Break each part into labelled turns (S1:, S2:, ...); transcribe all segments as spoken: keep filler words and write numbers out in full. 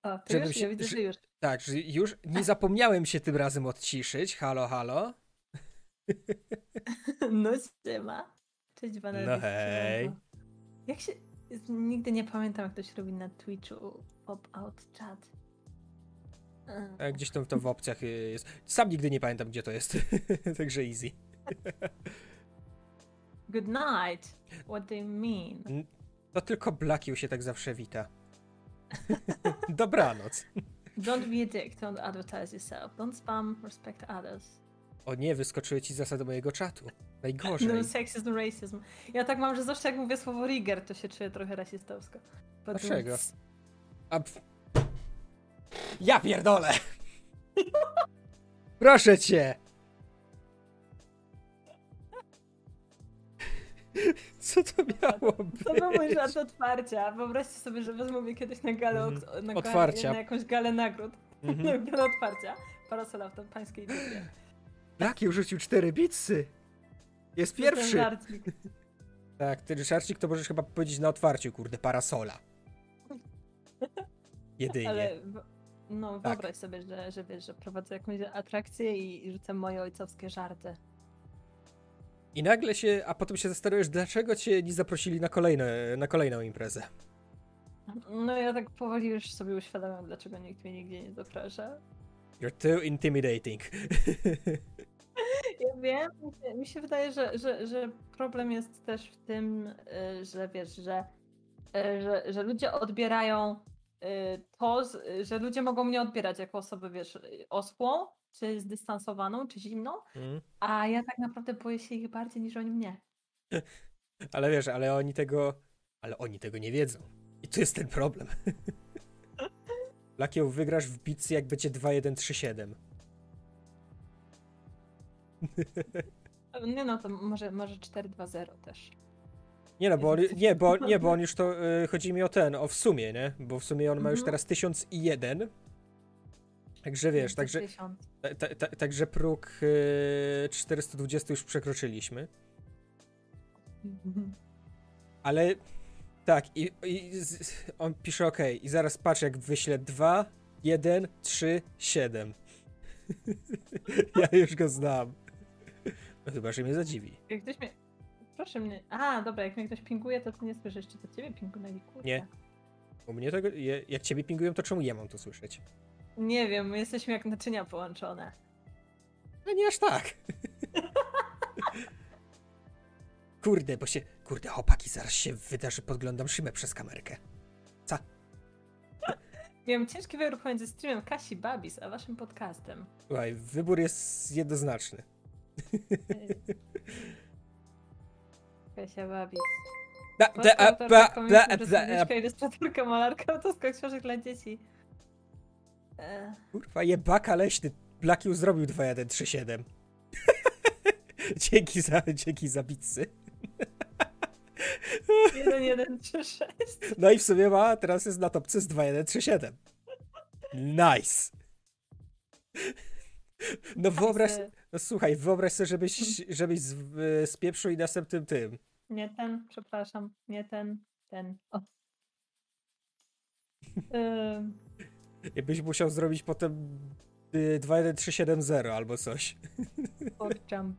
S1: O, to
S2: Żebym
S1: już?
S2: się,
S1: Ja widzę,
S2: że,
S1: że już.
S2: tak, że już nie zapomniałem się tym razem odciszyć. Halo, halo.
S1: No siema. Cześć,
S2: No
S1: Vanellis,
S2: hej.
S1: siemanko. Jak się... Nigdy nie pamiętam, jak to się robi na Twitchu. Pop-out chat.
S2: A gdzieś tam to w opcjach jest. Sam nigdy nie pamiętam, gdzie to jest. Także easy.
S1: Good night. What do you mean?
S2: To tylko Blackiu się tak zawsze wita. Dobranoc.
S1: Don't be a dick, don't advertise yourself. Don't spam, respect others.
S2: O nie, wyskoczyły ci zasady mojego czatu. Najgorzej.
S1: No, sexism, racism. Ja tak mam, że zawsze jak mówię słowo rigger, to się czuję trochę rasistowsko.
S2: Dlaczego? A pf... Ja pierdolę! Proszę cię! Co to miało być?
S1: To był mój żart otwarcia. Wyobraźcie sobie, że wezmą mnie kiedyś na galę
S2: Mhm.
S1: na,
S2: Otwarcia.
S1: na jakąś galę nagród.
S2: Mhm.
S1: Na galę otwarcia. Parasola w tam pańskiej dupie.
S2: Blacki urzucił cztery bitsy. Jest
S1: To ten
S2: pierwszy.
S1: żarcik.
S2: Tak, ty żarcik to możesz chyba powiedzieć na otwarciu, kurde, parasola. Jedynie.
S1: Ale w- no
S2: Tak.
S1: wyobraź sobie, że, że wiesz, że prowadzę jakąś atrakcję i, i rzucę moje ojcowskie żarty.
S2: I nagle się, a potem się zastanawiasz, dlaczego cię nie zaprosili na, kolejne, na kolejną imprezę.
S1: No ja tak powoli już sobie uświadamiam, dlaczego nikt mnie nigdzie nie zaprasza.
S2: You're too intimidating.
S1: Ja wiem, mi się, mi się wydaje, że, że, że problem jest też w tym, y, że wiesz, że, y, że, że ludzie odbierają y, to, z- że ludzie mogą mnie odbierać jako osobę, wiesz, y, oschłą, czy zdystansowaną, czy zimną,
S2: Mm.
S1: a ja tak naprawdę boję się ich bardziej niż oni mnie.
S2: Ale wiesz, ale oni tego, ale oni tego nie wiedzą. I tu jest ten problem. Lakieł, wygrasz w bitcy, jak będzie dwa jeden trzy siedem.
S1: Nie no, to może, może cztery dwa zero też.
S2: Nie no, bo on, nie, bo, nie, bo on już to, y, chodzi mi o ten, o w sumie, nie? Bo w sumie on ma już
S1: Mhm.
S2: teraz tysiąc jeden. Także wiesz, także,
S1: pięćdziesiąt.
S2: ta, ta, ta, także próg y, czterysta dwadzieścia już przekroczyliśmy. Ale tak, i, i z, on pisze ok, i zaraz patrz, jak wyślę dwa, jeden, trzy, siedem. Ja już go znam. No chyba, że mnie zadziwi.
S1: Jak ktoś mnie... Proszę mnie... A, dobra, jak mnie ktoś pinguje, to ty nie słyszysz, czy to ciebie pinguje? Kurwa.
S2: Nie. U mnie tego, je- jak ciebie pingują, to czemu ja mam to słyszeć?
S1: Nie wiem, my jesteśmy jak naczynia połączone.
S2: No nie aż tak. Kurde, bo się... Kurde, chłopaki, zaraz się wyda, że podglądam szybę przez kamerkę. Co?
S1: Wiem, ciężki wybór pomiędzy streamem Kasi Babis, a waszym podcastem.
S2: Słuchaj, wybór jest jednoznaczny.
S1: Kasia Babis.
S2: Da, da, a,
S1: Autorka
S2: ba,
S1: komiksu,
S2: da, da, a.
S1: piosenkarka, ilustratorka, malarka, autoskok książek dla dzieci. E,
S2: Kurwa, jebaka leśny. Blackiu zrobił dwa jeden trzy siedem. Dzięki za, dzięki za bitsy.
S1: jeden jeden trzy sześć.
S2: No i w sumie ma, teraz jest na topce z dwa jeden trzy siedem. Nice. No wyobraź, no słuchaj, wyobraź sobie, żebyś, żebyś z, y, spieprzył i następnym tym.
S1: Nie ten, przepraszam, nie ten, ten. O. Ym,
S2: Jakbyś musiał zrobić potem y, dwa jeden trzy siedem zero albo coś.
S1: Jump.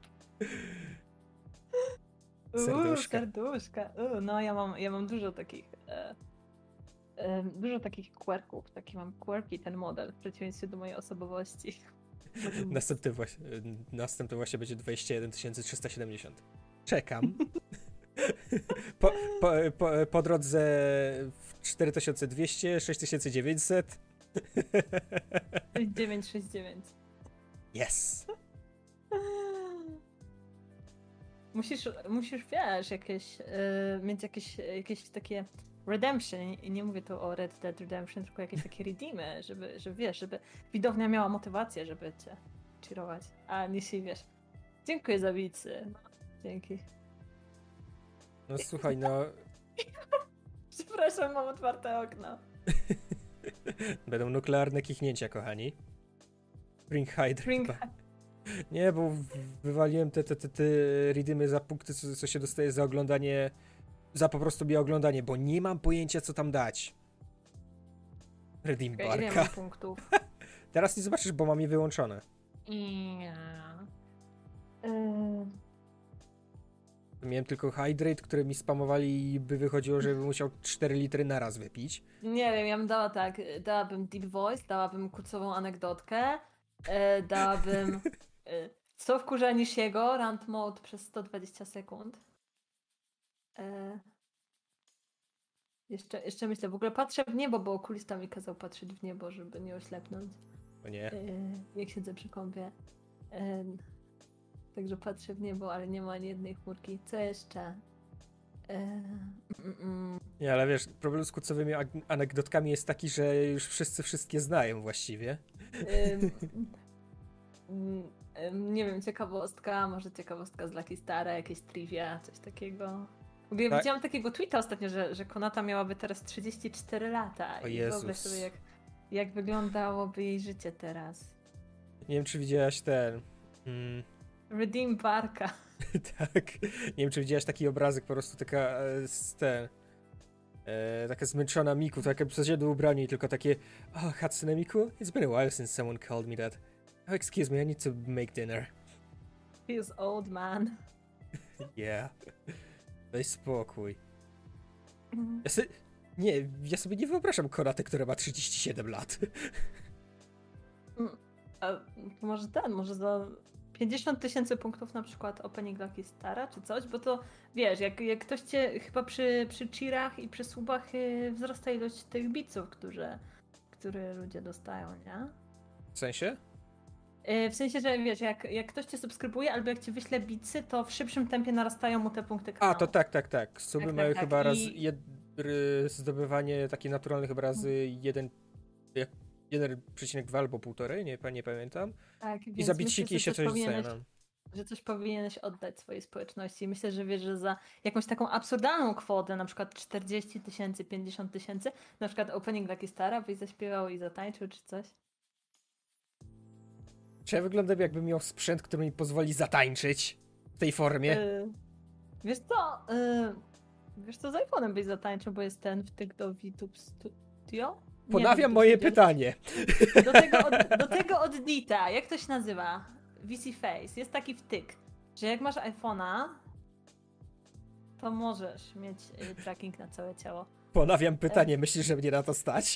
S1: Uuu,
S2: Serduszka.
S1: serduszka. Uuu, no ja mam, ja mam dużo takich e, e, dużo takich quirków. Taki mam quirky ten model w przeciwieństwie do mojej osobowości.
S2: Następny właśnie, y, następny właśnie będzie dwadzieścia jeden tysięcy trzysta siedemdziesiąt. Czekam. Po, po, po, po drodze w cztery tysiące dwieście, sześć tysięcy dziewięćset.
S1: sześć dziewięć sześć dziewięć.
S2: Yes.
S1: Musisz, musisz wiesz, jakieś, y, mieć jakieś, jakieś takie redemption. I nie mówię tu o Red Dead Redemption, tylko jakieś takie redeemy, żeby, żeby wiesz, żeby widownia miała motywację, żeby cię cheerować. A nie się wiesz. Dziękuję za bicy. No, dzięki.
S2: No słuchaj, no.
S1: Przepraszam, mam otwarte okno.
S2: Będą nuklearne kichnięcia, kochani. Bring Hydra.
S1: Bring
S2: Nie, bo w- wywaliłem te, te, te, te redeemy za punkty, co, co się dostaje za oglądanie. Za po prostu mi oglądanie, bo nie mam pojęcia, co tam dać. Redeem
S1: Okay, ile
S2: barka.
S1: mam punktów?
S2: Teraz nie zobaczysz, bo mam je wyłączone.
S1: Ja. Yy...
S2: Miałem tylko hydrate, który mi spamowali i by wychodziło, że bym musiał cztery litry naraz wypić.
S1: Nie wiem, ja bym dała tak, dałabym deep voice, dałabym kucową anegdotkę, e, dałabym e, co wkurza Nishiego, rant mode przez sto dwadzieścia sekund. E, jeszcze, jeszcze myślę, w ogóle patrzę w niebo, bo okulista mi kazał patrzeć w niebo, żeby nie oślepnąć.
S2: O nie.
S1: E, jak siedzę przy kąpie. E, także patrzę w niebo, ale nie ma ani jednej chmurki. Co jeszcze? E, mm, mm.
S2: Nie, ale wiesz, problem z kucowymi ag- anegdotkami jest taki, że już wszyscy wszystkie znają właściwie.
S1: Ym, ym, ym, nie wiem, ciekawostka, może ciekawostka z Lucky Stara, jakieś trivia, coś takiego. W ogóle
S2: Tak?
S1: widziałam takiego tweeta ostatnio, że, że Konata miałaby teraz trzydzieści cztery lata.
S2: O
S1: I
S2: Jezus.
S1: wyobraź sobie, jak, jak wyglądałoby jej życie teraz.
S2: Nie wiem, czy widziałaś ten... Mm,
S1: Redeem Barka.
S2: tak. Nie wiem, czy widziałaś taki obrazek, po prostu taka e, z ten... E, taka zmęczona Miku, taka w zasadzie do ubrania i tylko takie oh, Hatsune Miku, it's been a while since someone called me that. Oh, excuse me, I need to make dinner.
S1: He's old man.
S2: Yeah. Daj spokój. Ja sobie... Nie, ja sobie nie wyobrażam Konaty, która ma trzydzieści siedem lat.
S1: A może ten, może za pięćdziesiąt tysięcy punktów na przykład opening Lucky Stara czy coś, bo to wiesz, jak, jak ktoś cię chyba przy, przy cheerach i przy subach yy, wzrasta ilość tych biców, które, które ludzie dostają, nie?
S2: W sensie?
S1: Yy, w sensie, że wiesz, jak, jak ktoś cię subskrybuje albo jak ci wyśle bicy, to w szybszym tempie narastają mu te punkty kanału.
S2: A, to tak, tak, tak. Suby
S1: Tak,
S2: mają
S1: tak, tak.
S2: chyba raz
S1: I-
S2: jed... ry- zdobywanie takie naturalne chyba razy jeden jak jeden przecinek dwa albo półtorej, nie, nie pamiętam.
S1: Tak,
S2: I
S1: więc
S2: za
S1: myślę,
S2: biciki
S1: że
S2: się coś dostaje
S1: powinieneś,
S2: nam.
S1: że coś powinieneś oddać swojej społeczności. Myślę, że wiesz, że za jakąś taką absurdalną kwotę, na przykład czterdzieści tysięcy, pięćdziesiąt tysięcy, na przykład opening Lucky Stara byś zaśpiewał i zatańczył czy coś.
S2: Czy ja wyglądam, jakbym miał sprzęt, który mi pozwoli zatańczyć w tej formie?
S1: Yy, wiesz co, yy, wiesz co, z iPhone'em byś zatańczył, bo jest ten wtyk do VTube Studio? Nie,
S2: Ponawiam
S1: VTube
S2: moje
S1: Studio.
S2: pytanie.
S1: Do tego, od, do tego od Dita, jak to się nazywa? V C Face. Jest taki wtyk, że jak masz iPhone'a, to możesz mieć y, tracking na całe ciało.
S2: Ponawiam pytanie, myślisz, że mnie na to stać?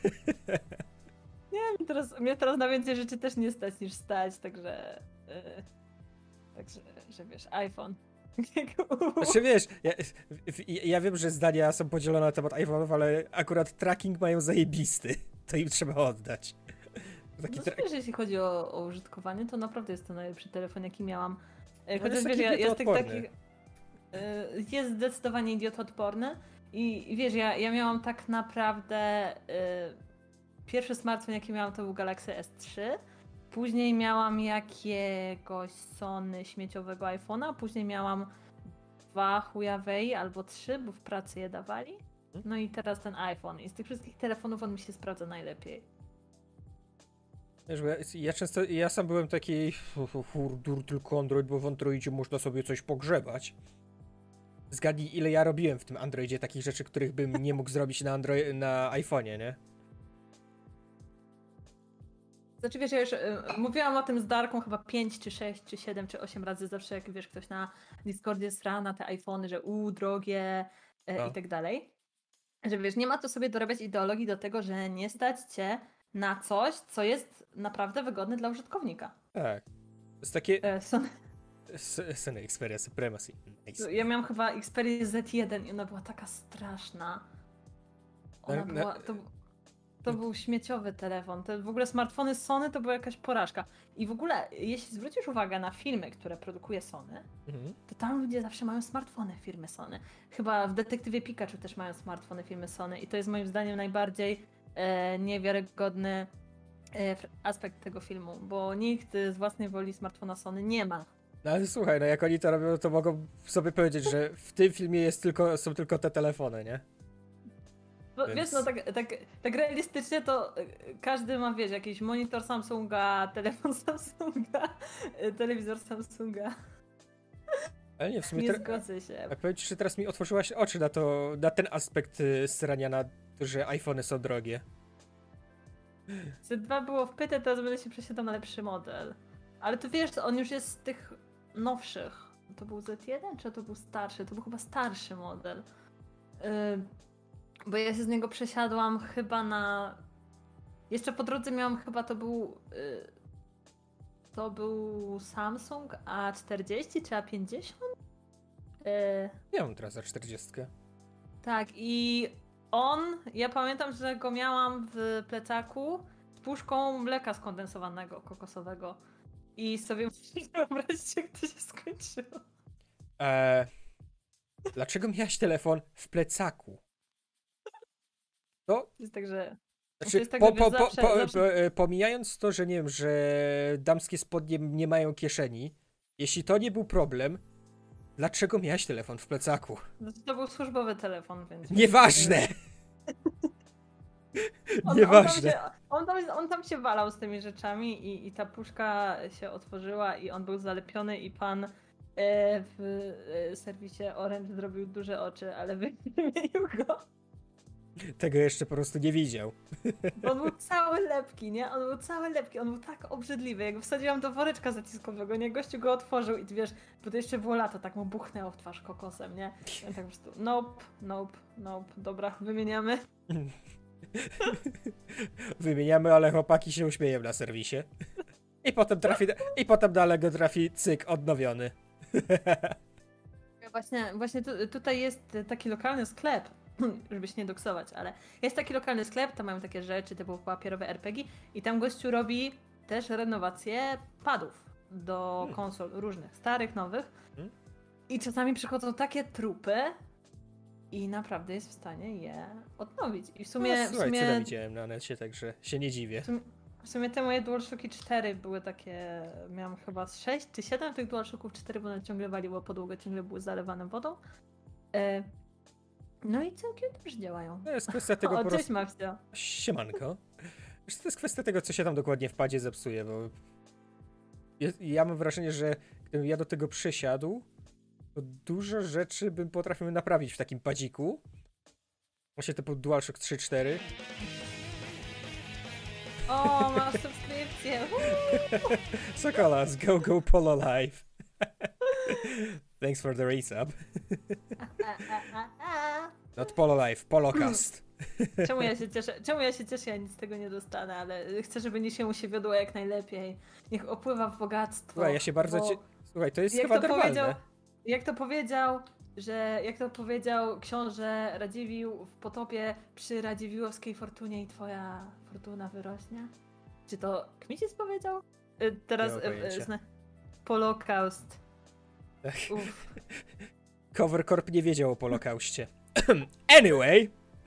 S1: Nie, mnie teraz, mnie teraz na więcej rzeczy też nie stać niż stać, także... y, także, że wiesz, iPhone.
S2: Znaczy wiesz, ja, ja wiem, że zdania są podzielone na temat iPhone'ów, ale akurat tracking mają zajebisty. To im trzeba oddać. Taki
S1: No
S2: tra-
S1: wiesz, jeśli chodzi o, o użytkowanie, to naprawdę jest to najlepszy telefon, jaki miałam. E,
S2: No
S1: Chociaż
S2: jest
S1: wiesz,
S2: taki
S1: ja, ja z tych
S2: idiotoodporny.
S1: takich... y, Jest zdecydowanie idiotoodporny i, i wiesz, ja, ja miałam tak naprawdę... y, Pierwszy smartfon, jaki miałam, to był Galaxy S trzy. Później miałam jakiegoś Sony śmieciowego iPhone'a. Później miałam dwa Huawei albo trzy, bo w pracy je dawali. No i teraz ten iPhone. I z tych wszystkich telefonów on mi się sprawdza najlepiej.
S2: Wiesz, bo ja, ja często, ja sam byłem taki hurdur, tylko Android, bo w Androidzie można sobie coś pogrzebać. Zgadnij, ile ja robiłem w tym Androidzie takich rzeczy, których bym nie mógł zrobić na, Androi- na iPhone'ie, nie?
S1: Znaczy wiesz, ja już y, mówiłam o tym z Darką chyba pięć, czy sześć, czy siedem, czy osiem razy zawsze, jak wiesz, ktoś na Discordzie sra na te iPhony, że u drogie e,
S2: No.
S1: i tak dalej. Że wiesz, nie ma to sobie dorabiać ideologii do tego, że nie stać cię na coś, co jest naprawdę wygodne dla użytkownika.
S2: Tak. To jest takie...
S1: E, Sony,
S2: S- Sony Xperia Supremacy. Nice.
S1: ja miałam chyba Xperia Z jeden i ona była taka straszna. Ona
S2: Na- na-
S1: była... To, to był śmieciowy telefon. Te w ogóle smartfony Sony to była jakaś porażka. I w ogóle, jeśli zwrócisz uwagę na filmy, które produkuje Sony,
S2: Mhm.
S1: to tam ludzie zawsze mają smartfony firmy Sony. Chyba w Detektywie Pikachu też mają smartfony firmy Sony i to jest moim zdaniem najbardziej e, niewiarygodny e, aspekt tego filmu, bo nikt z własnej woli smartfona Sony nie ma.
S2: No ale słuchaj, no jak oni to robią, to mogą sobie powiedzieć, że w tym filmie jest tylko, są tylko te telefony, nie?
S1: Bo,
S2: Więc-
S1: Wiesz, no tak, tak, tak realistycznie to e, każdy ma, wiesz, jakiś monitor Samsunga, telefon Samsunga, e, telewizor Samsunga.
S2: Ale nie, w sumie...
S1: Nie
S2: Te...
S1: zgodzę się.
S2: A powiem ci, że teraz mi otworzyłaś oczy na to, na ten aspekt y, srania, na to, że iPhony są drogie.
S1: Z dwa było wpyte, teraz będę się przesiadał na lepszy model. Ale to wiesz, on już jest z tych nowszych. To był Z jeden, czy to był starszy? To był chyba starszy model. Yy, bo ja się z niego przesiadłam chyba na... Jeszcze po drodze miałam chyba, to był... Yy, to był Samsung A czterdzieści czy A pięćdziesiąt? Yy,
S2: Ja mam teraz za czterdziestkę.
S1: tak, i on, ja pamiętam, że go miałam w plecaku z puszką mleka skondensowanego, kokosowego. I sobie musisz wyobrazić, jak to się skończyło.
S2: Eee, dlaczego miałaś telefon w plecaku? To...
S1: Jest tak, że...
S2: Znaczy,
S1: jest tak,
S2: po,
S1: że
S2: po,
S1: zawsze-
S2: po, po,
S1: zawsze-
S2: po, e, pomijając to, że nie wiem, że damskie spodnie nie mają kieszeni, jeśli to nie był problem, dlaczego miałaś telefon w plecaku?
S1: Znaczy, to był służbowy telefon, więc...
S2: Nieważne!
S1: On,
S2: Nieważne.
S1: on, tam się, on, tam, on tam się walał z tymi rzeczami i, i ta puszka się otworzyła i on był zalepiony i pan e, w e, serwisie Orange zrobił duże oczy, ale wymienił go.
S2: Tego jeszcze po prostu nie widział.
S1: Bo on był cały lepki, nie? On był cały lepki, on był tak obrzydliwy. Jak go wsadziłam do woreczka zaciskowego, nie? Gościu go otworzył i ty wiesz, bo to jeszcze było lato, tak mu buchnęło w twarz kokosem, nie? I on tak po prostu, nope, nope, nope, dobra, wymieniamy.
S2: Wymieniamy, ale chłopaki się uśmieją na serwisie. I potem trafi, i potem dalej go trafi cyk odnowiony.
S1: Właśnie, właśnie tu, tutaj jest taki lokalny sklep, żeby się nie doksować, ale jest taki lokalny sklep, tam mają takie rzeczy typu papierowe er pe gie i tam gościu robi też renowację padów do
S2: Hmm.
S1: konsol różnych, starych, nowych
S2: Hmm.
S1: i czasami przychodzą takie trupy i naprawdę jest w stanie je odnowić. I w sumie...
S2: No,
S1: w
S2: słuchaj, co
S1: sumie,
S2: tam widziałem na necie, także się nie dziwię.
S1: w sumie, w sumie te moje DualShocki cztery były takie, miałam chyba z sześć czy siedem tych DualShocków cztery, bo one ciągle waliło podłogę, ciągle były zalewane wodą. E, No i całkiem dobrze działają.
S2: To jest kwestia tego
S1: O,
S2: po
S1: cześć
S2: prostu...
S1: Mafia.
S2: Siemanko. Wiesz, to jest kwestia tego, co się tam dokładnie w padzie zepsuje, bo... jest- Ja mam wrażenie, że gdybym ja do tego przesiadł, to dużo rzeczy bym potrafił naprawić w takim padziku. Właśnie typu DualShock trzy cztery.
S1: O, masz subskrypcję.
S2: Sokolas, go go Polo Live. Thanks for the race up.
S1: A, a, a, a.
S2: Not Polo Live, Polocast.
S1: Czemu ja się cieszę? Czemu ja się cieszę? Ja nic z tego nie dostanę, ale chcę, żeby Nisiemu się wiodło jak najlepiej. Niech opływa w bogactwo.
S2: Słuchaj, ja się bardzo
S1: bo
S2: cie... Słuchaj, to jest
S1: jak
S2: chyba
S1: to
S2: normalne.
S1: powiedział, jak to powiedział, że jak to powiedział książę Radziwiłł w Potopie, przy Radziwiłłowskiej fortunie i twoja fortuna wyrośnie? Czy to Kmicic powiedział? Y, Teraz
S2: Nie mam
S1: y,
S2: pojęcia.
S1: y, zna... Polocaust.
S2: Tak.
S1: Uff.
S2: Cover Corp nie wiedział o Polokauście. Anyway.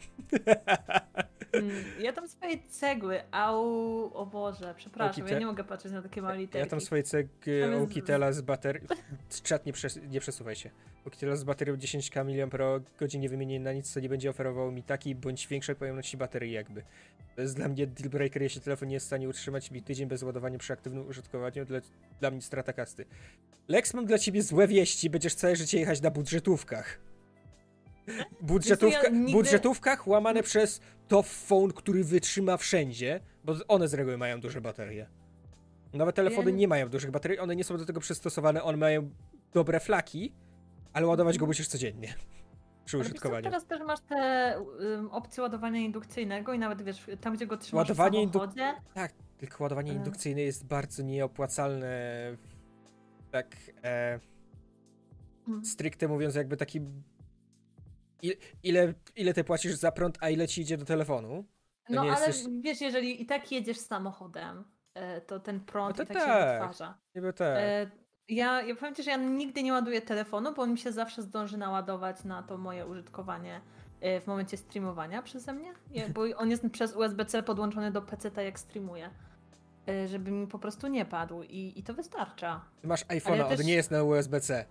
S1: Mm, Ja tam swoje cegły, au, o Boże, przepraszam,
S2: Okite-
S1: ja nie mogę patrzeć na takie małe literki.
S2: Ja tam swoje ceg
S1: Tam jest-
S2: Ukitela z baterią... Czat, nie, przes nie przesuwaj się. Ukitela z baterią dziesięć ka miliampergodzin nie wymienię na nic, co nie będzie oferowało mi takiej bądź większej pojemności baterii jakby. To jest dla mnie deal breaker, jeśli telefon nie jest w stanie utrzymać mi tydzień bez ładowania przy aktywnym użytkowaniu. Dla, dla mnie strata kasty. Lex, mam dla ciebie złe wieści, będziesz całe życie jechać na budżetówkach. Budżetówka,
S1: Wiesz co, ja nigdy-
S2: budżetówkach łamane przez top phone, który wytrzyma wszędzie, bo one z reguły mają duże baterie. Nawet telefony
S1: Ja-
S2: nie mają dużych baterii, one nie są do tego przystosowane, one mają dobre flaki, ale ładować go musisz codziennie przy
S1: Ale wiesz co,
S2: użytkowaniu.
S1: teraz też masz te um, opcje ładowania indukcyjnego i nawet wiesz, tam gdzie go trzymasz
S2: Ładowanie
S1: w samochodzie.
S2: Tak, tylko ładowanie
S1: E.
S2: indukcyjne jest bardzo nieopłacalne, tak e,
S1: Mm.
S2: stricte mówiąc, jakby taki... Ile, ile, ile ty płacisz za prąd, a ile ci idzie do telefonu? To
S1: No
S2: nie
S1: ale
S2: jesteś...
S1: wiesz, jeżeli i tak jedziesz samochodem, e, to ten prąd
S2: No to
S1: i tak, się
S2: tak.
S1: wytwarza.
S2: Niby tak.
S1: E, Ja, ja powiem ci, że ja nigdy nie ładuję telefonu, bo on mi się zawsze zdąży naładować na to moje użytkowanie e, w momencie streamowania przeze mnie, Nie, bo on jest przez U S B C podłączony do peceta jak streamuje, e, żeby mi po prostu nie padł i, i to wystarcza.
S2: Ty masz
S1: ale
S2: iPhone'a,
S1: ja
S2: on
S1: też-
S2: nie jest na U S B C.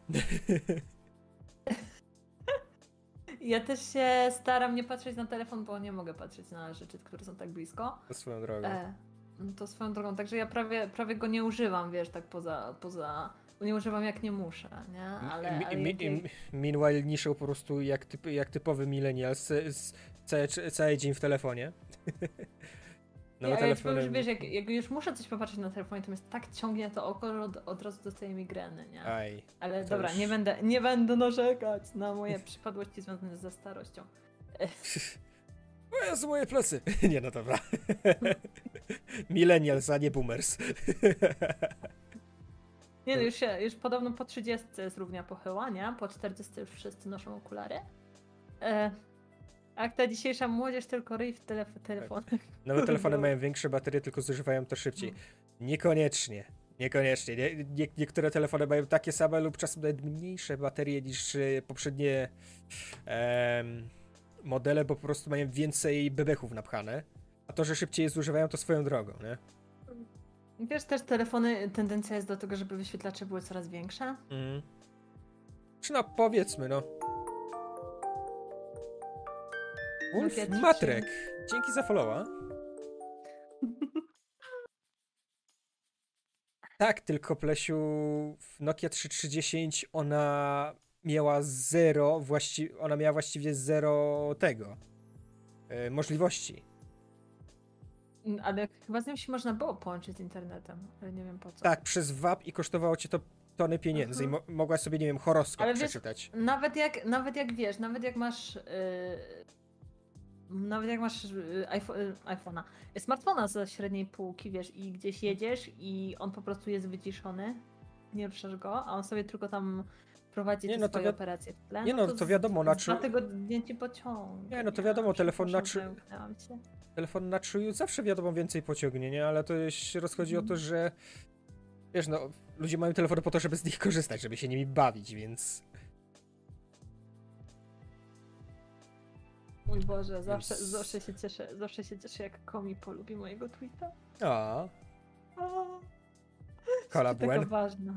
S1: Ja też się staram nie patrzeć na telefon, bo nie mogę patrzeć na rzeczy, które są tak blisko.
S2: To swoją drogą.
S1: E, no to swoją drogą, także ja prawie, prawie go nie używam, wiesz, tak poza, poza... Nie używam jak nie muszę, nie? Ale,
S2: Mi-
S1: ale
S2: mi-
S1: jak,
S2: mi- Meanwhile niszą po prostu jak, typ, jak typowy millennial, z, z, cały, cały dzień w telefonie. Nowe
S1: ja,
S2: telefony...
S1: Ja już, wiesz, jak, jak już muszę coś popatrzeć na telefonie, to mnie tak ciągnie to oko, że od, od razu dostaję migreny, nie?
S2: Aj,
S1: Ale
S2: to
S1: dobra,
S2: już-
S1: nie będę, nie będę narzekać na moje przypadłości związane ze starością.
S2: O Jezu, moje plecy! Nie, no dobra. Millennials, a nie boomers.
S1: Nie no, już, się, już podobno po trzydziestce jest równia pochyła, nie? Po czterdziestce już wszyscy noszą okulary. E, a jak ta dzisiejsza młodzież tylko ryj w telef- telefonach.
S2: Nowe telefony mają większe baterie, tylko zużywają to szybciej. Niekoniecznie. Niekoniecznie. Nie, nie, niektóre telefony mają takie same lub czasem nawet mniejsze baterie niż y, poprzednie em, modele, bo po prostu mają więcej bebechów napchane. A to, że szybciej je zużywają, to swoją drogą, nie?
S1: Wiesz, też telefony, tendencja jest do tego, żeby wyświetlacze były coraz większe.
S2: Mhm. Czy no, powiedzmy, no. Wolf
S1: Nokia
S2: Matrek, dzięki za followa. Tak, tylko Plesiu, w Nokia trzysta dziesięć ona miała zero, właści- ona miała właściwie zero tego, e, możliwości.
S1: Ale chyba z nią się można było połączyć z internetem, ale nie wiem po co.
S2: Tak, przez W A P i kosztowało cię to tony pieniędzy
S1: Mhm.
S2: i mo- mogłaś sobie, nie wiem, horoskop
S1: Ale wiesz,
S2: przeczytać.
S1: Nawet jak, nawet jak wiesz, nawet jak masz. Yy, nawet jak masz yy, iPhone, yy, iPhone'a, smartfona ze średniej półki, wiesz, i gdzieś jedziesz i on po prostu jest wyciszony, nie ruszasz go, a on sobie tylko tam prowadzi
S2: Nie,
S1: te
S2: no to
S1: swoje
S2: wi-
S1: operacje w tle.
S2: nie, no, to wiadomo, na czu-
S1: Dlatego dzień ci pociągnie.
S2: Nie, no to wiadomo, telefon na czu-
S1: Zamknęłam się.
S2: Telefon na czuju zawsze wiadomo więcej pociągnie, nie? Ale to się rozchodzi
S1: Mhm.
S2: o to, że wiesz, no, ludzie mają telefony po to, żeby z nich korzystać, żeby się nimi bawić, więc...
S1: Mój Boże, zawsze,
S2: Więc-
S1: zawsze się cieszę, zawsze się cieszę, jak Komi polubi mojego tweeta.
S2: A,
S1: O,
S2: Kola
S1: taka
S2: Buen.
S1: ważna.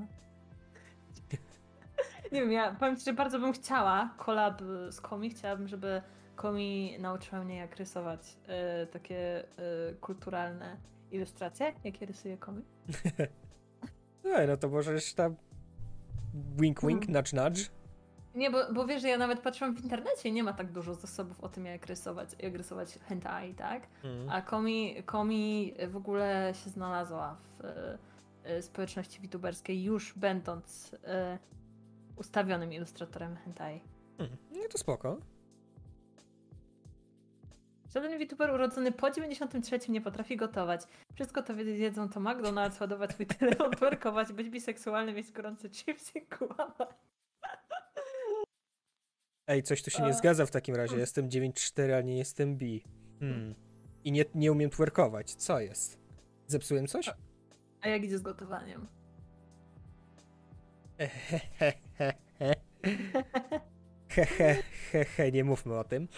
S1: Nie wiem, ja powiem ci, że bardzo bym chciała kolab z Komi. Chciałabym, żeby Komi nauczyła mnie, jak rysować e, takie e, kulturalne ilustracje, jakie rysuje Komi.
S2: No, no to możesz tam wink wink,
S1: Hmm.
S2: nudge nudge.
S1: Nie, bo, bo wiesz, że ja nawet patrzyłam w internecie i nie ma tak dużo zasobów o tym, jak rysować, jak rysować hentai, tak?
S2: Mm.
S1: A Komi, Komi w ogóle się znalazła w e, społeczności wituberskiej, już będąc e, ustawionym ilustratorem hentai.
S2: Mm. No to spoko.
S1: Żaden VTuber urodzony po dziewięćdziesiątym trzecim nie potrafi gotować. Wszystko to wiedzą to McDonald's, ładować swój telefon, twerkować, być biseksualnym, mieć gorące chipsy, kłamać.
S2: Ej, coś tu się nie
S1: A.
S2: zgadza w takim razie. Jestem dziewięć cztery, a nie jestem B. Hmm. I nie, nie umiem twerkować. Co jest? Zepsułem coś?
S1: A jak idzie z gotowaniem?
S2: Hehe, hehe, nie mówmy o tym.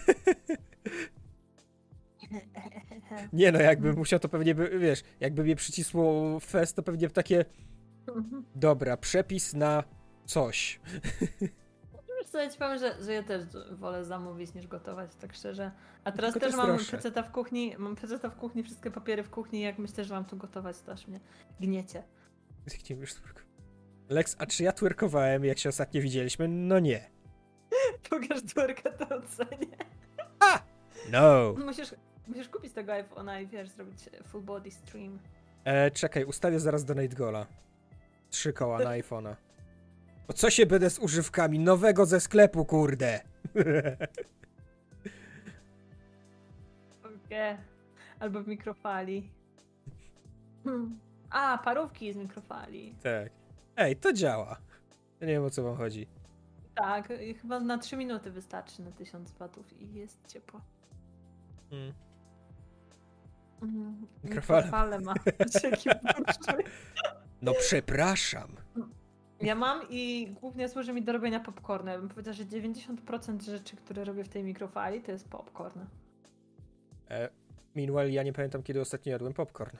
S2: Nie no, jakbym musiał, to pewnie by, wiesz, jakby mnie przycisło fest, to pewnie takie, dobra, przepis na coś.
S1: Wiesz co, ja ci powiem, że, że ja też wolę zamówić niż gotować, tak szczerze. A teraz
S2: Tylko to
S1: też
S2: jest
S1: mam
S2: droższe.
S1: peceta w kuchni, mam peceta w kuchni, wszystkie papiery w kuchni, jak myślę, że mam tu gotować, to aż mnie gniecie.
S2: Jak nie wiesz, twerk- Lex, a czy ja twerkowałem, jak się ostatnio widzieliśmy? No nie.
S1: Pokaż twerka, to ocenię.
S2: No.
S1: Musisz, musisz kupić tego iPhone'a i wiesz, zrobić full body stream.
S2: E, czekaj, ustawię zaraz donate goala. Trzy koła na iPhone'a. O co się będę z używkami nowego ze sklepu, kurde?
S1: Okay. Albo w mikrofali. Hmm. A, parówki z mikrofali.
S2: Tak. Ej, to działa. Ja nie wiem, o co wam chodzi.
S1: Tak, i chyba na trzy minuty wystarczy na tysiąc watów i jest ciepło.
S2: Mm.
S1: Mhm.
S2: Mikrofale.
S1: Mikrofale ma. Taki duży.
S2: No przepraszam.
S1: Ja mam i głównie służy mi do robienia popcornu. Ja bym powiedziała, że dziewięćdziesiąt procent rzeczy, które robię w tej mikrofali, to jest popcorn.
S2: E, meanwhile, ja nie pamiętam, kiedy ostatnio jadłem popcorn.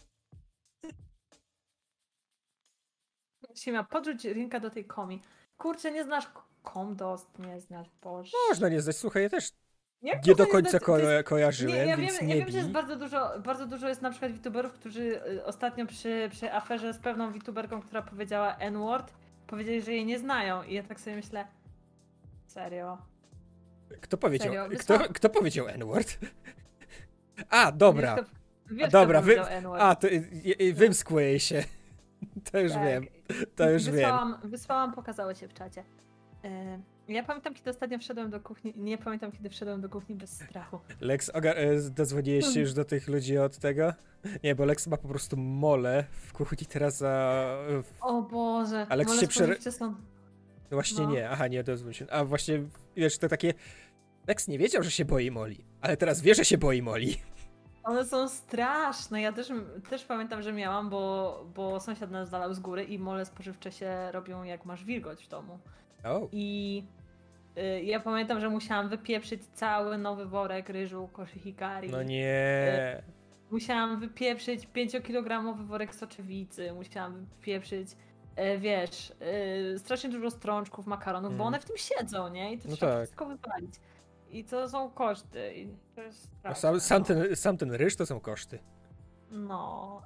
S1: Siemia, podrzuć linka do tej komi. Kurczę, nie znasz Komdost, nie znasz, Boże.
S2: Można nie zdać, słuchaj, ja też
S1: Jak
S2: nie do
S1: można
S2: końca
S1: znać- to jest-
S2: ko- kojarzyłem,
S1: Nie, ja
S2: więc
S1: wiem,
S2: nie
S1: ja wiem, że jest
S2: bij.
S1: bardzo dużo, bardzo dużo jest na przykład VTuberów, którzy y, ostatnio przy, przy aferze z pewną VTuberką, która powiedziała N-word, powiedzieli, że jej nie znają i ja tak sobie myślę, serio?
S2: Kto powiedział,
S1: Serio,
S2: kto,
S1: wysła-
S2: kto powiedział N-word? A, dobra.
S1: Wiesz, kto, Wiesz,
S2: A dobra,
S1: kto
S2: wy...
S1: powiedział N-word.
S2: A, to y, y, wymskło jej się. To już
S1: Tak.
S2: wiem. To już
S1: wysłałam,
S2: wiem.
S1: Wysłałam, pokazało się w czacie. E, Ja pamiętam, kiedy ostatnio wszedłem do kuchni. Nie pamiętam, kiedy wszedłem do kuchni bez strachu.
S2: Lex, ogar- e, dozwoniłeś się już do tych ludzi od tego? Nie, bo Lex ma po prostu mole w kuchni teraz za...
S1: O Boże,
S2: Alex
S1: mole
S2: się przer-
S1: spożywcze są...
S2: No właśnie
S1: No.
S2: nie, aha, nie dozwól się. A właśnie, wiesz, to takie... Lex nie wiedział, że się boi Moli, ale teraz wie, że się boi Moli.
S1: One są straszne. Ja też, też pamiętam, że miałam, bo, bo sąsiad nas zalał z góry i mole spożywcze się robią, jak masz wilgoć w domu.
S2: Oh.
S1: I y, ja pamiętam, że musiałam wypieprzyć cały nowy worek ryżu koszy hikari.
S2: No nie.
S1: Musiałam wypieprzyć pięciokilogramowy worek soczewicy. Musiałam wypieprzyć, e, wiesz, e, strasznie dużo strączków, makaronów,
S2: Mm.
S1: bo one w tym siedzą, nie? I to
S2: No
S1: trzeba
S2: tak.
S1: wszystko wywalić. I to są koszty. I to jest
S2: No
S1: straszne,
S2: sam, sam,
S1: no.
S2: ten, sam ten ryż to są koszty.
S1: No.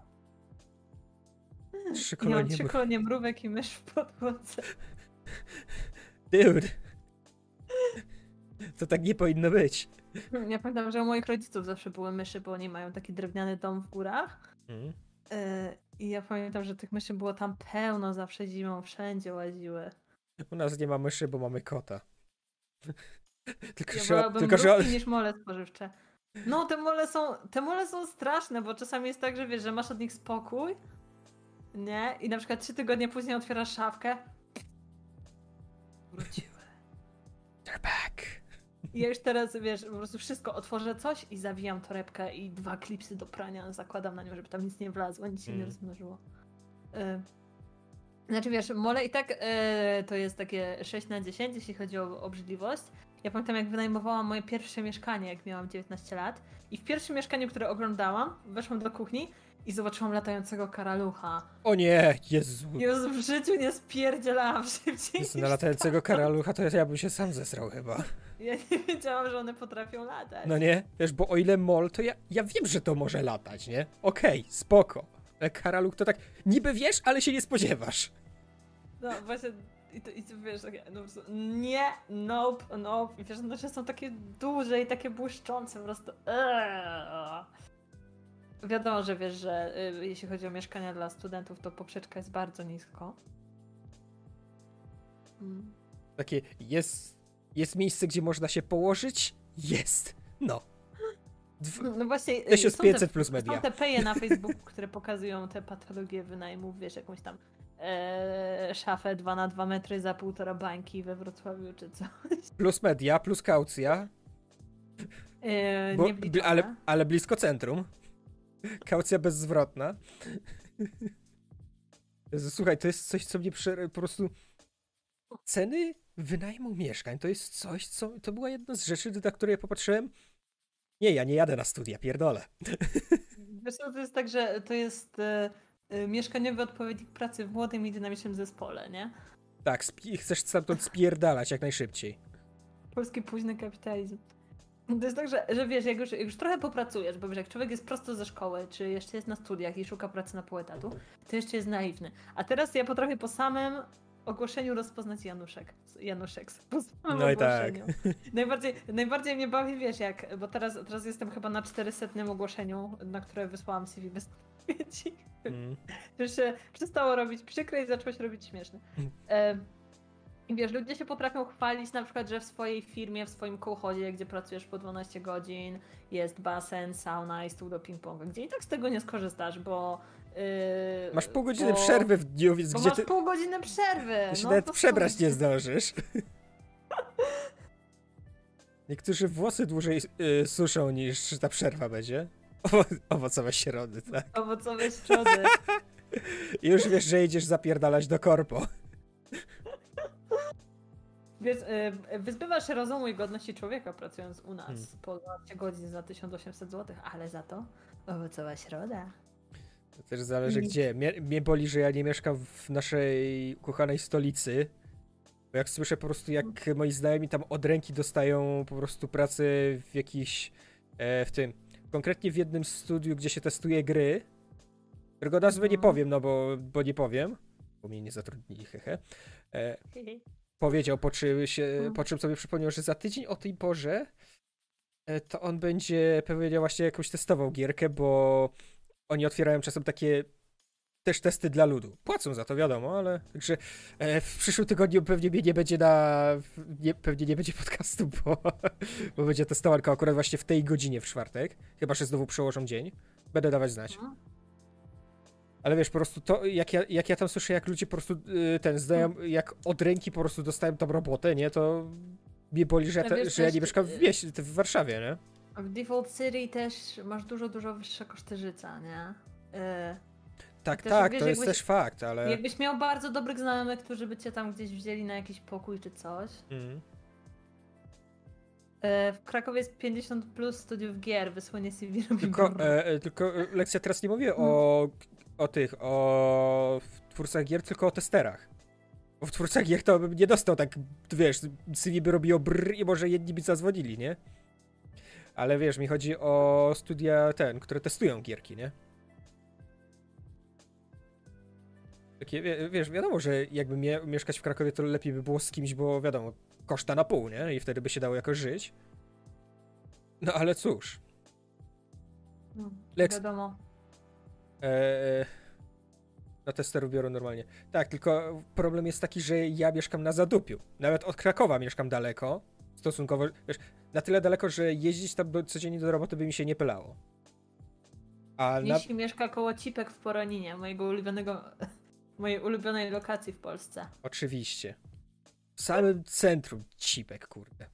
S2: Trzy
S1: I mam
S2: kolonie...
S1: trzy kolonie mrówek i mysz w podłodze.
S2: Dude. To tak nie powinno być.
S1: Ja pamiętam, że u moich rodziców zawsze były myszy, bo oni mają taki drewniany dom w górach.
S2: Mm.
S1: E, I ja pamiętam, że tych myszy było tam pełno zawsze zimą, wszędzie łaziły.
S2: U nas nie ma myszy, bo mamy kota. Tylko,
S1: Ja
S2: że,
S1: wolałabym
S2: tylko, że...
S1: mrówki niż mole spożywcze. No, te mole są, te mole są straszne, bo czasami jest tak, że wiesz, że masz od nich spokój, nie? I na przykład trzy tygodnie później otwierasz szafkę. Wróciły.
S2: They're back.
S1: I ja już teraz, wiesz, po prostu wszystko otworzę coś i zawijam torebkę i dwa klipsy do prania zakładam na nią, żeby tam nic nie wlazło, nic się
S2: Mm.
S1: nie rozmnożyło. Y Znaczy wiesz, mole i tak y to jest takie sześć na dziesięć, jeśli chodzi o obrzydliwość. Ja pamiętam, jak wynajmowałam moje pierwsze mieszkanie, jak miałam dziewiętnaście lat. I w pierwszym mieszkaniu, które oglądałam, weszłam do kuchni i zobaczyłam latającego karalucha.
S2: O nie, Jezu.
S1: Jezu, w życiu nie spierdzielałam szybciej
S2: Jezu,
S1: niż
S2: na latającego
S1: tato.
S2: karalucha to ja bym się sam zesrał chyba.
S1: Ja nie wiedziałam, że one potrafią latać.
S2: No nie? Wiesz, bo o ile mol, to ja, ja wiem, że to może latać, nie? Okej, okay, spoko. Ale karaluch to tak niby wiesz, ale się nie spodziewasz.
S1: No właśnie, i to, i to wiesz, takie, no, po prostu, nie, nope, nope. I wiesz, no, że są takie duże i takie błyszczące, po prostu. Eee. Wiadomo, że wiesz, że y, jeśli chodzi o mieszkania dla studentów, to poprzeczka jest bardzo nisko. Mm.
S2: Takie, jest, jest miejsce, gdzie można się położyć? Jest. No. Dw-
S1: No właśnie, y,
S2: tysiąc
S1: są
S2: pięćset
S1: te,
S2: plus media.
S1: są te peje na Facebooku, które pokazują te patologie wynajmów, wiesz, jakąś tam e, szafę dwa na dwa metry za półtora bańki we Wrocławiu, czy coś.
S2: Plus media, plus kaucja.
S1: E,
S2: Bo,
S1: nie
S2: bl- ale, ale blisko centrum. Kaucja bezzwrotna. Jezu, słuchaj, to jest coś, co mnie prze... po prostu... Ceny wynajmu mieszkań to jest coś, co... To była jedna z rzeczy, na które ja popatrzyłem. Nie, ja nie jadę na studia, pierdolę.
S1: Wiesz co, to jest tak, że to jest e, e, mieszkaniowy odpowiednik pracy w młodym i dynamicznym zespole, nie?
S2: Tak, spi- chcesz stamtąd spierdalać jak najszybciej.
S1: Polski późny kapitalizm. To jest tak, że, że wiesz, jak już, jak już trochę popracujesz, bo wiesz, jak człowiek jest prosto ze szkoły, czy jeszcze jest na studiach i szuka pracy na pół etatu, to jeszcze jest naiwny. A teraz ja potrafię po samym ogłoszeniu rozpoznać Januszek. Januszek. Po samym
S2: No i tak.
S1: ogłoszeniu. Najbardziej, najbardziej mnie bawi, wiesz jak, bo teraz, teraz jestem chyba na czterysetnym ogłoszeniu, na które wysłałam C V bez odpowiedzi.
S2: Mm.
S1: Już się przestało robić przykre i zaczęło się robić śmieszne. E, I wiesz, ludzie się potrafią chwalić na przykład, że w swojej firmie, w swoim kołchodzie, gdzie pracujesz po dwanaście godzin, jest basen, sauna i stół do ping-ponga, gdzie i tak z tego nie skorzystasz, bo... Yy,
S2: Masz pół godziny
S1: bo,
S2: przerwy w dniu, więc
S1: bo
S2: gdzie
S1: masz
S2: ty...
S1: pół godziny przerwy!
S2: Ty się
S1: no,
S2: nawet
S1: to
S2: przebrać
S1: są-
S2: nie zdążysz. Niektórzy włosy dłużej y, suszą niż ta przerwa będzie. Owo- owocowe środy, tak.
S1: Owocowe środy.
S2: I już wiesz, że idziesz zapierdalać do korpo.
S1: Wiesz, yy, wyzbywasz się rozumu i godności człowieka pracując u nas
S2: Hmm.
S1: po dwanaście godzin za tysiąc osiemset złotych, ale za to owocowa środa.
S2: To też zależy
S1: I-
S2: gdzie. Mnie, mnie boli, że ja nie mieszkam w naszej ukochanej stolicy. Bo jak słyszę po prostu, jak moi znajomi tam od ręki dostają po prostu pracę w jakiś... E, w tym... Konkretnie w jednym studiu, gdzie się testuje gry. Którego nazwy nie
S1: Mhm.
S2: powiem, no bo, bo nie powiem. Bo mnie nie zatrudnili, hehe. E, powiedział, po czym, się,
S1: Mhm.
S2: po czym sobie przypomniał, że za tydzień o tej porze E, To on będzie pewnie właśnie jakąś testował gierkę, bo oni otwierają czasem takie też testy dla ludu. Płacą za to, wiadomo, ale także e, w przyszłym tygodniu pewnie mnie nie będzie na... Nie, pewnie nie będzie podcastu, bo, bo będzie testowanka akurat właśnie w tej godzinie w czwartek. Chyba, że znowu przełożą dzień. Będę dawać znać.
S1: Mhm.
S2: Ale wiesz, po prostu to, jak ja, jak ja tam słyszę, jak ludzie po prostu y, ten zdają, jak od ręki po prostu dostają tam robotę, nie, to mnie boli, że ja,
S1: Ale
S2: ta,
S1: wiesz,
S2: że ja
S1: też,
S2: nie mieszkam w,
S1: y-
S2: mieście, w Warszawie, nie?
S1: W Default City też masz dużo, dużo wyższe koszty życia, nie? Yy,
S2: Tak,
S1: też,
S2: tak,
S1: wiesz,
S2: to jest
S1: jakbyś-
S2: też fakt, ale...
S1: Jakbyś miał bardzo dobrych znajomych, którzy by cię tam gdzieś wzięli na jakiś pokój czy coś.
S2: Mhm.
S1: Yy, w Krakowie jest pięćdziesiąt plus studiów gier, wysłanie C V robi
S2: Tylko,
S1: brrr.
S2: e, e, tylko e, lekcja teraz nie mówię o, o tych, o twórcach gier, tylko o testerach. Bo w twórcach gier to bym nie dostał tak, wiesz, C V by robiło brrr i może jedni by zadzwonili, nie? Ale wiesz, mi chodzi o studia ten, które testują gierki, nie? Takie, wie- wiesz, wiadomo, że jakby mie mieszkać w Krakowie, to lepiej by było z kimś, bo wiadomo, koszta na pół, nie? I wtedy by się dało jakoś żyć. No ale cóż.
S1: No,
S2: Lex-
S1: wiadomo.
S2: Eee, na testerów biorą normalnie. Tak, tylko problem jest taki, że ja mieszkam na Zadupiu. Nawet od Krakowa mieszkam daleko. Stosunkowo, wiesz, na tyle daleko, że jeździć tam do, codziennie do roboty by mi się nie pylało. A na...
S1: Jeśli mieszka koło Cipek w Poroninie, mojego ulubionego, mojej ulubionej lokacji w Polsce.
S2: Oczywiście. W samym centrum Cipek, kurde.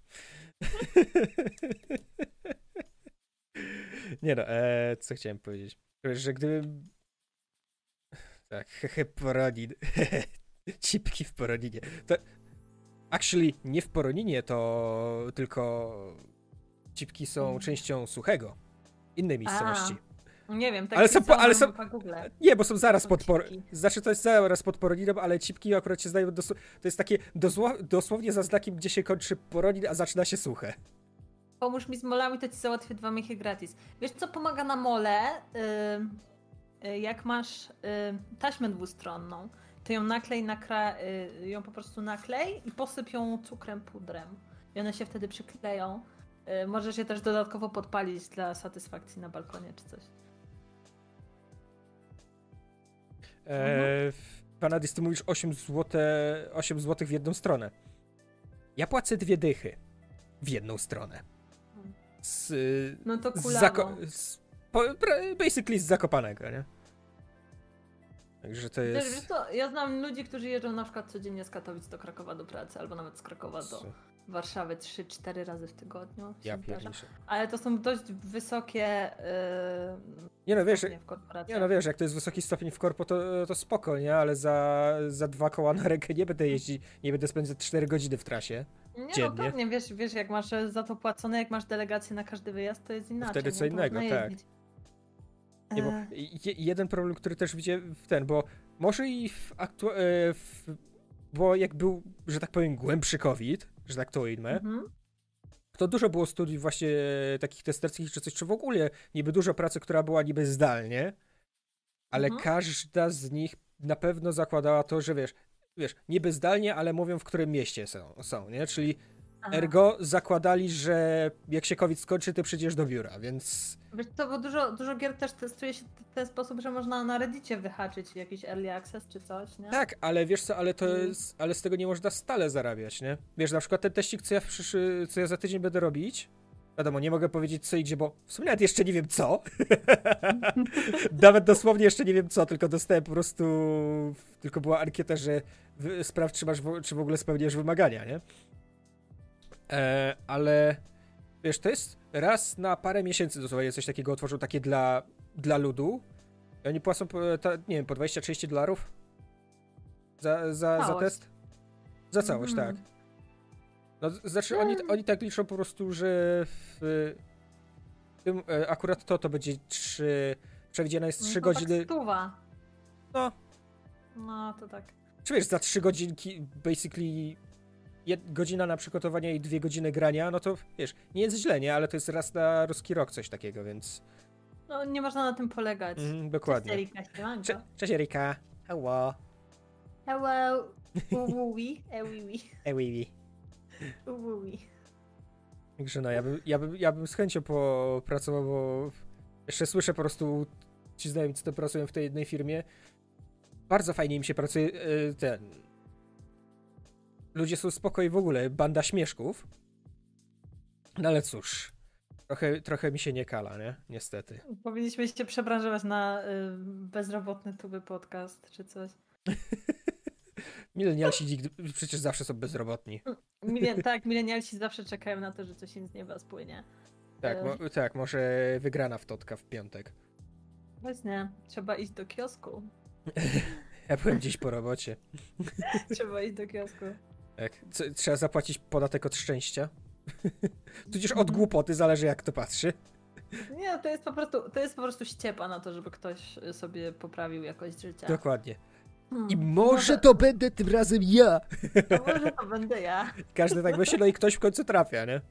S2: Nie no, e, co chciałem powiedzieć? Że gdybym... Tak, hehe, Poronin. Cipki w Poroninie. To... Actually, nie w Poroninie, to tylko cipki są
S1: Mm.
S2: częścią Suchego. Innej miejscowości.
S1: A, nie wiem, tak
S2: Ale są po- ale są-
S1: po Google.
S2: Nie, bo są zaraz
S1: Są
S2: pod por...
S1: cipki.
S2: Znaczy to jest zaraz pod Poroninem, ale cipki akurat się znają dosł... To jest takie dosło... dosłownie za znakiem, gdzie się kończy Poronin, a zaczyna się Suche.
S1: Pomóż mi z molami, to ci załatwię dwa miechy gratis. Wiesz, co pomaga na mole? Yy, yy, jak masz yy, taśmę dwustronną, to ją naklej, nakra... yy, ją po prostu naklej i posyp ją cukrem, pudrem. I one się wtedy przykleją. Yy, możesz je też dodatkowo podpalić dla satysfakcji na balkonie czy coś.
S2: Eee, Panadis, ty mówisz osiem złotych w jedną stronę. Ja płacę dwie dychy w jedną stronę. Z,
S1: No to
S2: z,
S1: kulamo.
S2: zako- z po, pra- basically z Zakopanego, nie? Także to
S1: Wiesz,
S2: jest...
S1: wiesz co, ja znam ludzi, którzy jeżdżą na przykład codziennie z Katowic do Krakowa do pracy, albo nawet z Krakowa do Warszawy trzy cztery razy w tygodniu.
S2: Ja
S1: się zdarza.
S2: pierniczę.
S1: Ale to są dość wysokie yy,
S2: Nie no, wiesz,
S1: stopnie w korporacjach.
S2: nie no wiesz, jak to jest wysoki stopień w korpo, to, to spoko, nie? Ale za, za dwa koła na rękę nie będę jeździć, nie będę spędzać cztery godziny w trasie.
S1: Nie, no
S2: dziennie.
S1: pewnie, wiesz, wiesz, jak masz za to płacone, jak masz delegację na każdy wyjazd, to jest inaczej.
S2: wtedy
S1: nie?
S2: co
S1: To
S2: innego,
S1: można
S2: tak.
S1: jeździć.
S2: Nie, bo
S1: E,
S2: je, jeden problem, który też widzę w ten, bo może i w, aktu- e, w bo jak był, że tak powiem, głębszy COVID, że tak to ujmę,
S1: mhm.
S2: to dużo było studiów właśnie takich testerskich czy coś, czy w ogóle niby dużo pracy, która była niby zdalnie, ale
S1: Mhm.
S2: każda z nich na pewno zakładała to, że wiesz, wiesz, niby zdalnie, ale mówią, w którym mieście są, są nie? Czyli
S1: Aha.
S2: ergo zakładali, że jak się COVID skończy, ty przyjdziesz do biura, więc...
S1: Wiesz co, bo dużo, dużo gier też testuje się w ten sposób, że można na Reddicie wyhaczyć jakiś early access czy coś, nie?
S2: Tak, ale wiesz co, ale to
S1: Mm.
S2: jest, ale z tego nie można stale zarabiać, nie? Wiesz, na przykład ten teścik, co ja, w przyszy, co ja za tydzień będę robić, wiadomo, nie mogę powiedzieć co idzie, bo w sumie nawet jeszcze nie wiem co. Nawet dosłownie jeszcze nie wiem co, tylko dostałem po prostu, tylko była ankieta, że wy- sprawdź, czy, masz, w- czy w ogóle spełniasz wymagania, nie? E, ale wiesz, to jest raz na parę miesięcy dosłownie coś takiego otworzył, takie dla, dla ludu. I oni płacą, po, ta, nie wiem, po dwadzieścia trzydzieści dolarów za, za, za
S1: Całość.
S2: test? Za całość,
S1: Mhm.
S2: tak. No, z- znaczy, oni, oni tak liczą po prostu, że w tym, e, akurat to, to będzie trzy, przewidziane jest
S1: No
S2: trzy
S1: to
S2: godziny,
S1: Tak stuwa.
S2: no,
S1: No to tak.
S2: czy wiesz, za trzy godzinki, basically, jed, godzina na przygotowanie i dwie godziny grania, no to wiesz, nie jest źle, nie, ale to jest raz na ruski rok coś takiego, więc...
S1: No nie można na tym polegać.
S2: Mhm, dokładnie.
S1: Cześć, Erika, siemanko.
S2: Cze- Cześć Erika. Hello.
S1: Hello. Uwuwi. Ewiwi.
S2: Ewiwi.
S1: Uwuwi.
S2: Także no, ja bym, ja bym, ja bym z chęcią popracował, bo jeszcze słyszę po prostu ci znajomych, co pracują w tej jednej firmie. Bardzo fajnie im się pracuje. Yy, ten. Ludzie są spokojni w ogóle, banda śmieszków. No ale cóż, trochę, trochę mi się nie kala, nie? Niestety.
S1: Powinniśmy się przebranżować na y, bezrobotny tuby podcast czy coś.
S2: Milenialsi nigdy, przecież zawsze są bezrobotni.
S1: Milen, tak, milenialsi zawsze czekają na to, że coś im z nieba spłynie.
S2: Tak,
S1: Y,
S2: mo, tak, może wygrana w Totka w piątek.
S1: Właśnie, trzeba iść do kiosku.
S2: Ja byłem dziś po robocie.
S1: Trzeba iść do kiosku.
S2: Tak, co, trzeba zapłacić podatek od szczęścia. Tudzież od
S1: Mhm.
S2: głupoty, zależy jak to patrzy.
S1: Nie, to jest po prostu, to jest po prostu ściepa na to, żeby ktoś sobie poprawił jakość życia.
S2: Dokładnie.
S1: Hmm.
S2: I może to będę tym razem ja.
S1: To może to będę ja.
S2: Każdy tak myśli, no i ktoś w końcu trafia, nie?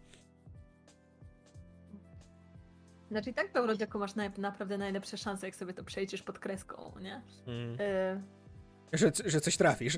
S1: Znaczy i tak w Eurojacu masz naj, naprawdę najlepsze szanse, jak sobie to przejdziesz pod kreską, nie?
S2: Mm.
S1: Y,
S2: Że, że coś trafisz.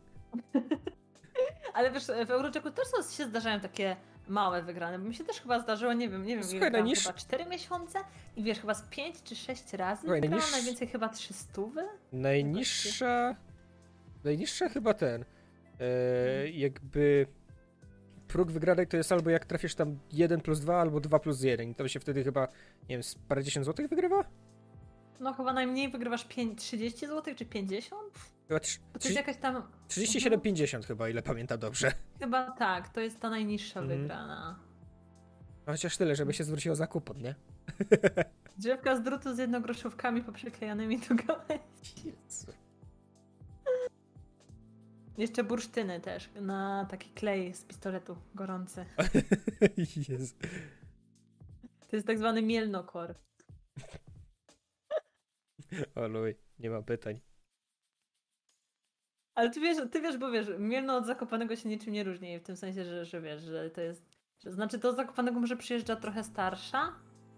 S1: ale wiesz, w Eurojacu też są, się zdarzają takie małe wygrane, bo mi się też chyba zdarzyło, nie wiem, nie wiem,
S2: Słuchaj,
S1: ile grałam,
S2: najniż-
S1: chyba cztery miesiące i wiesz, chyba z pięć czy sześć razy
S2: Słuchaj,
S1: wygrałam,
S2: najniż-
S1: najwięcej chyba trzysta.
S2: Najniższa... Najniższa chyba ten... E, jakby... Próg wygranek to jest albo jak trafisz tam jeden plus dwa, albo dwa plus jeden. I to się wtedy chyba, nie wiem, z parędziesiąt złotych wygrywa?
S1: No chyba najmniej wygrywasz pięć, trzydzieści złotych czy pięćdziesiąt?
S2: Chyba trz-
S1: Bo to jest jakaś tam...
S2: trzydzieści siedem pięćdziesiąt chyba, ile pamiętam dobrze.
S1: Chyba tak, to jest ta najniższa
S2: Mhm.
S1: wygrana.
S2: Chociaż tyle, żeby się zwróciło za kupon, nie?
S1: Drzewka z drutu z jednogroszówkami poprzyklejanymi do gałęzi. Jeszcze bursztyny też, na taki klej z pistoletu gorący.
S2: Jezu.
S1: To jest tak zwany mielnokor.
S2: O luj, nie ma pytań.
S1: Ale ty wiesz, ty wiesz, bo wiesz, Mielno od Zakopanego się niczym nie różni, w tym sensie, że, że wiesz, że to jest... Że, znaczy do Zakopanego może przyjeżdża trochę starsza.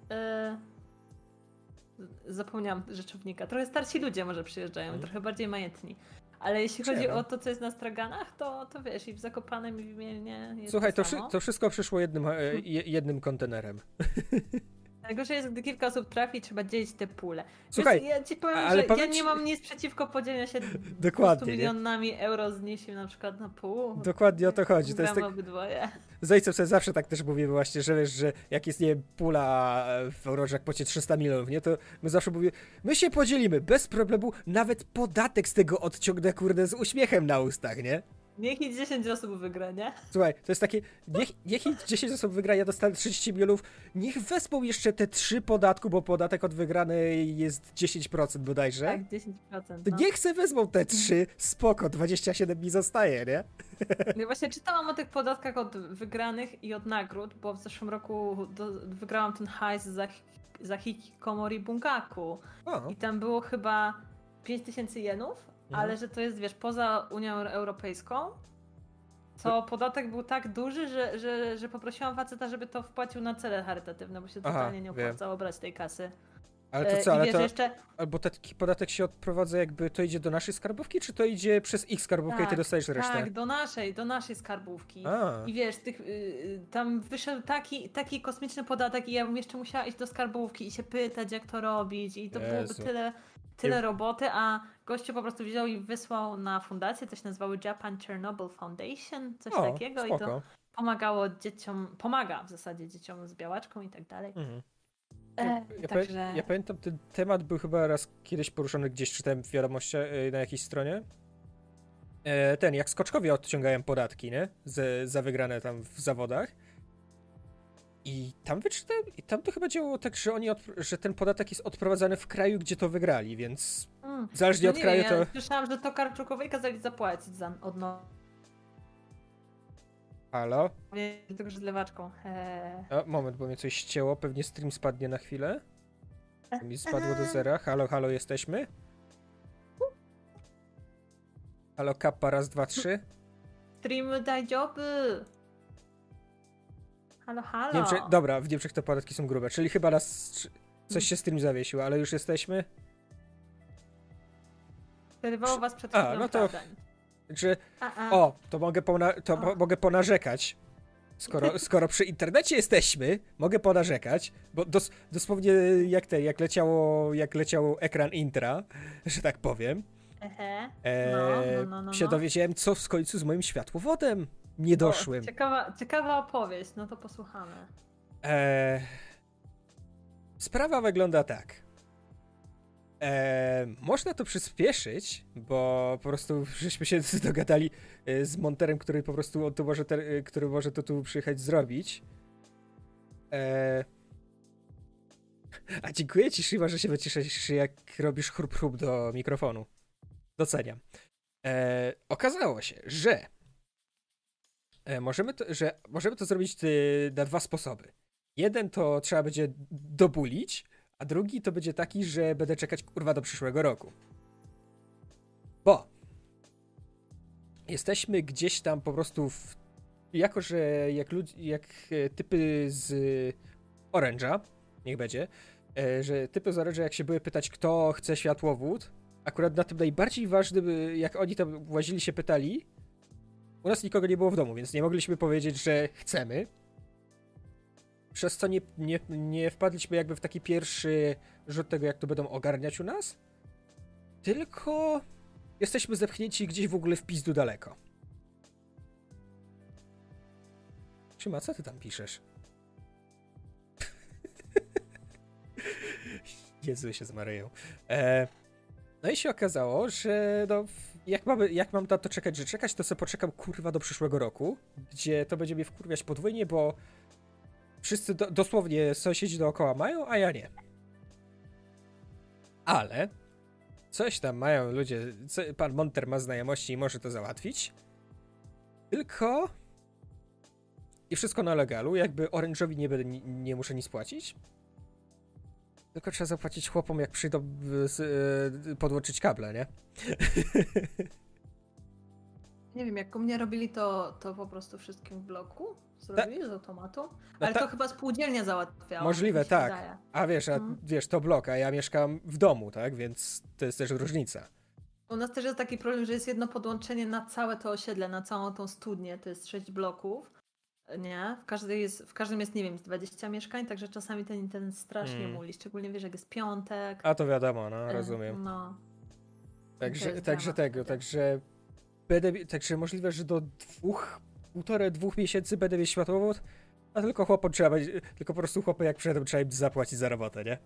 S1: Yy, zapomniałam rzeczownika. Trochę starsi ludzie może przyjeżdżają,
S2: Hmm.
S1: trochę bardziej majętni. Ale jeśli chodzi
S2: Ciekawe.
S1: o to, co jest na straganach, to, to wiesz, i w Zakopanem, i w Mielnie jest
S2: Słuchaj,
S1: to
S2: to,
S1: samo.
S2: wszy- to wszystko przyszło jednym, e, je- jednym kontenerem.
S1: Najgorsze jest, gdy kilka osób trafi, trzeba dzielić te pule.
S2: Słuchaj,
S1: Więc ja ci powiem,
S2: ale
S1: że
S2: powiem
S1: ja nie
S2: ci-
S1: mam nic przeciwko podzieleniu się
S2: Dokładnie,
S1: stu
S2: nie?
S1: milionami euro z niesiemy na przykład na pół.
S2: Dokładnie o to chodzi. To jest
S1: Gramy
S2: tak,
S1: obydwoje.
S2: z ojcem sobie zawsze tak też mówimy właśnie, że wiesz, że jak jest, nie wiem, pula w Eurojack pocie trzysta milionów, nie, to my zawsze mówimy, my się podzielimy, bez problemu, nawet podatek z tego odciągnę, kurde, z uśmiechem na ustach, nie?
S1: Niech i dziesięć osób wygra, nie?
S2: Słuchaj, to jest takie, niech, niech ich dziesięć osób wygra, ja dostanę trzydzieści milionów, niech wespą jeszcze te trzy podatku, bo podatek od wygranej jest dziesięć procent bodajże.
S1: Tak, dziesięć procent.
S2: To
S1: No.
S2: niech se wezmą te trzy, spoko, dwadzieścia siedem mi zostaje, nie?
S1: Ja właśnie czytałam o tych podatkach od wygranych i od nagród, bo w zeszłym roku do, wygrałam ten hajs za, za Hikikomori Bungaku.
S2: O,
S1: I tam było chyba pięć tysięcy jenów,
S2: Mhm.
S1: ale że to jest, wiesz, poza Unią Europejską, to podatek był tak duży, że, że, że poprosiłam faceta, żeby to wpłacił na cele charytatywne, bo się
S2: Aha,
S1: totalnie nie
S2: wiem.
S1: opłacało brać tej kasy.
S2: ale
S1: E,
S2: to co,
S1: I
S2: ale
S1: wiesz,
S2: to,
S1: jeszcze...
S2: albo taki podatek się odprowadza jakby, to idzie do naszej skarbówki, czy to idzie przez ich skarbówkę i ty dostajesz resztę?
S1: Tak, do naszej, do naszej skarbówki.
S2: A,
S1: I wiesz, tych, y, tam wyszedł taki, taki kosmiczny podatek i ja bym jeszcze musiała iść do skarbówki i się pytać, jak to robić i to byłoby
S2: Jezu.
S1: tyle, tyle
S2: Nie-
S1: roboty, a gościu po prostu wziął i wysłał na fundację, to się nazywało Japan Chernobyl Foundation, coś
S2: o,
S1: takiego i
S2: spoko.
S1: to pomagało dzieciom, pomaga w zasadzie dzieciom z białaczką i tak dalej.
S2: Mhm.
S1: E,
S2: Ja,
S1: także...
S2: pamię- ja pamiętam, ten temat był chyba raz kiedyś poruszony, gdzieś czytałem w wiadomościach y, na jakiejś stronie. E, ten, jak skoczkowie odciągają podatki, nie? Z, za wygrane tam w zawodach. I tam wyczytałem, i tam to chyba działało tak, że oni, odp- że ten podatek jest odprowadzany w kraju, gdzie to wygrali, więc
S1: Mm.
S2: zależnie
S1: No
S2: od
S1: nie,
S2: kraju
S1: ja
S2: to...
S1: słyszałam, że to Karczukowej kazali zapłacić za odnowienie
S2: Halo?
S1: tylko że z lewaczką. Eee.
S2: O, moment, bo mnie coś ścięło, pewnie stream spadnie na chwilę. Mi spadło do zera. Halo, halo, jesteśmy? Halo, kappa, raz, dwa, trzy.
S1: Streamy daj joby! Halo, halo!
S2: W Niemczech, dobra, w Niemczech te podatki są grube, czyli chyba nas coś się stream zawiesił, ale już jesteśmy.
S1: Przerywało was przed
S2: A,
S1: chwilą
S2: no to-
S1: gadań.
S2: Czy...
S1: A, a.
S2: O, to mogę, pona... to
S1: O.
S2: mo- mogę ponarzekać. Skoro, skoro przy internecie jesteśmy, mogę ponarzekać, bo dos, dosłownie jak te, jak leciało, jak leciał ekran intra, że tak powiem,
S1: Ehe.
S2: e,
S1: No, no, no, no,
S2: się
S1: no.
S2: dowiedziałem, co w końcu z moim światłowodem nie doszłym.
S1: O, ciekawa, ciekawa opowieść, no to posłuchamy.
S2: E, sprawa wygląda tak. E, można to przyspieszyć, bo po prostu żeśmy się dogadali z monterem, który po prostu on tu może, te, który może to tu przyjechać zrobić. E, a dziękuję ci, Shiva, że się wyciszysz, jak robisz chrup chrup do mikrofonu. Doceniam. E, okazało się, że e, możemy to, że możemy to zrobić ty, na dwa sposoby. Jeden to trzeba będzie dobulić, a drugi to będzie taki, że będę czekać kurwa do przyszłego roku. Bo jesteśmy gdzieś tam po prostu w, jako, że jak, lud, jak typy z Orange'a, niech będzie, że typy z Orange'a jak się były pytać, kto chce światłowód, akurat na tym najbardziej ważnym, jak oni tam łazili się pytali, u nas nikogo nie było w domu, więc nie mogliśmy powiedzieć, że chcemy. Przez co nie, nie, nie wpadliśmy jakby w taki pierwszy rzut tego, jak to będą ogarniać u nas, tylko jesteśmy zepchnięci gdzieś w ogóle w pizdu daleko. Trzyma, co ty tam piszesz? Jezu, się zmaryją. E, no i się okazało, że no, jak, mamy, jak mam na to czekać, że czekać, to sobie poczekam kurwa do przyszłego roku, gdzie to będzie mnie wkurwiać podwójnie, bo wszyscy do, dosłownie sąsiedzi dookoła mają, a ja nie. Ale coś tam mają ludzie, co, pan Monter ma znajomości i może to załatwić. Tylko i wszystko na legalu, jakby Orange'owi nie, będę, nie, nie muszę nic płacić. Tylko trzeba zapłacić chłopom, jak przyjdą z, y, podłączyć kable, nie?
S1: Nie wiem, jak u mnie robili to, to po prostu wszystkim w bloku zrobili Ta... z automatu, ale
S2: no ta...
S1: to chyba spółdzielnia załatwiała.
S2: Możliwe, tak.
S1: Wydaje.
S2: A wiesz, a,
S1: hmm.
S2: wiesz, to blok, a ja mieszkam w domu, tak? Więc to jest też różnica.
S1: U nas też jest taki problem, że jest jedno podłączenie na całe to osiedle, na całą tą studnię, to jest sześć bloków. Nie? W, każdej jest, w każdym jest, nie wiem, dwadzieścia mieszkań, także czasami ten internet strasznie hmm. muli, szczególnie wiesz, jak jest piątek.
S2: A to wiadomo, no, rozumiem.
S1: No.
S2: Także, także tego, także będę, także możliwe, że do dwóch, półtorej, dwóch miesięcy będę mieć światłowód, a tylko chłopom trzeba będzie, tylko po prostu chłopy jak przyjadą, trzeba im zapłacić za robotę, nie?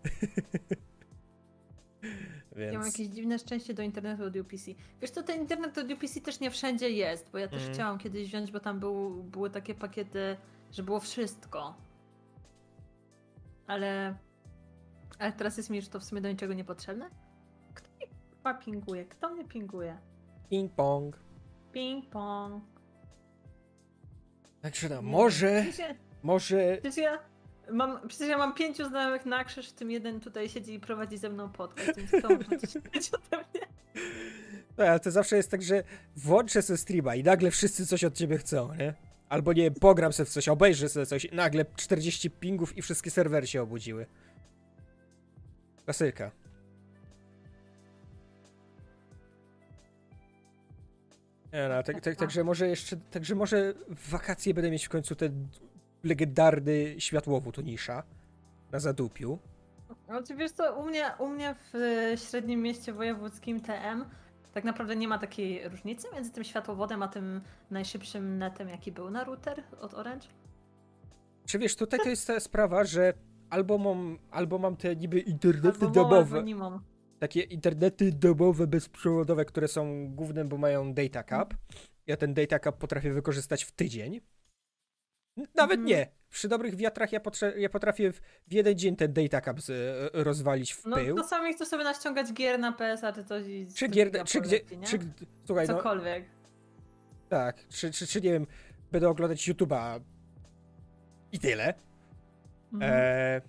S2: Więc...
S1: Ja mam jakieś dziwne szczęście do internetu od U P C. Wiesz co, ten internet od U P C też nie wszędzie jest, bo ja też mm. chciałam kiedyś wziąć, bo tam był, były takie pakiety, że było wszystko. Ale... Ale teraz jest mi już to w sumie do niczego niepotrzebne. Kto mnie chyba pinguje? Kto mnie pinguje?
S2: Ping pong.
S1: Ping pong.
S2: Także no, może...
S1: Przecież,
S2: może...
S1: Przecież ja, mam, przecież ja mam pięciu znajomych na krzyż, w tym jeden tutaj siedzi i prowadzi ze mną podcast, więc kto może coś wiedzieć ode mnie?
S2: No, ale to zawsze jest tak, że włączę sobie streama i nagle wszyscy coś od ciebie chcą, nie? Albo nie, pogram sobie w coś, obejrzę sobie coś, nagle czterdzieści pingów i wszystkie serwery się obudziły. Klasyka. Nie no, tak, tak, także może jeszcze, także może w wakacje będę mieć w końcu ten legendarny światłowód Nisza na zadupiu.
S1: Znaczy wiesz co, u mnie, u mnie w średnim mieście wojewódzkim T M tak naprawdę nie ma takiej różnicy między tym światłowodem a tym najszybszym netem, jaki był na router od Orange.
S2: Czy wiesz, tutaj to jest ta sprawa, że albo mam, albo mam te niby internety
S1: albo
S2: domowe.
S1: Albo nie mam.
S2: Takie internety domowe, bezprzewodowe, które są głównym, bo mają data cap. Ja ten data cap potrafię wykorzystać w tydzień. Nawet mm. nie. Przy dobrych wiatrach ja, ja potrafię w, w jeden dzień ten data cap z, rozwalić w pył.
S1: No czasami chcę sobie naściągać gier na P S a czy coś i...
S2: Czy gier, czy gdzie... Czy, słuchaj,
S1: cokolwiek.
S2: No, tak. Czy, czy, czy nie wiem, będę oglądać YouTube'a i tyle. Mm. E,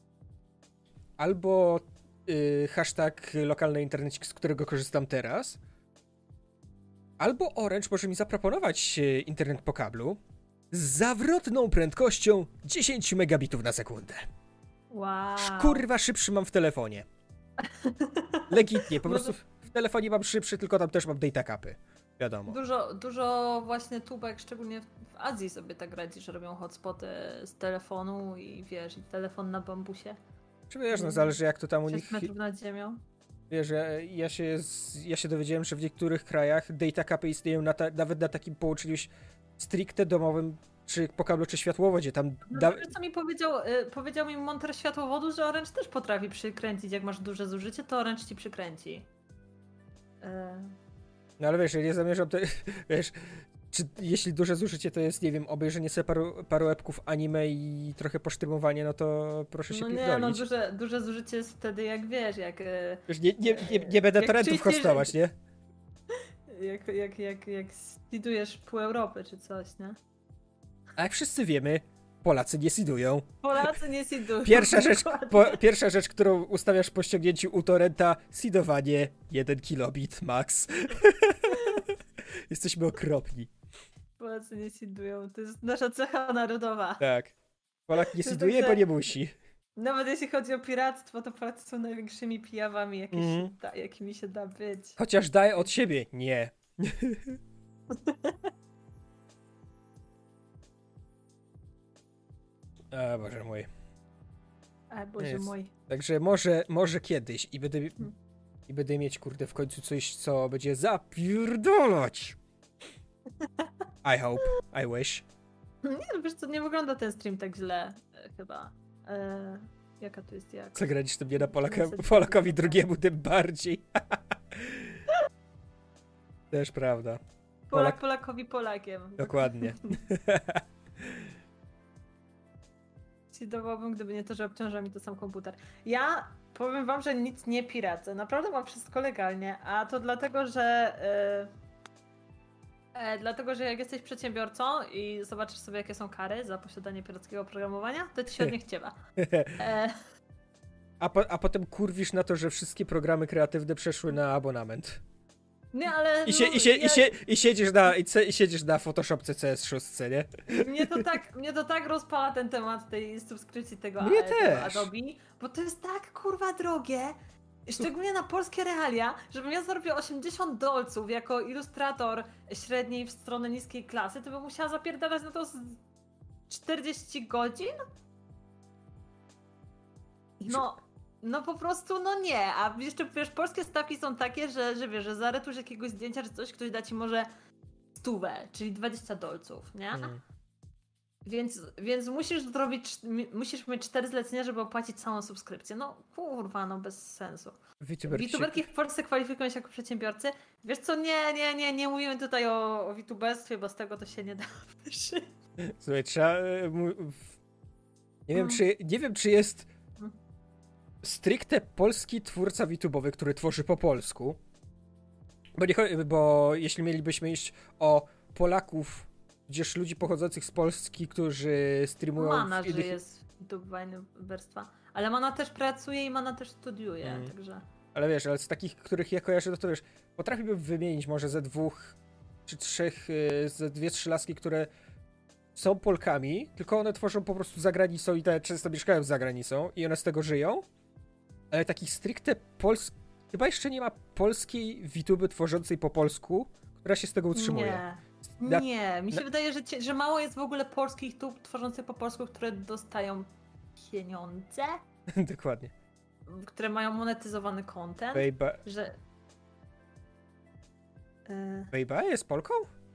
S2: albo y, hashtag lokalny internecik, z którego korzystam teraz. Albo Orange może mi zaproponować internet po kablu z zawrotną prędkością dziesięć megabitów na sekundę.
S1: Wow.
S2: Kurwa, szybszy mam w telefonie. Legitnie, po prostu w telefonie mam szybszy, tylko tam też mam data capy. wiadomo.
S1: Dużo, dużo właśnie tubek, szczególnie w Azji sobie tak radzi, że robią hotspoty z telefonu i wiesz, i telefon na bambusie.
S2: Czy wiesz, no zależy jak to tam u nich...
S1: sześć metrów nad ziemią.
S2: Wiesz, ja się, ja się dowiedziałem, że w niektórych krajach data capy istnieją na ta, nawet na takim połączeniu stricte domowym, czy po kablu, czy światłowodzie. Tam
S1: No
S2: da...
S1: wiesz, co mi powiedział, y, powiedział mi monter światłowodu, że Orange też potrafi przykręcić, jak masz duże zużycie, to Orange ci przykręci. Y...
S2: No ale wiesz, ja nie zamierzam, te, wiesz, czy jeśli duże zużycie to jest, nie wiem, obejrzenie sobie paru, paru epków anime i trochę posztrymowanie, no to proszę się
S1: No
S2: pierdolić.
S1: nie, no duże, duże zużycie jest wtedy jak wiesz, jak... y,
S2: Wiesz, nie, nie, nie, nie będę
S1: jak
S2: torrentów
S1: czyścisz-
S2: hostować, nie?
S1: Jak, jak, jak, jak speedujesz pół Europy czy coś, nie?
S2: A jak wszyscy wiemy, Polacy nie seedują.
S1: Polacy nie seedują.
S2: Pierwsza rzecz,
S1: Dokładnie.
S2: po, pierwsza rzecz, którą ustawiasz po ściągnięciu u torrenta, seedowanie jeden kilobit max. Jesteśmy okropni.
S1: Polacy nie seedują, to jest nasza cecha narodowa.
S2: Tak. Polak nie
S1: To
S2: seeduje,
S1: także-
S2: bo nie musi.
S1: Nawet jeśli chodzi o piractwo, to Polacy są największymi pijawami, jakie
S2: Mhm.
S1: się da, jakimi się da być.
S2: Chociaż daje od siebie. Nie. A Boże mój.
S1: A Boże
S2: Jest.
S1: mój.
S2: Także może, może kiedyś i będę,
S1: Hmm.
S2: i będę mieć, kurde, w końcu coś, co będzie zapierdolać. I hope. I wish.
S1: Nie no, wiesz co, nie wygląda ten stream tak źle, e, chyba. E, jaka tu jest jak?
S2: Zagraniczny mnie na Polaka,
S1: Niestety.
S2: Polakowi drugiemu tym bardziej. Też prawda.
S1: Polak
S2: Polak-
S1: Polakowi Polakiem.
S2: Dokładnie.
S1: Zdecydował gdyby nie to, że obciąża mi to sam komputer. Ja powiem wam, że nic nie piracę. Naprawdę mam wszystko legalnie, a to dlatego, że e, e, dlatego, że jak jesteś przedsiębiorcą i zobaczysz sobie, jakie są kary za posiadanie pirackiego oprogramowania, to ci się od nich ciewa. E,
S2: A, po, a potem kurwisz na to, że wszystkie programy kreatywne przeszły na abonament.
S1: nie, ale
S2: I, się,
S1: no,
S2: i, się,
S1: ja,
S2: i, się, i, siedzisz na, i, ce, i siedzisz na Photoshopce C S sześć, nie?
S1: mnie, to tak, mnie to tak rozpala ten temat tej subskrypcji tego,
S2: Mnie
S1: a- tego
S2: też.
S1: Adobe, bo to jest tak kurwa drogie. Szczególnie na polskie realia, żebym ja zarobiła osiemdziesiąt dolców jako ilustrator średniej w stronę niskiej klasy, to bym musiała zapierdalać na to z czterdzieści godzin? No, no po prostu no nie, a jeszcze wiesz, polskie stawki są takie, że, że wiesz, że za retusz jakiegoś zdjęcia czy coś, ktoś da ci może stówę, czyli dwadzieścia dolców, nie?
S2: Mm.
S1: Więc, więc musisz zrobić, mi- musisz mieć cztery zlecenia, żeby opłacić całą subskrypcję. No kurwa, no bez sensu.
S2: VTuberki się-
S1: VTuberki w Polsce kwalifikują się jako przedsiębiorcy. Wiesz co, nie, nie, nie, nie mówimy tutaj o, o VTuberstwie, bo z tego to się nie da wyżyć.
S2: Słuchaj, trzeba... e, mu- w- Nie wiem,
S1: Mm.
S2: czy, nie wiem, czy jest
S1: Mm.
S2: stricte polski twórca VTubeowy, który tworzy po polsku. Bo, nie, cho- bo jeśli mielibyśmy iść o Polaków, gdzież ludzi pochodzących z Polski, którzy streamują
S1: Mana,
S2: w
S1: że
S2: innych...
S1: jest VTuberstwa. Ale Mana też pracuje i Mana też studiuje,
S2: Mm.
S1: także...
S2: Ale wiesz, ale z takich, których ja kojarzę, to, to wiesz, potrafiłbym wymienić może ze dwóch czy trzech, y, ze dwie, trzy laski, które są Polkami, tylko one tworzą po prostu za granicą i te często mieszkają za granicą i one z tego żyją. Ale takich stricte polskich, chyba jeszcze nie ma polskiej VTuby tworzącej po polsku, która się z tego utrzymuje.
S1: Nie.
S2: Na-
S1: Nie, mi się
S2: na-
S1: wydaje, że, cie, że mało jest w ogóle polskich tub tworzących po polsku, które dostają pieniądze,
S2: Dokładnie.
S1: które mają monetyzowany content,
S2: Bejba,
S1: że... Yy,
S2: Bejba jest Polką?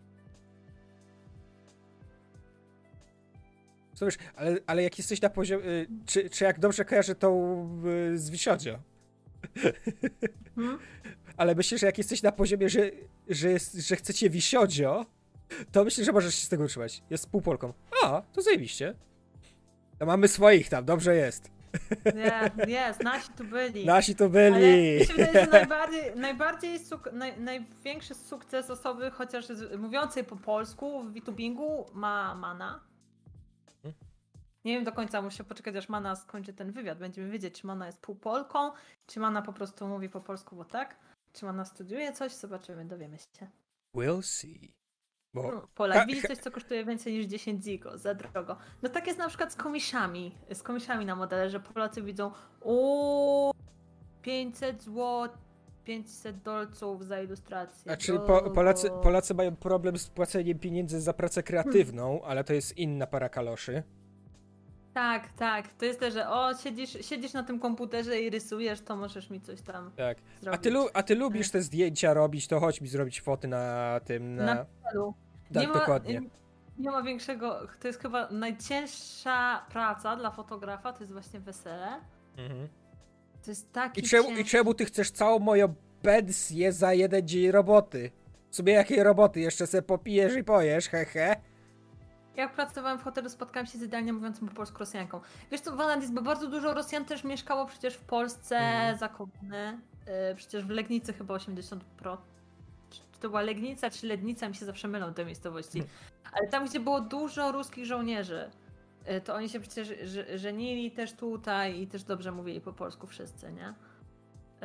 S2: Co wiesz, ale, ale jak jesteś na poziomie, y, czy, czy jak dobrze kojarzę tą y, z Wisiodzio?
S1: hmm?
S2: Ale myślę, że jak jesteś na poziomie, że, że, jest, że chcecie Wisiodzio, to myślę, że możesz się z tego utrzymać. Jest półpolką. A, to zajebiście. To mamy swoich tam, dobrze jest.
S1: Nie, jest, nasi tu byli.
S2: Nasi to
S1: Ale
S2: byli.
S1: mi się wydaje, że najbardziej, najbardziej suk- naj, największy sukces osoby, chociaż z, mówiącej po polsku w VTubingu ma Mana.
S2: Hmm?
S1: Nie wiem do końca, muszę poczekać, aż Mana skończy ten wywiad. Będziemy wiedzieć, czy Mana jest półpolką, czy Mana po prostu mówi po polsku, bo tak, czy Mana studiuje coś, zobaczymy, dowiemy się.
S2: We'll see. Bo...
S1: No, Polak
S2: Ha-
S1: widzi
S2: ha-
S1: coś, co kosztuje więcej niż dziesięć ziko, za drogo. No tak jest na przykład z komisami, z komisami na modele, że Polacy widzą o pięćset złotych pięćset dolców za ilustrację.
S2: A czyli po, Polacy, Polacy mają problem z płaceniem pieniędzy za pracę kreatywną, hmm. ale to jest inna para kaloszy.
S1: Tak, tak. To jest też, że o, siedzisz, siedzisz na tym komputerze i rysujesz, to możesz mi coś tam
S2: tak.
S1: zrobić.
S2: A ty, lu, a ty lubisz te zdjęcia robić, to chodź mi zrobić foty na tym, na...
S1: Na celu.
S2: Tak,
S1: nie ma,
S2: dokładnie.
S1: Nie ma większego, to jest chyba najcięższa praca dla fotografa, to jest właśnie wesele. Mhm. To jest taki
S2: I czemu,
S1: ciężki...
S2: I czemu ty chcesz całą moją pensję za jeden dzień roboty? W sumie jakiej roboty? Jeszcze se popijesz i pojesz, hehe.
S1: Jak pracowałem w hotelu, spotkałam się z idealnie mówiącą po polsku Rosjanką. Wiesz co, Wanadis, bo bardzo dużo Rosjan też mieszkało przecież w Polsce, mm. za komuny. Yy, przecież w Legnicy chyba osiemdziesiąt procent. Czy to była Legnica, czy Lednica? Mi się zawsze mylą te miejscowości. Mm. Ale tam, gdzie było dużo ruskich żołnierzy, yy, to oni się przecież żenili też tutaj i też dobrze mówili po polsku wszyscy, nie? Yy.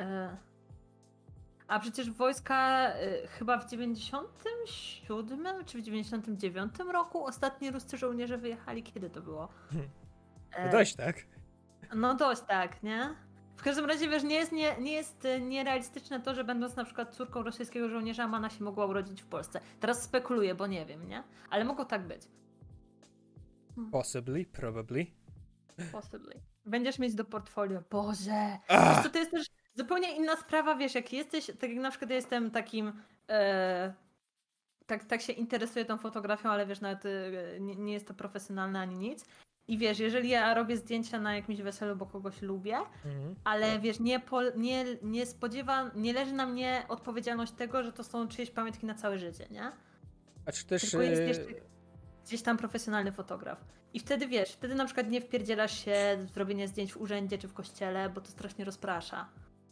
S1: A przecież wojska y, chyba w dziewięćdziesiątym siódmym czy w dziewięćdziesiątym dziewiątym roku ostatni ruscy żołnierze wyjechali. Kiedy to było?
S2: No dość, tak?
S1: No dość, tak, nie? W każdym razie, wiesz, nie jest, nie, nie jest nierealistyczne to, że będąc na przykład córką rosyjskiego żołnierza, Mana się mogła urodzić w Polsce. Teraz spekuluję, bo nie wiem, nie? Ale mogło tak być.
S2: Hmm. Possibly, probably.
S1: Possibly. Będziesz mieć do portfolio. Boże!
S2: Ah!
S1: Wiesz co, to jest też zupełnie inna sprawa, wiesz, jak jesteś, tak jak na przykład ja jestem takim, e, tak, tak się interesuję tą fotografią, ale wiesz, nawet e, nie, nie jest to profesjonalne ani nic. I wiesz, jeżeli ja robię zdjęcia na jakimś weselu, bo kogoś lubię, mhm. ale wiesz, nie, po, nie, nie spodziewam, nie leży na mnie odpowiedzialność tego, że to są czyjeś pamiątki na całe życie, nie?
S2: A czy też...
S1: Tylko jest jeszcze gdzieś tam profesjonalny fotograf. I wtedy wiesz, wtedy na przykład nie wpierdzielasz się w zrobienie zdjęć w urzędzie czy w kościele, bo to strasznie rozprasza.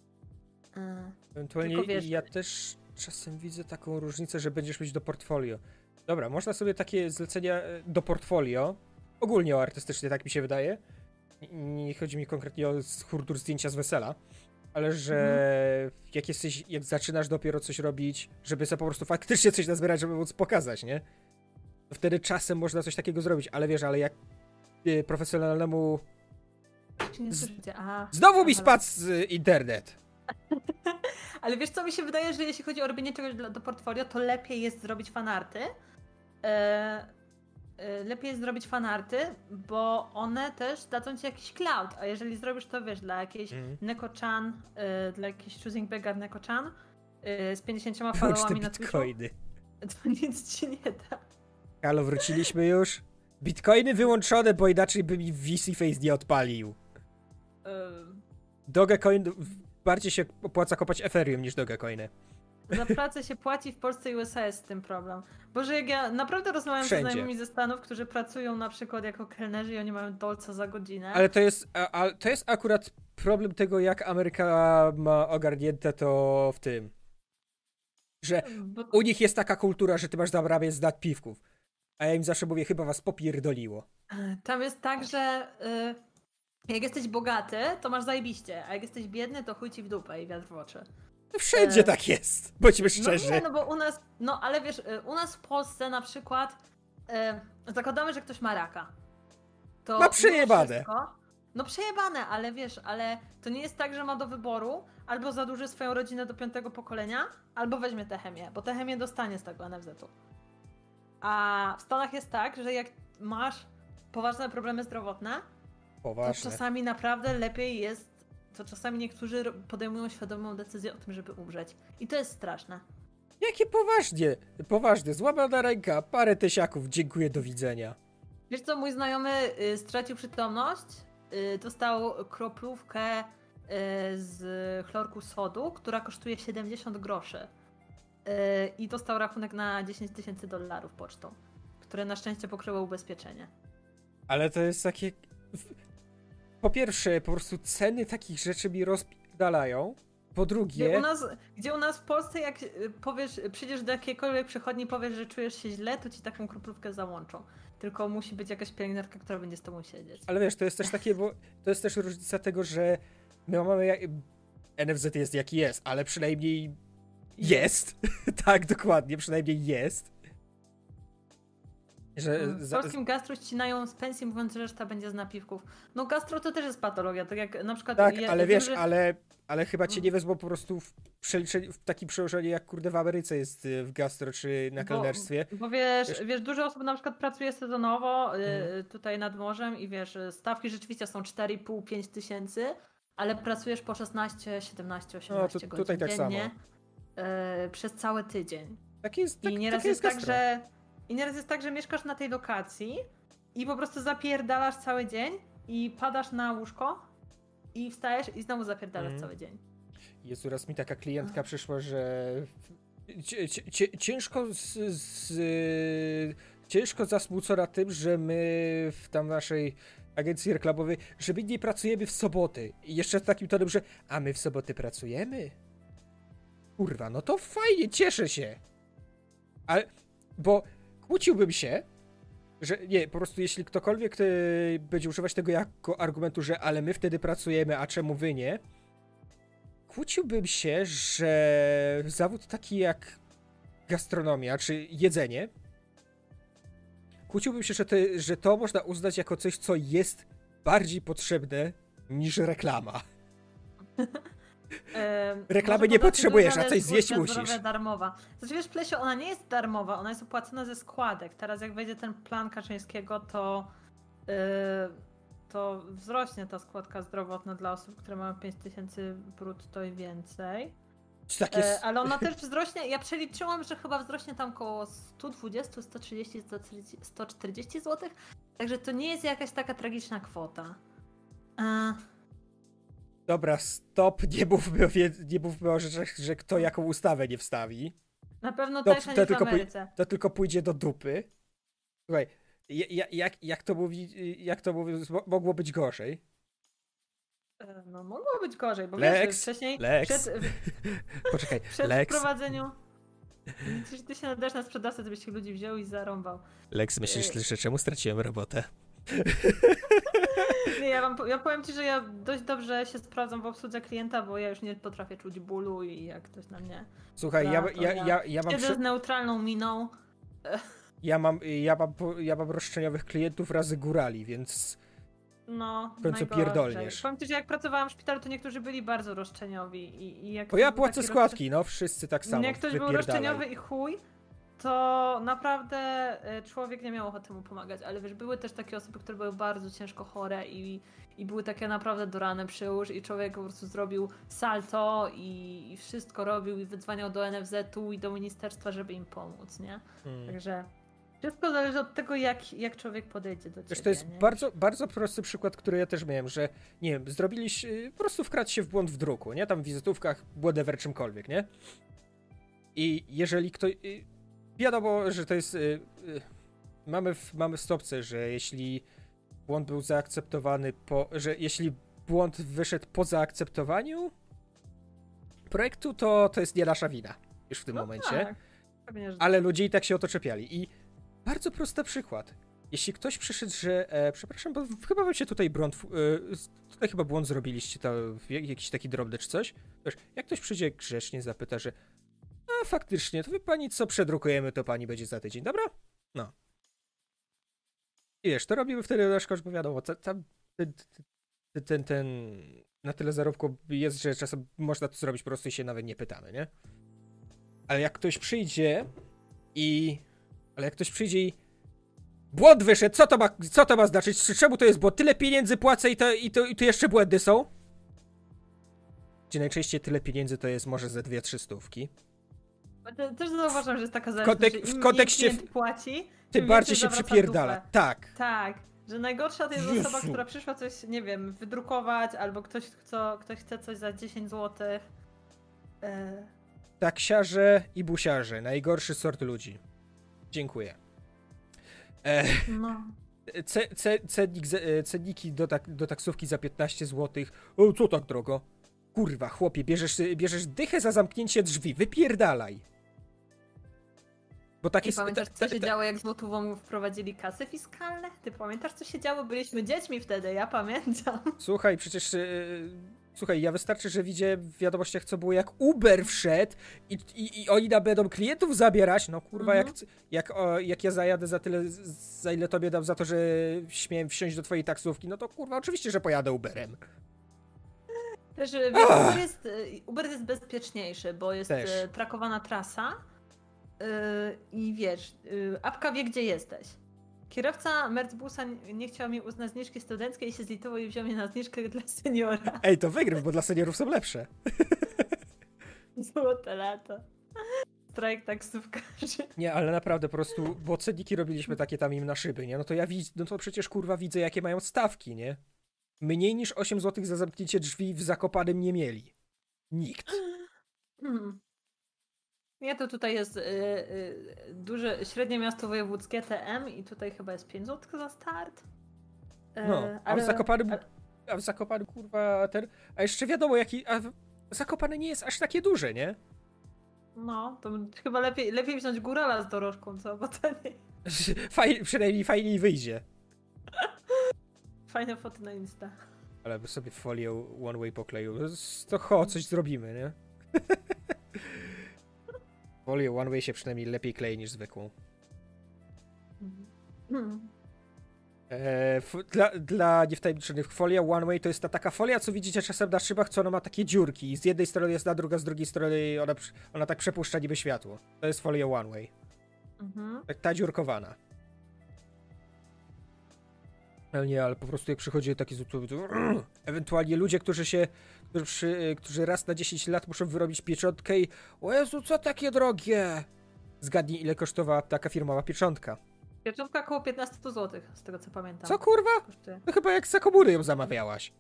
S2: Ewentualnie wiesz, ja też czasem widzę taką różnicę, że będziesz mieć do portfolio. Dobra, można sobie takie zlecenia do portfolio, ogólnie o artystycznie, tak mi się wydaje. Nie chodzi mi konkretnie o hurtur zdjęcia z wesela, ale że mhm. jak jesteś, jak zaczynasz dopiero coś robić, żeby sobie po prostu faktycznie coś nazbierać, żeby móc pokazać, nie? To wtedy czasem można coś takiego zrobić, ale wiesz, ale jak y, profesjonalnemu... Z... A, Znowu mi spadł z internet!
S1: Ale wiesz co, mi się wydaje, że jeśli chodzi o robienie czegoś do portfolio, to lepiej jest zrobić fanarty. E, e, lepiej jest zrobić fanarty, bo one też dadzą ci jakiś cloud, a jeżeli zrobisz to, wiesz, dla jakiejś mm. Neko-chan, e, dla jakiejś Choosing Beggar Neko-chan e, z pięćdziesięcioma followami na Twitchu, to nic ci nie da.
S2: Halo, wróciliśmy już? Bitcoiny wyłączone, bo inaczej by mi V C Face nie odpalił. Um. Dogecoin... Bardziej się opłaca kopać Ethereum niż Dogecoiny.
S1: Za pracę się płaci w Polsce i U S A jest z tym problem. Boże, jak ja naprawdę rozmawiam ze znajomymi ze Stanów, którzy pracują na przykład jako kelnerzy i oni mają dolca za godzinę.
S2: Ale to jest, a, a, to jest akurat problem tego, jak Ameryka ma ogarnięte to w tym. Że Bo... u nich jest taka kultura, że ty masz zarabiać z nadpiwków. A ja im zawsze mówię, chyba was popierdoliło.
S1: Tam jest tak, że... Y... Jak jesteś bogaty, to masz zajebiście, a jak jesteś biedny, to chuj ci w dupę i wiatr w oczy.
S2: No wszędzie e... tak jest, bądźmy szczerzy.
S1: No nie, no bo u nas, no ale wiesz, u nas w Polsce na przykład e, zakładamy, że ktoś ma raka. To
S2: ma przejebane.
S1: No przejebane, ale wiesz, ale to nie jest tak, że ma do wyboru albo zadłuży swoją rodzinę do piątego pokolenia, albo weźmie tę chemię, bo tę chemię dostanie z tego N F Z-u. A w Stanach jest tak, że jak masz poważne problemy zdrowotne,
S2: Poważne.
S1: To czasami naprawdę lepiej jest, to czasami niektórzy podejmują świadomą decyzję o tym, żeby umrzeć. I to jest straszne.
S2: Jakie poważnie, poważnie, złamana ręka, parę tysiaków, dziękuję, do widzenia.
S1: Wiesz co, mój znajomy y, stracił przytomność, y, dostał kroplówkę y, z chlorku sodu, która kosztuje siedemdziesiąt groszy. Y, I dostał rachunek na dziesięć tysięcy dolarów pocztą, które na szczęście pokryło ubezpieczenie.
S2: Ale to jest takie... Po pierwsze, po prostu ceny takich rzeczy mi rozpierdalają. Po drugie...
S1: Gdzie u, nas, gdzie u nas w Polsce, jak powiesz, przyjdziesz do jakiejkolwiek przychodni i powiesz, że czujesz się źle, to ci taką kroplówkę załączą. Tylko musi być jakaś pielęgniarka, która będzie z tobą siedzieć.
S2: Ale wiesz, to jest też takie, bo to jest też różnica tego, że my mamy... Jak... N F Z jest jaki jest, ale przynajmniej jest. Tak, dokładnie, przynajmniej jest. Że
S1: W
S2: za...
S1: polskim gastro ścinają z pensji, mówiąc, że reszta będzie z napiwków. No gastro to też jest patologia, tak jak na przykład...
S2: Tak,
S1: ja,
S2: ale
S1: ja
S2: wiesz,
S1: wiem, że...
S2: ale, ale chyba cię nie wezmą po prostu w, przeliczeniu, w takim przełożeniu, jak kurde w Ameryce jest w gastro czy na kelnerstwie.
S1: Bo, bo wiesz,
S2: wiesz,
S1: wiesz, dużo osób na przykład pracuje sezonowo
S2: mhm.
S1: y, tutaj nad morzem i wiesz, stawki rzeczywiście są cztery i pół do pięciu tysięcy, ale pracujesz po szesnaście, siedemnaście, osiemnaście
S2: No, to,
S1: godzin
S2: tutaj tak
S1: dziennie
S2: samo.
S1: y, przez cały tydzień.
S2: Tak jest, tak,
S1: I nieraz
S2: tak jest
S1: jest tak,
S2: gastro.
S1: że i nieraz jest tak, że mieszkasz na tej lokacji i po prostu zapierdalasz cały dzień i padasz na łóżko i wstajesz i znowu zapierdalasz
S2: Mhm.
S1: cały dzień.
S2: Jezu, raz mi taka klientka przyszła, że cie, cie, cie, ciężko z, z, ciężko zasmucona tym, że my w tam naszej agencji reklamowej, że my nie pracujemy w soboty. I jeszcze z takim tonem, że a my w soboty pracujemy? Kurwa, no to fajnie, cieszę się. Ale, bo kłóciłbym się, że nie, po prostu jeśli ktokolwiek y, będzie używać tego jako argumentu, że ale my wtedy pracujemy, a czemu wy nie? Kłóciłbym się, że zawód taki jak gastronomia, czy jedzenie, kłóciłbym się, że to, że to można uznać jako coś, co jest bardziej potrzebne niż reklama.
S1: Ehm,
S2: Reklamy
S1: może
S2: nie
S1: poza tym,
S2: potrzebujesz,
S1: że
S2: a coś
S1: jest
S2: zjeść
S1: kurczę
S2: musisz.
S1: zdrowe darmowa. Znaczy wiesz, Plesio, ona nie jest darmowa, ona jest opłacona ze składek. Teraz jak wejdzie ten plan Kaczyńskiego, to yy, to wzrośnie ta składka zdrowotna dla osób, które mają pięć tysięcy brutto i więcej.
S2: Tak jest...
S1: E, ale ona też wzrośnie, ja przeliczyłam, że chyba wzrośnie tam około sto dwadzieścia, sto trzydzieści, sto czterdzieści złotych. Także to nie jest jakaś taka tragiczna kwota. E...
S2: Dobra, stop, nie mówmy o, nie mówmy o rzeczach, że kto jaką ustawę nie wstawi.
S1: Na pewno
S2: To,
S1: też
S2: to,
S1: nie w
S2: tylko
S1: Ameryce.
S2: to tylko pójdzie do dupy. Słuchaj, ja, jak, jak to mówi, jak to mówi, mogło być gorzej.
S1: E, No mogło być gorzej, bo
S2: Lex,
S1: wiesz, wcześniej
S2: Lex.
S1: przed,
S2: Poczekaj,
S1: przed
S2: Lex.
S1: wprowadzeniu... Ty, ty się nadajesz na sprzedawcę, to byś tych ludzi wziął i zarąbał.
S2: Lex, myślisz, że czemu straciłem robotę?
S1: Nie, ja, wam, ja powiem ci, że ja dość dobrze się sprawdzam w obsłudze klienta, bo ja już nie potrafię czuć bólu i jak ktoś na mnie...
S2: Słuchaj, ja,
S1: to
S2: ja, ja, ja mam...
S1: Siedzę
S2: Przy...
S1: z neutralną miną.
S2: Ja mam, ja mam, ja mam roszczeniowych klientów razy górali, więc
S1: No,
S2: w końcu
S1: najgorzej.
S2: pierdolniesz.
S1: Powiem ci, że jak pracowałam w szpitalu, to niektórzy byli bardzo roszczeniowi. I, i jak
S2: Bo ja
S1: był
S2: płacę
S1: taki
S2: składki, no wszyscy tak
S1: roszcze-
S2: samo.
S1: Jak ktoś był
S2: wypierdalaj.
S1: roszczeniowy i chuj, to naprawdę y, człowiek nie miał ochoty mu pomagać. Ale wiesz, były też takie osoby, które były bardzo ciężko chore i, i były takie naprawdę do rany przyłóż i człowiek po prostu zrobił salto i, i wszystko robił i wydzwaniał do N F Z u i do ministerstwa, żeby im pomóc, nie?
S2: Hmm.
S1: Także wszystko zależy od tego, jak, jak człowiek podejdzie do ciebie.
S2: Wiesz, to jest
S1: nie?
S2: bardzo, bardzo prosty przykład, który ja też miałem, że nie wiem, zrobiliście, po prostu wkradł się w błąd w druku, nie? Tam w wizytówkach, whatever, czymkolwiek, nie? I jeżeli ktoś... Wiadomo, że to jest... Mamy w, mamy w stopce, że jeśli błąd był zaakceptowany po... że jeśli błąd wyszedł po zaakceptowaniu projektu, to to jest nie nasza wina już w tym
S1: no
S2: momencie.
S1: Tak. Pewnie, że...
S2: Ale ludzie i tak się o to czepiali. I bardzo prosty przykład. Jeśli ktoś przyszedł, że... E, przepraszam, bo chyba wam się tutaj błąd... E, tutaj chyba błąd zrobiliście, to jakiś taki drobny czy coś. Wiesz, jak ktoś przyjdzie grzecznie, zapyta, że a faktycznie, to wie pani co, przedrukujemy, to pani będzie za tydzień, dobra? No. I wiesz, to robimy wtedy na szkołę, bo wiadomo, tam ten, ten, ten, ten na tyle zarobku jest, że czasem można to zrobić po prostu i się nawet nie pytamy, nie? Ale jak ktoś przyjdzie i... Ale jak ktoś przyjdzie i... Błąd wyszedł, co to ma, co to ma znaczyć? Czemu to jest błąd? Tyle pieniędzy płacę i to, i to, i to jeszcze błędy są? Gdzie najczęściej tyle pieniędzy to jest może ze dwie, trzy stówki.
S1: Też zauważam, że jest taka
S2: Kontek-
S1: zależność, że im
S2: w kontekście-
S1: mniej klient płaci,
S2: Tym bardziej się
S1: zawraca
S2: przypierdala.
S1: dupę.
S2: Tak.
S1: Tak, że najgorsza to jest
S2: Jezu.
S1: osoba, która przyszła coś, nie wiem, wydrukować, albo ktoś, kto, ktoś chce coś za dziesięć złotych. E...
S2: Taksiarze i busiarze. Najgorszy sort ludzi. Dziękuję. E,
S1: No.
S2: ce, ce, cennik, ze- cenniki do, tak, do taksówki za piętnaście złotych. O, co tak drogo? Kurwa, chłopie, bierzesz, bierzesz dychę za zamknięcie drzwi. Wypierdalaj. Bo tak
S1: I
S2: jest...
S1: pamiętasz,
S2: ta-
S1: co
S2: ta-
S1: się
S2: ta-
S1: działo, jak złotówą wprowadzili kasy fiskalne? Ty pamiętasz, co się działo? Byliśmy dziećmi wtedy, ja pamiętam.
S2: Słuchaj, przecież yy, Słuchaj, ja wystarczy, że widzę w wiadomościach, co było, jak Uber wszedł i, i, i oni nam będą klientów zabierać. No kurwa,
S1: Mhm.
S2: jak, jak, o, jak ja zajadę za tyle, za ile tobie dam za to, że śmiem wsiąść do twojej taksówki, no to kurwa, oczywiście, że pojadę Uberem.
S1: Też wiesz, Uber jest, Uber jest bezpieczniejszy, bo jest
S2: Też.
S1: e, trakowana trasa yy, i wiesz, yy, apka wie, gdzie jesteś. Kierowca Mercebusa nie nie chciał mi uznać zniżki studenckiej i się zlitował i wziął mnie na zniżkę dla seniora.
S2: Ej, to wygryw, bo dla seniorów są lepsze.
S1: Złote lato. Strajk taksówkarzy.
S2: Nie, ale naprawdę po prostu, bo cenniki robiliśmy takie tam im na szyby, nie? No to ja widzę, no to przecież kurwa widzę, jakie mają stawki, nie? Mniej niż osiem złotych za zamknięcie drzwi w Zakopanem nie mieli. Nikt.
S1: Hmm. Nie, to tutaj jest y, y, duże, średnie miasto wojewódzkie T M i tutaj chyba jest pięć złotych za start. Y,
S2: No, a
S1: ale,
S2: w Zakopanem,
S1: ale-
S2: a w Zakopanem kurwa ten, a jeszcze wiadomo jaki, a w- Zakopane nie jest aż takie duże, nie?
S1: No, to chyba lepiej, lepiej wziąć górala z dorożką, co? Bo to nie...
S2: Faj, przynajmniej fajniej wyjdzie.
S1: Fajne foty na Insta.
S2: Ale by sobie folię one way pokleił. To cho, coś zrobimy, nie? Folię one way się przynajmniej lepiej klei niż zwykłą.
S1: Hmm.
S2: Eee, f- dla, dla niewtajemniczonych, folia one way to jest ta taka folia, co widzicie czasem na szybach, co ona ma takie dziurki. I z jednej strony jest na druga, z drugiej strony ona, przy- ona tak przepuszcza niby światło. To jest folia one way.
S1: Mhm.
S2: Tak ta dziurkowana. Ale nie, ale po prostu jak przychodzi taki z to, to, ewentualnie ludzie, którzy się, którzy, przy, którzy raz na dziesięć lat muszą wyrobić pieczątkę i o Jezu, co takie drogie? Zgadnij, ile kosztowała taka firmowa pieczątka.
S1: Pieczątka około piętnaście złotych, z tego co pamiętam.
S2: Co kurwa?
S1: Kosztuje.
S2: To chyba jak za komuny ją zamawiałaś.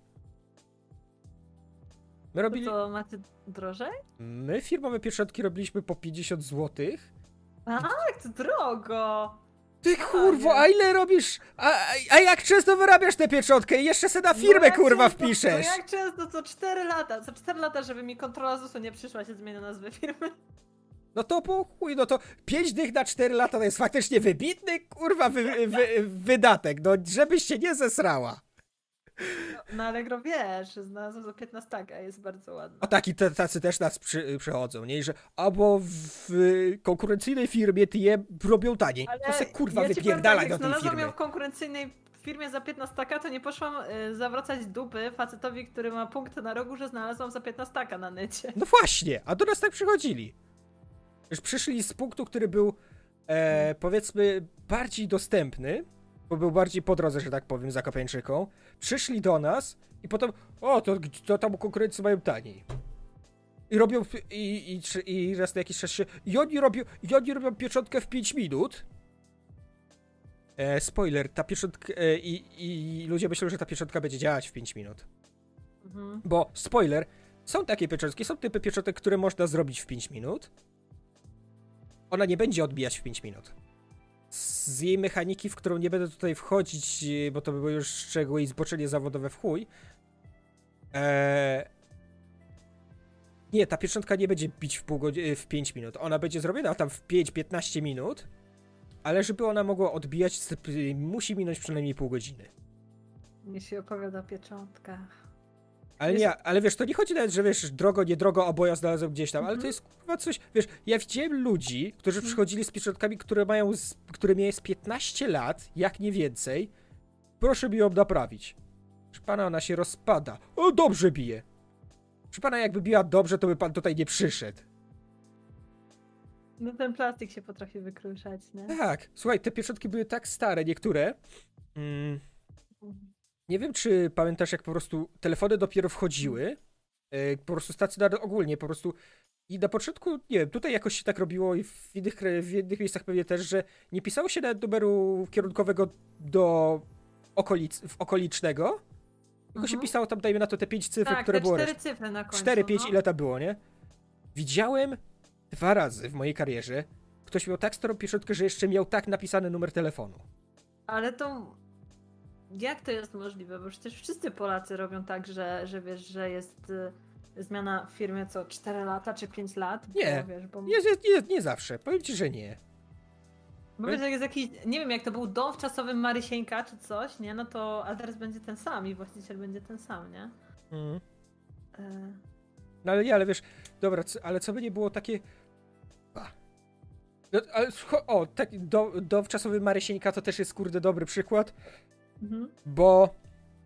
S2: My
S1: To
S2: robili...
S1: co, macie drożej?
S2: My firmowe pieczątki robiliśmy po pięćdziesiąt złotych.
S1: A, jak to drogo!
S2: Ty kurwo,
S1: nie.
S2: a ile robisz? A, a, a jak często wyrabiasz tę pieczątkę i jeszcze se na firmę
S1: No jak
S2: kurwa
S1: często-
S2: wpiszesz?
S1: No jak często? Co cztery lata. Co cztery lata, żeby mi kontrola zusu nie przyszła, się zmienia nazwę firmy.
S2: No to po chuj, no to pięć dych na cztery lata to jest faktycznie wybitny, kurwa, wy, wy, wydatek, no żebyś się nie zesrała.
S1: No, na Allegro wiesz, znalazłam za piętnastaka, jest bardzo ładna.
S2: O taki, t- tacy też nas przy, przychodzą, nie? I że albo w konkurencyjnej firmie ty je robią taniej, to se kurwa
S1: ja ci powiem
S2: wypierdalaj
S1: tak,
S2: do
S1: jak
S2: tej
S1: znalazłam
S2: firmy.
S1: ją w konkurencyjnej firmie za piętnastaka, to nie poszłam y, zawracać dupy facetowi, który ma punkty na rogu, że znalazłam za piętnastaka na necie.
S2: No właśnie, a do nas tak przychodzili. Już przyszli z punktu, który był e, powiedzmy bardziej dostępny, bo był bardziej po drodze, że tak powiem, Zakopiańczyką. Przyszli do nas i potem, o, to, to tam konkurency mają taniej. I robią, i, i, i raz na jakiś czas się, i oni robią, i oni robią pieczątkę w pięć minut. E, spoiler, ta pieczątka, e, i, i ludzie myślą, że ta pieczątka będzie działać w pięć minut.
S1: Mhm.
S2: Bo, spoiler, są takie pieczątki, są typy pieczątek, które można zrobić w pięć minut. Ona nie będzie odbijać w pięć minut. Z jej mechaniki, w którą nie będę tutaj wchodzić, bo to by było już szczegóły i zboczenie zawodowe w chuj. Eee... Nie, ta pieczątka nie będzie bić w, pół godziny, w pięć minut. Ona będzie zrobiona tam w pięć do piętnastu minut, ale żeby ona mogła odbijać, musi minąć przynajmniej pół godziny.
S1: Nie się opowiada o pieczątkach.
S2: Ale
S1: Jest-
S2: nie, ale wiesz, to nie chodzi nawet, że wiesz, drogo, nie drogo, oboja znalazłem gdzieś tam, ale to
S1: Mhm.
S2: jest kurwa coś, wiesz, ja widziałem ludzi, którzy
S1: Mhm.
S2: przychodzili z pieczątkami, które mają, z, które miały z piętnaście lat, jak nie więcej, proszę mi ją naprawić. Proszę pana, ona się rozpada. O, dobrze bije. Proszę pana, jakby biła dobrze, to by pan tutaj nie przyszedł.
S1: No ten plastik się potrafi wykruszać, nie?
S2: Tak, słuchaj, te pieczątki były tak stare, niektóre. Mm, nie wiem, czy pamiętasz, jak po prostu telefony dopiero wchodziły, e, po prostu stacjonarne ogólnie, po prostu i na początku, nie wiem, tutaj jakoś się tak robiło i w innych, kra- w innych miejscach pewnie też, że nie pisało się nawet numeru kierunkowego do okolic, w okolicznego, tylko się
S1: Mhm.
S2: pisało tam, dajmy na to te pięć cyfr,
S1: Tak,
S2: które
S1: te
S2: było
S1: cztery
S2: resztą.
S1: cyfry na końcu.
S2: cztery, pięć,
S1: no.
S2: ile tam było, nie? Widziałem dwa razy w mojej karierze, ktoś miał tak starą pieczątkę, że jeszcze miał tak napisany numer telefonu.
S1: Ale to... Jak to jest możliwe? Bo przecież wszyscy Polacy robią tak, że, że wiesz, że jest y, zmiana w firmie co cztery lata czy pięć lat. Bo,
S2: Nie.
S1: wiesz, bo,
S2: Nie, nie, nie, nie zawsze, powiem ci, że nie.
S1: bo wiesz, jak jest jakiś, nie wiem, jak to był dom w czasowym Marysieńka czy coś, nie? No to adres będzie ten sam i właściciel będzie ten sam, nie?
S2: Mm.
S1: E...
S2: No ale nie, ale wiesz, dobra, co, ale co by nie było takie... A. No, ale, o, tak, do, dowczasowy Marysieńka to też jest, kurde, dobry przykład, mhm. bo...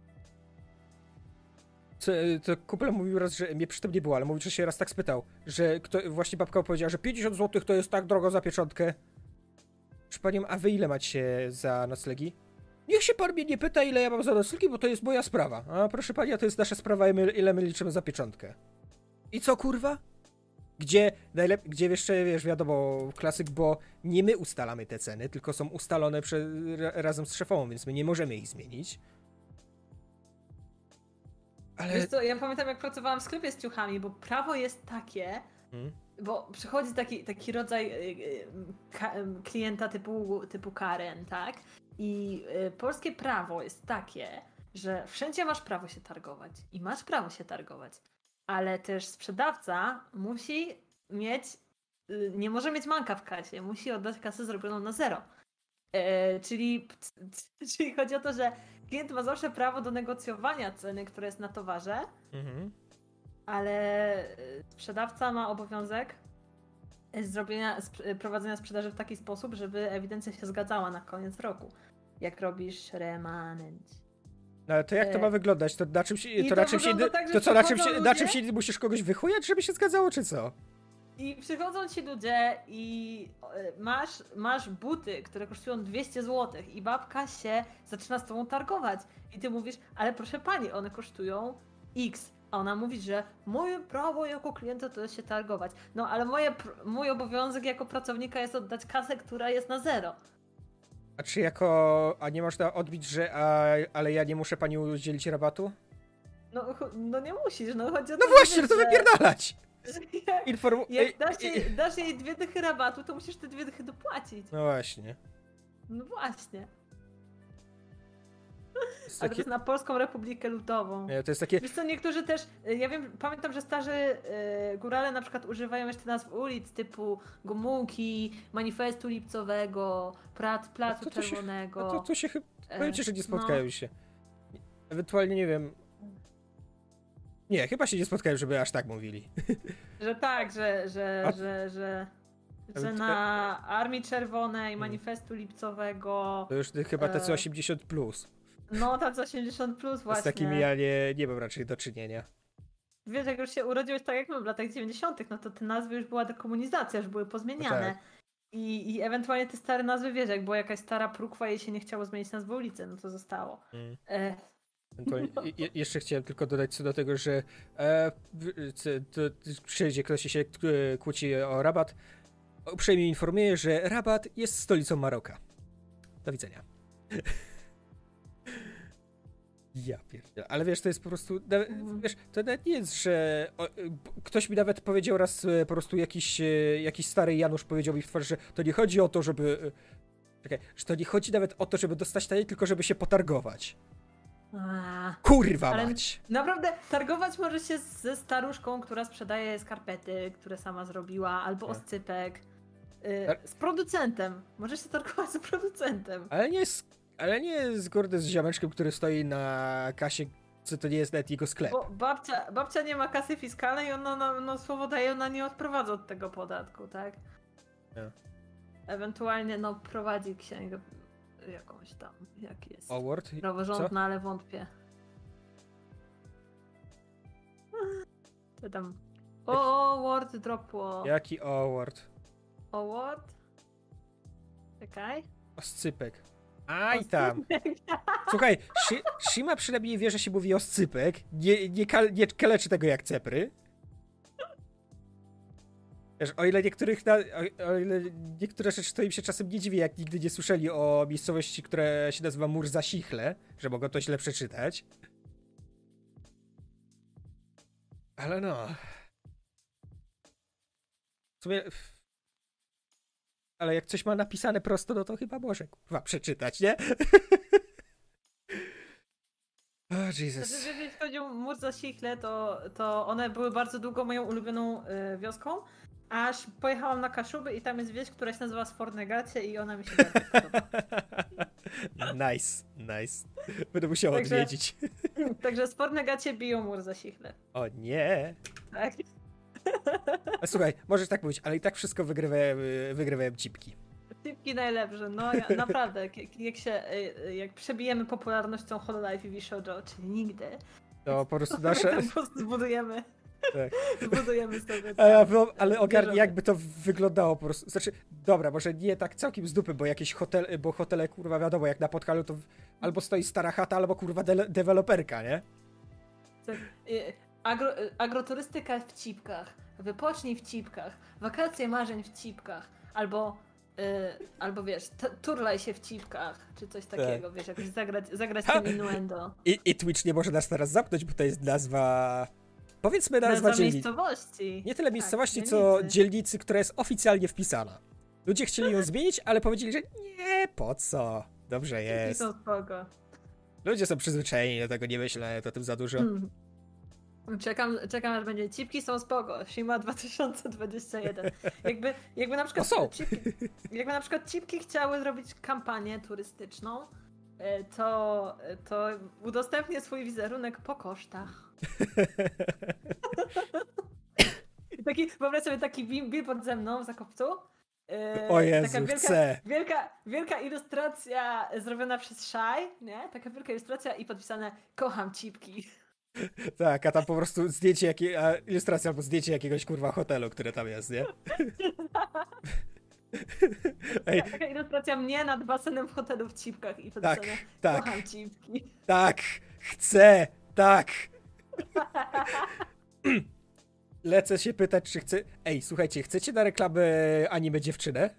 S2: Co, to kumpel mówił raz, że mnie przy tym nie było, ale mówił, że się raz tak spytał, że kto, właśnie babka powiedziała, że pięćdziesiąt złotych to jest tak drogo za pieczątkę. Proszę panią, a wy ile macie za noclegi? Niech się pan mnie nie pyta, ile ja mam za noclegi, bo to jest moja sprawa. A proszę pani, to jest nasza sprawa, ile my liczymy za pieczątkę. I co, kurwa? Gdzie najlepiej, gdzie jeszcze, wiesz, wiadomo, klasyk, bo nie my ustalamy te ceny, tylko są ustalone prze, razem z szefową, więc my nie możemy ich zmienić.
S1: Ale... Wiesz co, ja pamiętam, jak pracowałam w sklepie z ciuchami, bo prawo jest takie, hmm? bo przychodzi taki, taki rodzaj klienta typu, typu Karen, tak? I y, polskie prawo jest takie, że wszędzie masz prawo się targować i masz prawo się targować, ale też sprzedawca musi mieć, y, nie może mieć manka w kasie, musi oddać kasę zrobioną na zero. Y, czyli, czyli chodzi o to, że klient ma zawsze prawo do negocjowania ceny, która jest na towarze, mhm. ale sprzedawca ma obowiązek zrobienia, prowadzenia sprzedaży w taki sposób, żeby ewidencja się zgadzała na koniec roku. Jak robisz remanent.
S2: No ale to jak to ma wyglądać? To na czym się, to, to na czym się, tak, to co, na czym się, ludzie... na czym się musisz kogoś wychujać, żeby się zgadzało, czy co?
S1: I przychodzą ci ludzie i masz, masz buty, które kosztują dwieście złotych i babka się zaczyna z tobą targować. I ty mówisz, ale proszę pani, one kosztują X. A ona mówi, że moje prawo jako klienta to jest się targować. No ale moje, mój obowiązek jako pracownika jest oddać kasę, która jest na zero.
S2: A czy jako... A nie można odbić, że a, ale ja nie muszę pani udzielić rabatu?
S1: No, no nie musisz, no chodzi o
S2: to, No właśnie, no to że... wypierdalać!
S1: Jak, Inform... jak dasz, jej, dasz jej dwie dychy rabatu, to musisz te dwie dychy dopłacić.
S2: No właśnie.
S1: No właśnie.
S2: Jest
S1: A takie... to jest na Polską Republikę Ludową.
S2: Nie, to jest takie...
S1: Wiesz co, niektórzy też, ja wiem, pamiętam, że starzy y, górale na przykład używają jeszcze nazw ulic typu Gomułki, Manifestu Lipcowego, Prat, Placu
S2: no to
S1: Czerwonego.
S2: Się, no to, to się chyba, powiem ci, że nie spotkają no. się. Ewentualnie, nie wiem... Nie, chyba się nie spotkają, żeby aż tak mówili.
S1: Że tak, że, że, A... że, że, że na Armii Czerwonej, Manifestu Lipcowego...
S2: To już chyba tacy osiemdziesiąt plus.
S1: No, tacy osiemdziesiąt plus właśnie.
S2: Z takimi ja nie, nie mam raczej do czynienia.
S1: Wiesz, jak już się urodziłeś tak jak my w latach dziewięćdziesiątych, no to te nazwy już była dekomunizacja, już były pozmieniane. No tak. I, I ewentualnie te stare nazwy, wiesz, jak była jakaś stara prukwa i jej się nie chciało zmienić nazwy ulicy, no to zostało. Mm. E...
S2: No. Je, jeszcze chciałem tylko dodać co do tego, że e, to, to, przyjdzie ktoś i się kłóci o Rabat. Uprzejmie informuję, że Rabat jest stolicą Maroka. Do widzenia. Ja pierdolę. Ale wiesz, to jest po prostu, wiesz, to nawet nie jest, że o, ktoś mi nawet powiedział raz po prostu jakiś, jakiś stary Janusz powiedział mi w twarz, że to nie chodzi o to, żeby, czekaj, że to nie chodzi nawet o to, żeby dostać taniej, tylko żeby się potargować. A, Kurwa mać!
S1: Naprawdę, targować może się ze staruszką, która sprzedaje skarpety, które sama zrobiła, albo oscypek. Y, z producentem. Możesz się targować z producentem.
S2: Ale nie z, ale nie z kurde z ziomeczkiem, który stoi na kasie, co to nie jest nawet jego sklep.
S1: Bo babcia, babcia nie ma kasy fiskalnej i ona no, no, słowo daje, ona nie odprowadza od tego podatku, tak? Ja. Ewentualnie no prowadzi księgę jakąś tam, jak jest.
S2: Award?
S1: Praworządna, ale wątpię. Co tam? O, award dropło.
S2: Jaki award?
S1: Award? Czekaj.
S2: Oscypek. Aj tam. Słuchaj, Shi- Shima przynajmniej wie, że się mówi oscypek. Nie, nie, kal- nie kaleczy tego jak cepry. Wiesz, o ile niektórych na, o, o ile niektóre rzeczy to im się czasem nie dziwi, jak nigdy nie słyszeli o miejscowości, która się nazywa Murza Sichle, że mogą to źle przeczytać. Ale no. W sumie... Ale jak coś ma napisane prosto, no to chyba może kurwa przeczytać, nie? O, oh, Jesus.
S1: Znaczy, jeżeli chodzi o Murza Sichle, to, to one były bardzo długo moją ulubioną y, wioską, aż pojechałam na Kaszuby i tam jest wieś, która się nazywa Sfornegacie i ona mi się bardzo podoba.
S2: Nice, nice. Będę musiał
S1: Także,
S2: odwiedzić.
S1: Także sporne gacie biją mur za sichlę.
S2: O nie.
S1: Tak.
S2: A słuchaj, możesz tak mówić, ale i tak wszystko wygrywają, wygrywają cipki.
S1: Cipki najlepsze, no ja, naprawdę, jak, jak się, jak przebijemy popularnością Hololive i Wishojo, czyli nigdy,
S2: To po prostu nasze...
S1: to po prostu zbudujemy,
S2: Tak.
S1: zbudujemy sobie
S2: A ja
S1: tam,
S2: wyo- ale ogarnij,
S1: bierzemy.
S2: jakby to wyglądało po prostu. Znaczy, dobra, może nie tak całkiem z dupy, bo jakieś hotel, bo hotele, kurwa, wiadomo, jak na Podhalu to w- albo stoi stara chata, albo kurwa de- deweloperka, nie?
S1: Tak, y, Agro, y, agroturystyka w Cipkach, wypocznij w Cipkach, wakacje marzeń w Cipkach, albo, y, albo wiesz, t- turlaj się w Cipkach, czy coś takiego, wiesz, jakoś zagrać, zagrać
S2: Ha!
S1: tym innuendo.
S2: I, I Twitch nie może nas teraz zamknąć, bo to jest nazwa... Powiedzmy nazwa
S1: Nazwa
S2: dzielnicy.
S1: miejscowości.
S2: Nie tyle miejscowości,
S1: tak,
S2: co
S1: dzielnicy.
S2: dzielnicy, która jest oficjalnie wpisana. Ludzie chcieli ją zmienić, ale powiedzieli, że nie, po co? Dobrze
S1: I
S2: jest.
S1: są spoko.
S2: Ludzie są przyzwyczajeni do tego, nie myślę o tym za dużo.
S1: Hmm. Czekam, czekam aż będzie cipki są spoko. Shima dwa tysiące dwudziesty pierwszy. Jakby, jakby na przykład
S2: O, są.
S1: cipki, jakby na przykład cipki chciały zrobić kampanię turystyczną, e, to, to udostępnię swój wizerunek po kosztach. I taki, wyobraź sobie taki bi- billboard ze mną w Zakopcu. E,
S2: O Jezu,
S1: taka wielka,
S2: chcę.
S1: Wielka, wielka ilustracja zrobiona przez Shai, nie? Taka wielka ilustracja i podpisane kocham cipki.
S2: Tak, a tam po prostu zdjęcie, jakie, a ilustracja albo zdjęcie jakiegoś kurwa hotelu, które tam jest, nie? Ej,
S1: Taka ilustracja mnie nad basenem w hotelu w Cipkach i
S2: tak,
S1: podpisane
S2: tak,
S1: kocham cipki.
S2: tak, chcę, tak. Lecę się pytać, czy chcę... Ej, słuchajcie, chcecie na reklamę anime dziewczynę?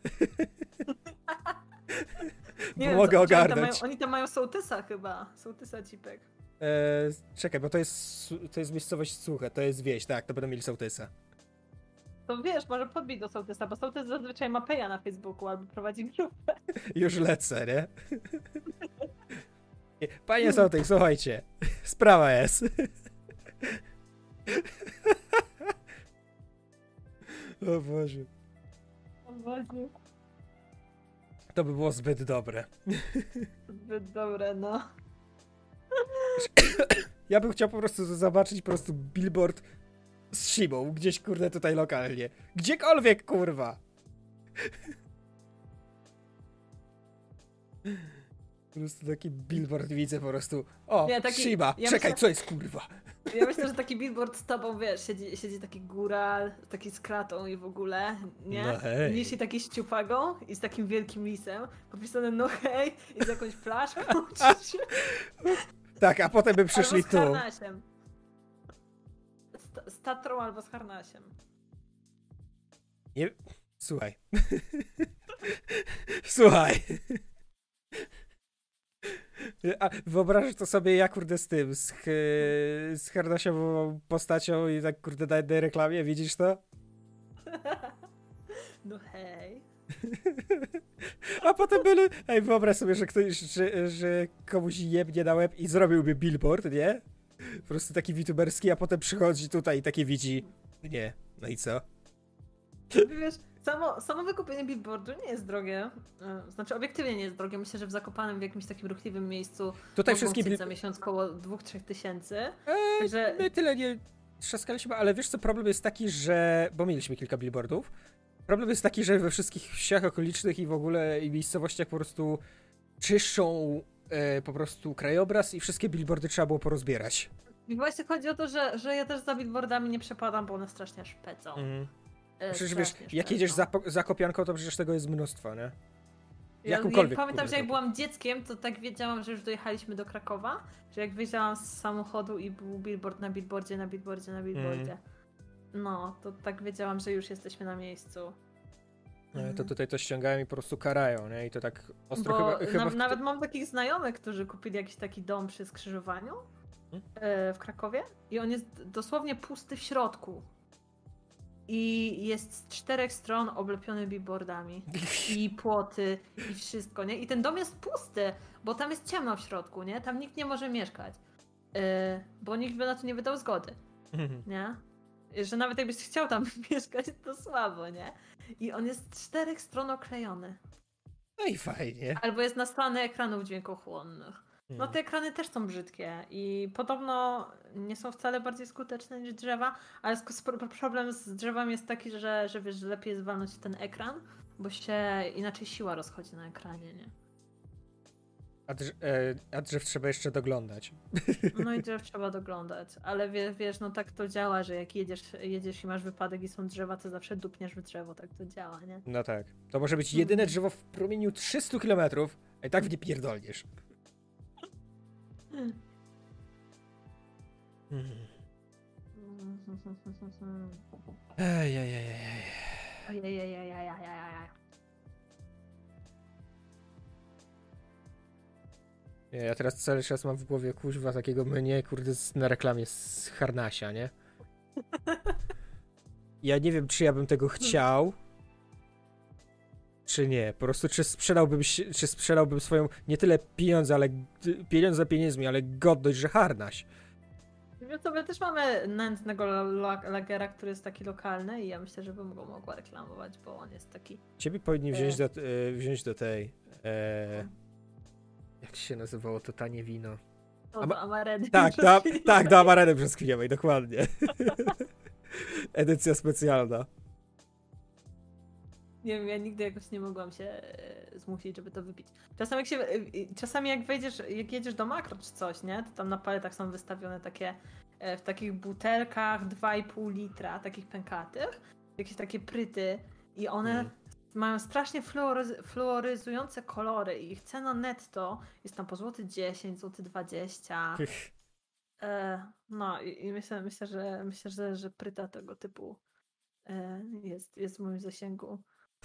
S2: Bo
S1: Nie wiem,
S2: mogę
S1: co- czy Oni tam, mają,
S2: ogarnąć.
S1: oni tam mają sołtysa chyba. Sołtysa Cipek.
S2: E, czekaj, bo to jest, su- to jest miejscowość Suche, to jest wieś, tak, to będą mieli sołtysa.
S1: To wiesz, może podbij do sołtysa, bo sołtys zazwyczaj ma peja na Facebooku albo prowadzi grupę.
S2: Już lecę, nie? Nie, Panie sołtys, słuchajcie, sprawa jest. O Boże.
S1: O Boże.
S2: To by było zbyt dobre.
S1: Zbyt dobre, no.
S2: Ja bym chciał po prostu zobaczyć po prostu billboard z Shimą, gdzieś kurde tutaj lokalnie. Gdziekolwiek, kurwa. Po prostu taki billboard widzę po prostu. O,
S1: Nie, taki-
S2: Shima,
S1: ja
S2: czekaj,
S1: myślę-
S2: co jest kurwa?
S1: Ja myślę, że taki billboard z tobą, wiesz, siedzi, siedzi taki góral, taki z kratą i w ogóle, nie?
S2: No hej.
S1: Niesi taki ściupagą i z takim wielkim lisem, podpisane no hej i z jakąś flaszką, czy,
S2: Tak, a potem by przyszli
S1: albo z
S2: tu.
S1: harnasiem. Z, z Tatrą albo z harnasiem.
S2: Nie... Słuchaj. Słuchaj. A wyobrażasz to sobie ja kurde z tym, z, ch- z harnasiową postacią i tak kurde na jednej reklamie, widzisz to?
S1: No hej.
S2: A potem były... Ej, wyobraź sobie, że ktoś, że, że komuś jebnie na łeb i zrobiłby billboard, nie? Po prostu taki wituberski, a potem przychodzi tutaj i takie widzi... Nie, no i co?
S1: Wiesz, samo, samo wykupienie billboardu nie jest drogie. E, Znaczy obiektywnie nie jest drogie. Myślę, że w Zakopanem w jakimś takim ruchliwym miejscu
S2: Tutaj
S1: mogą
S2: wszystkie
S1: chcieć
S2: bill-
S1: za miesiąc koło dwóch trzech tysięcy.
S2: Eee,
S1: Także
S2: my tyle nie trzaskaliśmy, ale wiesz co, problem jest taki, że... Bo mieliśmy kilka billboardów. Problem jest taki, że we wszystkich wsiach okolicznych i w ogóle i miejscowościach po prostu czyszczą e, po prostu krajobraz i wszystkie billboardy trzeba było porozbierać.
S1: i właśnie chodzi o to, że, że ja też za billboardami nie przepadam, bo one strasznie szpecą.
S2: Mhm.
S1: E,
S2: Przecież wiesz,
S1: strasznie
S2: jak
S1: szpecą.
S2: jedziesz za, po- za kopianką, to przecież tego jest mnóstwo, nie?
S1: Ja,
S2: jakąkolwiek,
S1: ja pamiętam,
S2: kurde,
S1: że jak
S2: to-
S1: byłam dzieckiem, to tak wiedziałam, że już dojechaliśmy do Krakowa, że jak wyjrzałam z samochodu i był billboard na billboardzie, na billboardzie, na billboardzie.
S2: Mm.
S1: No, to tak wiedziałam, że już jesteśmy na miejscu.
S2: No, to tutaj to ściągają i po prostu karają, nie? I to tak ostro
S1: Bo
S2: chyba... chyba
S1: na,
S2: w...
S1: nawet mam takich znajomych, którzy kupili jakiś taki dom przy skrzyżowaniu
S2: Hmm?
S1: e, w Krakowie i on jest dosłownie pusty w środku. I jest z czterech stron oblepiony billboardami. I płoty, i wszystko, nie? I ten dom jest pusty, bo tam jest ciemno w środku, nie? Tam nikt nie może mieszkać. E, bo nikt by na to nie wydał zgody, nie? Że nawet jakbyś chciał tam mieszkać, to słabo, nie? I on jest z czterech stron oklejony.
S2: No i fajnie.
S1: Albo jest naslany ekranów dźwiękochłonnych. No te ekrany też są brzydkie i podobno nie są wcale bardziej skuteczne niż drzewa, ale problem z drzewami jest taki, że, że wiesz, że lepiej jest walnąć w ten ekran, bo się inaczej siła rozchodzi na ekranie, nie?
S2: A, drz e, a drzew trzeba jeszcze doglądać.
S1: No i drzew trzeba doglądać, ale wiesz, wiesz, no tak to działa, że jak jedziesz, jedziesz i masz wypadek i są drzewa, to zawsze dupniesz w drzewo, tak to działa, nie?
S2: No tak. To może być jedyne drzewo w promieniu trzystu kilometrów, a i tak w nie pierdolniesz. Hmm. Ejejejej.
S1: Ojejejejejejejejej.
S2: Nie, ja teraz cały czas mam w głowie kuźwa takiego mnie, kurde, z- na reklamie z harnasia, nie? Ja nie wiem, czy ja bym tego chciał, czy nie. Po prostu, czy sprzedałbym, się- czy sprzedałbym swoją, nie tyle pieniądze, ale g- pieniądze pieniędzmi, ale godność, że harnaś.
S1: Wiesz co, my też mamy nędznego la- lagera, który jest taki lokalny i ja myślę, że bym go mogła reklamować, bo on jest taki...
S2: Ciebie powinni wziąć
S1: E.
S2: do, e, wziąć do tej, e, jak się nazywało to tanie wino?
S1: To
S2: Ama-
S1: do Amareny.
S2: Tak, da, tak, do Amareny brzoskwiniowej, dokładnie. Edycja specjalna.
S1: Nie wiem, ja nigdy jakoś nie mogłam się e, zmusić, żeby to wypić. Czasami jak się, e, e, czasami jak wejdziesz, jak jedziesz do makro czy coś, nie? To tam na paletach są wystawione takie e, w takich butelkach dwa i pół litra, takich pękatych, jakieś takie pryty i one
S2: Mm.
S1: mają strasznie fluoryz- fluoryzujące kolory i ich cena netto jest tam po złoty dziesięć, złoty dwadzieścia. E, no i, i myślę, myślę, że myślę, że, że pryta tego typu e, jest, jest w moim zasięgu.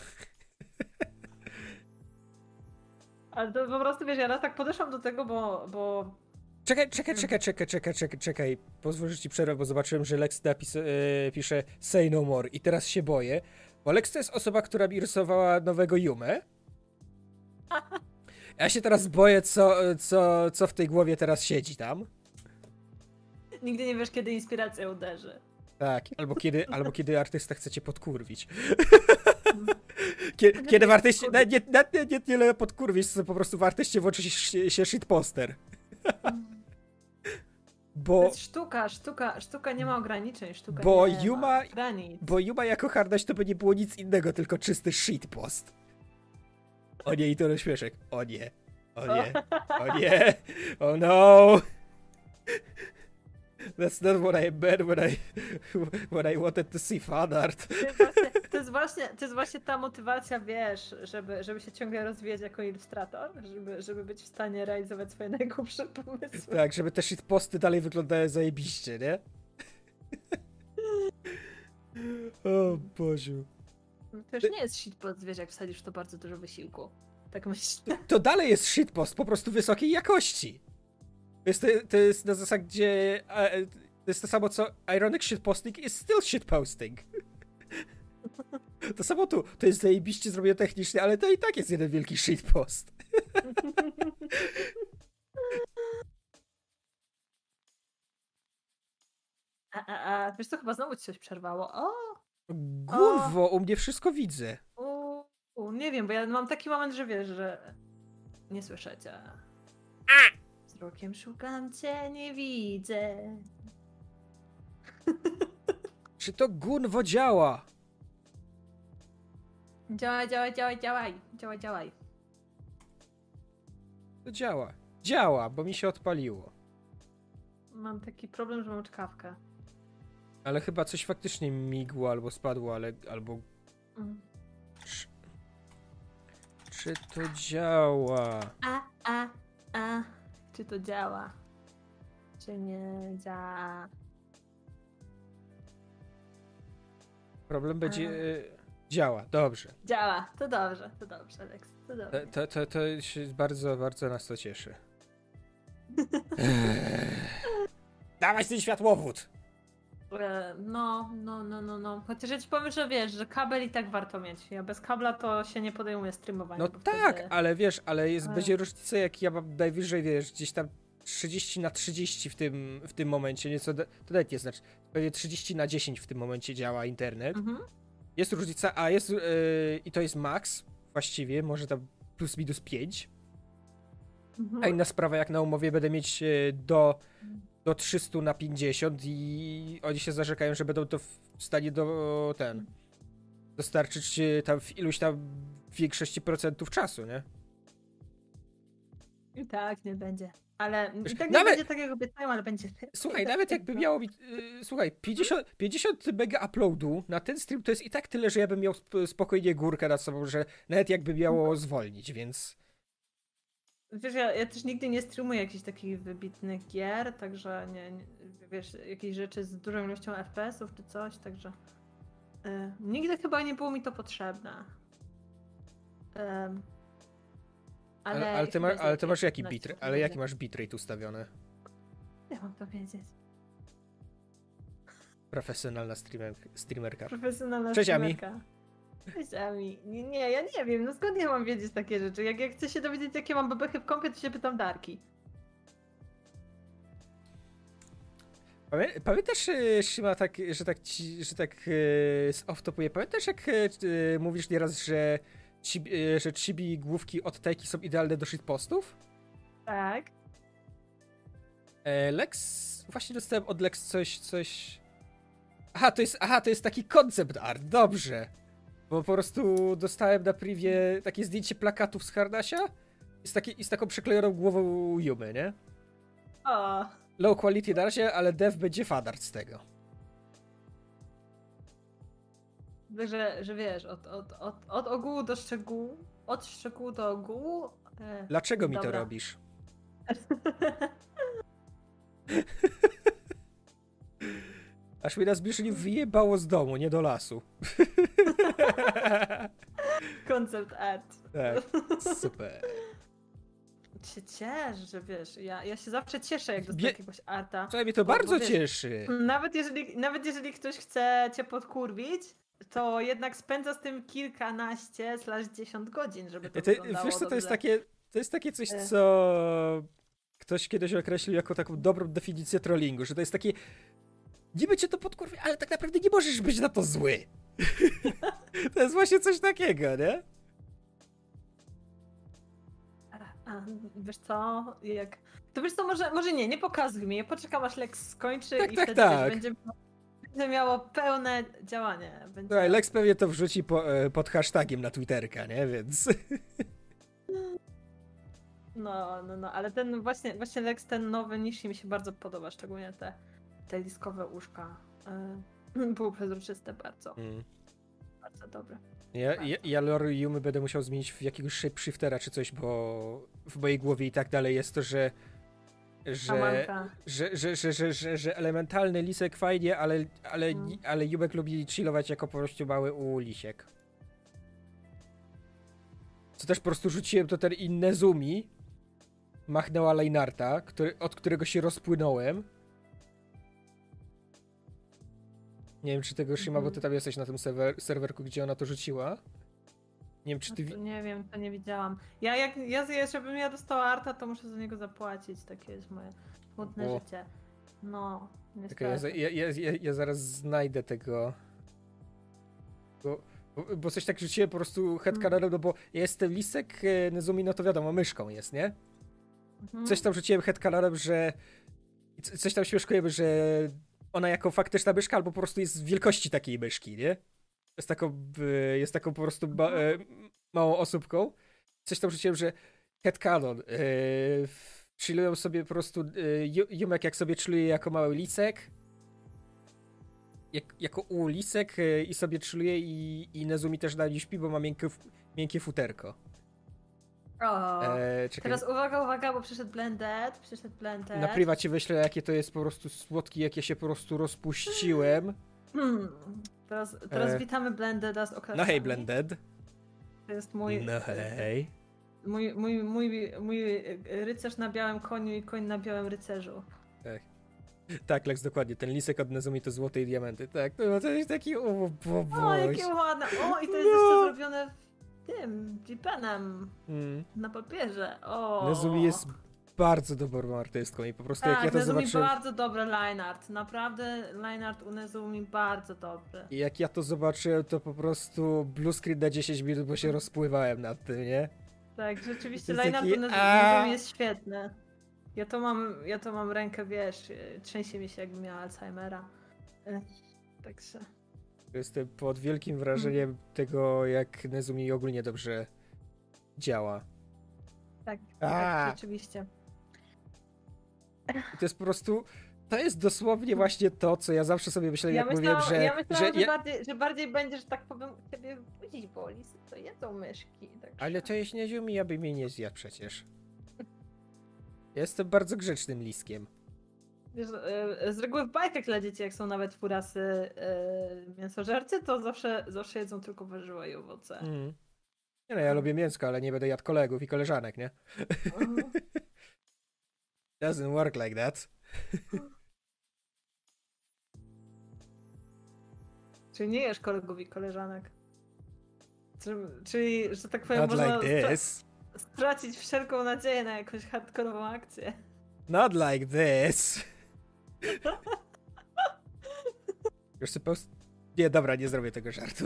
S1: Ale to po prostu, wiesz, ja raz tak podeszłam do tego, bo... bo...
S2: Czekaj, czekaj, czekaj, czekaj, czekaj, czekaj, czekaj. Pozwól, że ci przerwę, bo zobaczyłem, że Lex napis, e, pisze Say no more i teraz się boję, bo Lex to jest osoba, która mi rysowała nowego Yumę. Ja się teraz boję, co, co, co w tej głowie teraz siedzi tam.
S1: Nigdy nie wiesz, kiedy inspiracja uderzy.
S2: Tak, albo kiedy, albo kiedy artysta chce cię podkurwić. Kiedy, kiedy w artyście, nie, nie, nie, nie tyle podkurwić, co po prostu w artyście włączy się, się shitposter.
S1: To
S2: Bo,
S1: jest sztuka, sztuka, sztuka nie ma ograniczeń, sztuka
S2: Bo
S1: nie
S2: Yuma-
S1: ma granic.
S2: bo Yuma jako hardaś to by nie było nic innego, tylko czysty shitpost. O nie, i to rozśmieszek. O nie, o nie, o nie, oh no. That's not what I meant when I, when I wanted to see fan art.
S1: To jest, właśnie, to, jest właśnie, to jest właśnie ta motywacja, wiesz, żeby, żeby się ciągle rozwijać jako ilustrator, żeby, żeby być w stanie realizować swoje najgłupsze pomysły.
S2: Tak, żeby te shitposty dalej wyglądały zajebiście, nie? O Boziu.
S1: To już nie jest shitpost, wiesz, jak wsadzisz w to bardzo dużo wysiłku. Tak myślę.
S2: To dalej jest shitpost, po prostu wysokiej jakości. To jest, to jest na zasadzie... e, To jest to samo co ironic shitposting is still shitposting. To samo tu. To jest zajebiście zrobione technicznie, ale to i tak jest jeden wielki shitpost.
S1: A, a, a wiesz co, chyba znowu ci coś przerwało. O!
S2: Gurwo, u mnie wszystko widzę.
S1: U, u, nie wiem, bo ja mam taki moment, że wiesz, że nie słyszę cię. Wzrokiem szukam cię, nie widzę.
S2: Czy to gunwo działa?
S1: Działaj, działaj, działaj, działaj. Działaj, działaj.
S2: To działa. Działa, bo mi się odpaliło.
S1: Mam taki problem, że mam czkawkę.
S2: Ale chyba coś faktycznie migło albo spadło, ale albo...
S1: Mm.
S2: Czy, czy to działa?
S1: A, a, a. Czy to działa? Czy nie działa?
S2: Problem będzie... e, Działa, dobrze.
S1: Działa, to dobrze, to dobrze, Alex, to dobrze.
S2: To, to, to, to się bardzo, bardzo nas to cieszy. Dawaj ten światłowód!
S1: E, No, no, no, no, no. Chociaż ja ci powiem, że wiesz, że kabel i tak warto mieć. Ja bez kabla to się nie podejmuję streamowania.
S2: No
S1: bo
S2: tak,
S1: wtedy...
S2: ale wiesz, ale jest,
S1: Ale-
S2: będzie różnica, jak ja mam najwyżej, wiesz, gdzieś tam trzydzieści na trzydzieści w tym, w tym momencie, nieco, to nawet nie znaczy, pewnie trzydzieści na dziesięć w tym momencie działa internet.
S1: Mhm.
S2: Jest różnica, a jest, yy, i to jest max, właściwie, może tam plus minus pięć.
S1: Mhm.
S2: A inna sprawa, jak na umowie będę mieć e, do, do trzysta na pięćdziesiąt i oni się zarzekają, że będą to w stanie do ten dostarczyć e, tam w iluś tam większości procentów czasu, nie?
S1: I tak nie będzie. Ale
S2: Wiesz,
S1: i tak
S2: nawet-
S1: nie będzie tak, jak obiecają, ale będzie...
S2: Słuchaj, nawet jakby miało mi. Yy, słuchaj, pięćdziesiąt, pięćdziesiąt mega uploadu na ten stream to jest i tak tyle, że ja bym miał sp- spokojnie górkę nad sobą, że nawet jakby miało zwolnić, więc.
S1: Wiesz, ja, ja też nigdy nie streamuję jakichś takich wybitnych gier, także nie, nie wiesz, jakieś rzeczy z dużą ilością F P S ów czy coś, także y, nigdy chyba nie było mi to potrzebne. Ym, ale,
S2: Ale, ale, ty, ma,
S1: będzie
S2: ale ty masz jaki
S1: jakieś
S2: bitrate? Ale jaki masz bitrate ustawiony?
S1: Nie mam powiedzieć.
S2: Profesjonalna streamer, streamerka.
S1: Profesjonalna
S2: Cześć, Ami.
S1: streamerka. Cześć Ami. Nie, nie, ja nie wiem, no skąd ja mam wiedzieć takie rzeczy? Jak, jak chcę się dowiedzieć, jakie mam bebechy w kompie, to się pytam Darki.
S2: Pamię, pamiętasz, e, Szyma, tak, że tak, ci, że tak e, off-topuję, pamiętasz jak e, e, mówisz nieraz, że, chibi, e, że chibi główki od Taiki są idealne do shitpostów?
S1: Tak.
S2: E, Lex, właśnie dostałem od Lex coś, coś... Aha, to jest, aha, to jest taki concept art, dobrze. Bo po prostu dostałem na privie takie zdjęcie plakatów z Hardasia i z, taki, i z taką przyklejoną głową Yumy, nie?
S1: O.
S2: Low quality na razie, ale dev będzie fanart z tego.
S1: Także, że wiesz, od, od, od, od ogółu do szczegółu, od szczegółu do ogółu. E,
S2: Dlaczego mi
S1: dobra.
S2: to robisz? Aż mnie na zbliżeniu wyjebało z domu, nie do lasu.
S1: Concept art.
S2: Tak, super.
S1: Się cieszę, że wiesz, ja, ja się zawsze cieszę, jak dostaję
S2: Bie-
S1: jakiegoś arta.
S2: Słuchaj, mnie to
S1: Bo- bo
S2: bardzo
S1: wiesz-
S2: cieszy.
S1: Nawet jeżeli, nawet jeżeli ktoś chce cię podkurwić, to jednak spędza z tym kilkanaście slash dziesiąt godzin, żeby to
S2: Ty,
S1: wyglądało
S2: wiesz co, to jest
S1: dobrze.
S2: takie, to jest takie coś,
S1: E.
S2: co ktoś kiedyś określił jako taką dobrą definicję trollingu, że to jest takie niby cię to podkurwi, ale tak naprawdę nie możesz być na to zły. To jest właśnie coś takiego, nie?
S1: A, a, wiesz co, jak... To wiesz co, może, może nie, nie pokazuj mi, ja poczekam aż Lex skończy
S2: Tak,
S1: i
S2: tak,
S1: wtedy
S2: tak.
S1: Wiesz, będzie, będzie miało pełne działanie. Będzie...
S2: Słuchaj, Lex pewnie to wrzuci po, e, pod hashtagiem na Twitterka, nie? Więc...
S1: No, no, no, ale ten właśnie, właśnie Lex, ten nowy niż mi się bardzo podoba, szczególnie te, te liskowe uszka. Yy, były przezroczyste bardzo,
S2: Mm.
S1: bardzo dobre.
S2: Ja, ja, ja lore Yumy będę musiał zmienić w jakiegoś shapeshiftera czy coś, bo w mojej głowie i tak dalej jest to, że że,
S1: Szamanka.
S2: że, że, że, że, że, że elementalny lisek fajnie, ale, ale,
S1: Mm.
S2: ale Yumek lubi chillować jako po prostu mały u lisiek. Co też po prostu rzuciłem to ten Inezumi, machnęła Leinarta, który, od którego się rozpłynąłem. Nie wiem, czy tego Shima,
S1: Mhm.
S2: bo ty tam jesteś na tym serwer, serwerku, gdzie ona to rzuciła. Nie wiem, czy
S1: No
S2: ty...
S1: to
S2: wi-
S1: nie wiem, to nie widziałam. Ja jak ja, ja żebym ja dostała arta, to muszę za niego zapłacić. Takie jest moje smutne
S2: O.
S1: życie. No, niestety.
S2: Czekaj, ja, za- ja, ja, ja, ja zaraz znajdę tego... Bo, bo, bo coś tak rzuciłem po prostu headcanerem, no bo ja jestem lisek, e, Nezumi, no to wiadomo, myszką jest, nie?
S1: Mhm.
S2: Coś tam rzuciłem headcanerem, że... c- Coś tam śmieszkujemy, że ona jako faktyczna myszka, albo po prostu jest z wielkości takiej myszki, nie? Jest taką, e, jest taką po prostu ma, e, małą osóbką. Coś tam rzuciłem, że headcanon. E, chillują sobie po prostu e, Yu- Yumek, jak sobie chilluje jako mały lisek. Jak, jako u lisek e, i sobie chilluje i, i Nezumi też na nim śpi, bo ma miękkie, f- miękkie futerko.
S1: O,
S2: E, czekaj,
S1: teraz uwaga, uwaga, bo przyszedł Blended, przyszedł Blended.
S2: na priwa ci wyślę, jakie to jest po prostu słodkie, jak ja się po prostu rozpuściłem.
S1: Hmm. Teraz, teraz
S2: E.
S1: witamy Blendeda z okresami.
S2: No hej, Blended.
S1: To jest mój...
S2: No hej.
S1: Mój, mój, mój, mój rycerz na białym koniu i koń na białym rycerzu.
S2: Tak, Lex, dokładnie. Ten lisek od Nezumi to złote i diamenty. Tak, to, to jest taki... O, bo, bo,
S1: O, jakie ładne! O, i to jest
S2: No.
S1: jeszcze zrobione w tym, G-Penem,
S2: mm.
S1: na papierze. O.
S2: Nezumi jest bardzo dobrą artystką i po prostu jak
S1: Tak,
S2: ja to
S1: Nezumi
S2: zobaczyłem...
S1: bardzo dobry line art. Naprawdę line art u Nezumi bardzo dobry.
S2: I jak ja to zobaczyłem, to po prostu blue screen na dziesięć minut, bo się rozpływałem nad tym, nie?
S1: Tak, rzeczywiście
S2: To jest
S1: line-up
S2: taki,
S1: do
S2: a-
S1: Nezumi jest świetny. Ja to mam, ja to mam rękę, wiesz, trzęsie mi się jakby miała Alzheimera. Ech, Także...
S2: Jestem pod wielkim wrażeniem tego, jak Nezumi ogólnie dobrze działa.
S1: Tak,
S2: A.
S1: tak, rzeczywiście.
S2: I to jest po prostu, to jest dosłownie właśnie to, co ja zawsze sobie myślałem,
S1: Ja
S2: jak
S1: myślałam,
S2: mówiłem, że...
S1: ja myślałam, że,
S2: że ja...
S1: bardziej, że bardziej będzie, że tak powiem, u ciebie budzić, bo lisy to jedzą myszki. Także...
S2: Ale to jest Nezumi, aby mnie nie zjadł przecież. Ja jestem bardzo grzecznym liskiem.
S1: Wiesz, e, z reguły w bajkach dla dzieci, jak są nawet furasy e, mięsożercy, to zawsze, zawsze jedzą tylko warzywa i owoce.
S2: Mm. Nie no, ja lubię mięsko, ale nie będę jadł kolegów i koleżanek, nie?
S1: Mhm.
S2: Doesn't work like that.
S1: Czyli nie jesz kolegów i koleżanek. Czyli, czyli że tak powiem,
S2: Not
S1: można
S2: like
S1: stra-
S2: this.
S1: stracić wszelką nadzieję na jakąś hardkorową akcję.
S2: Not like this. You're supposed... Nie, dobra, nie zrobię tego żartu.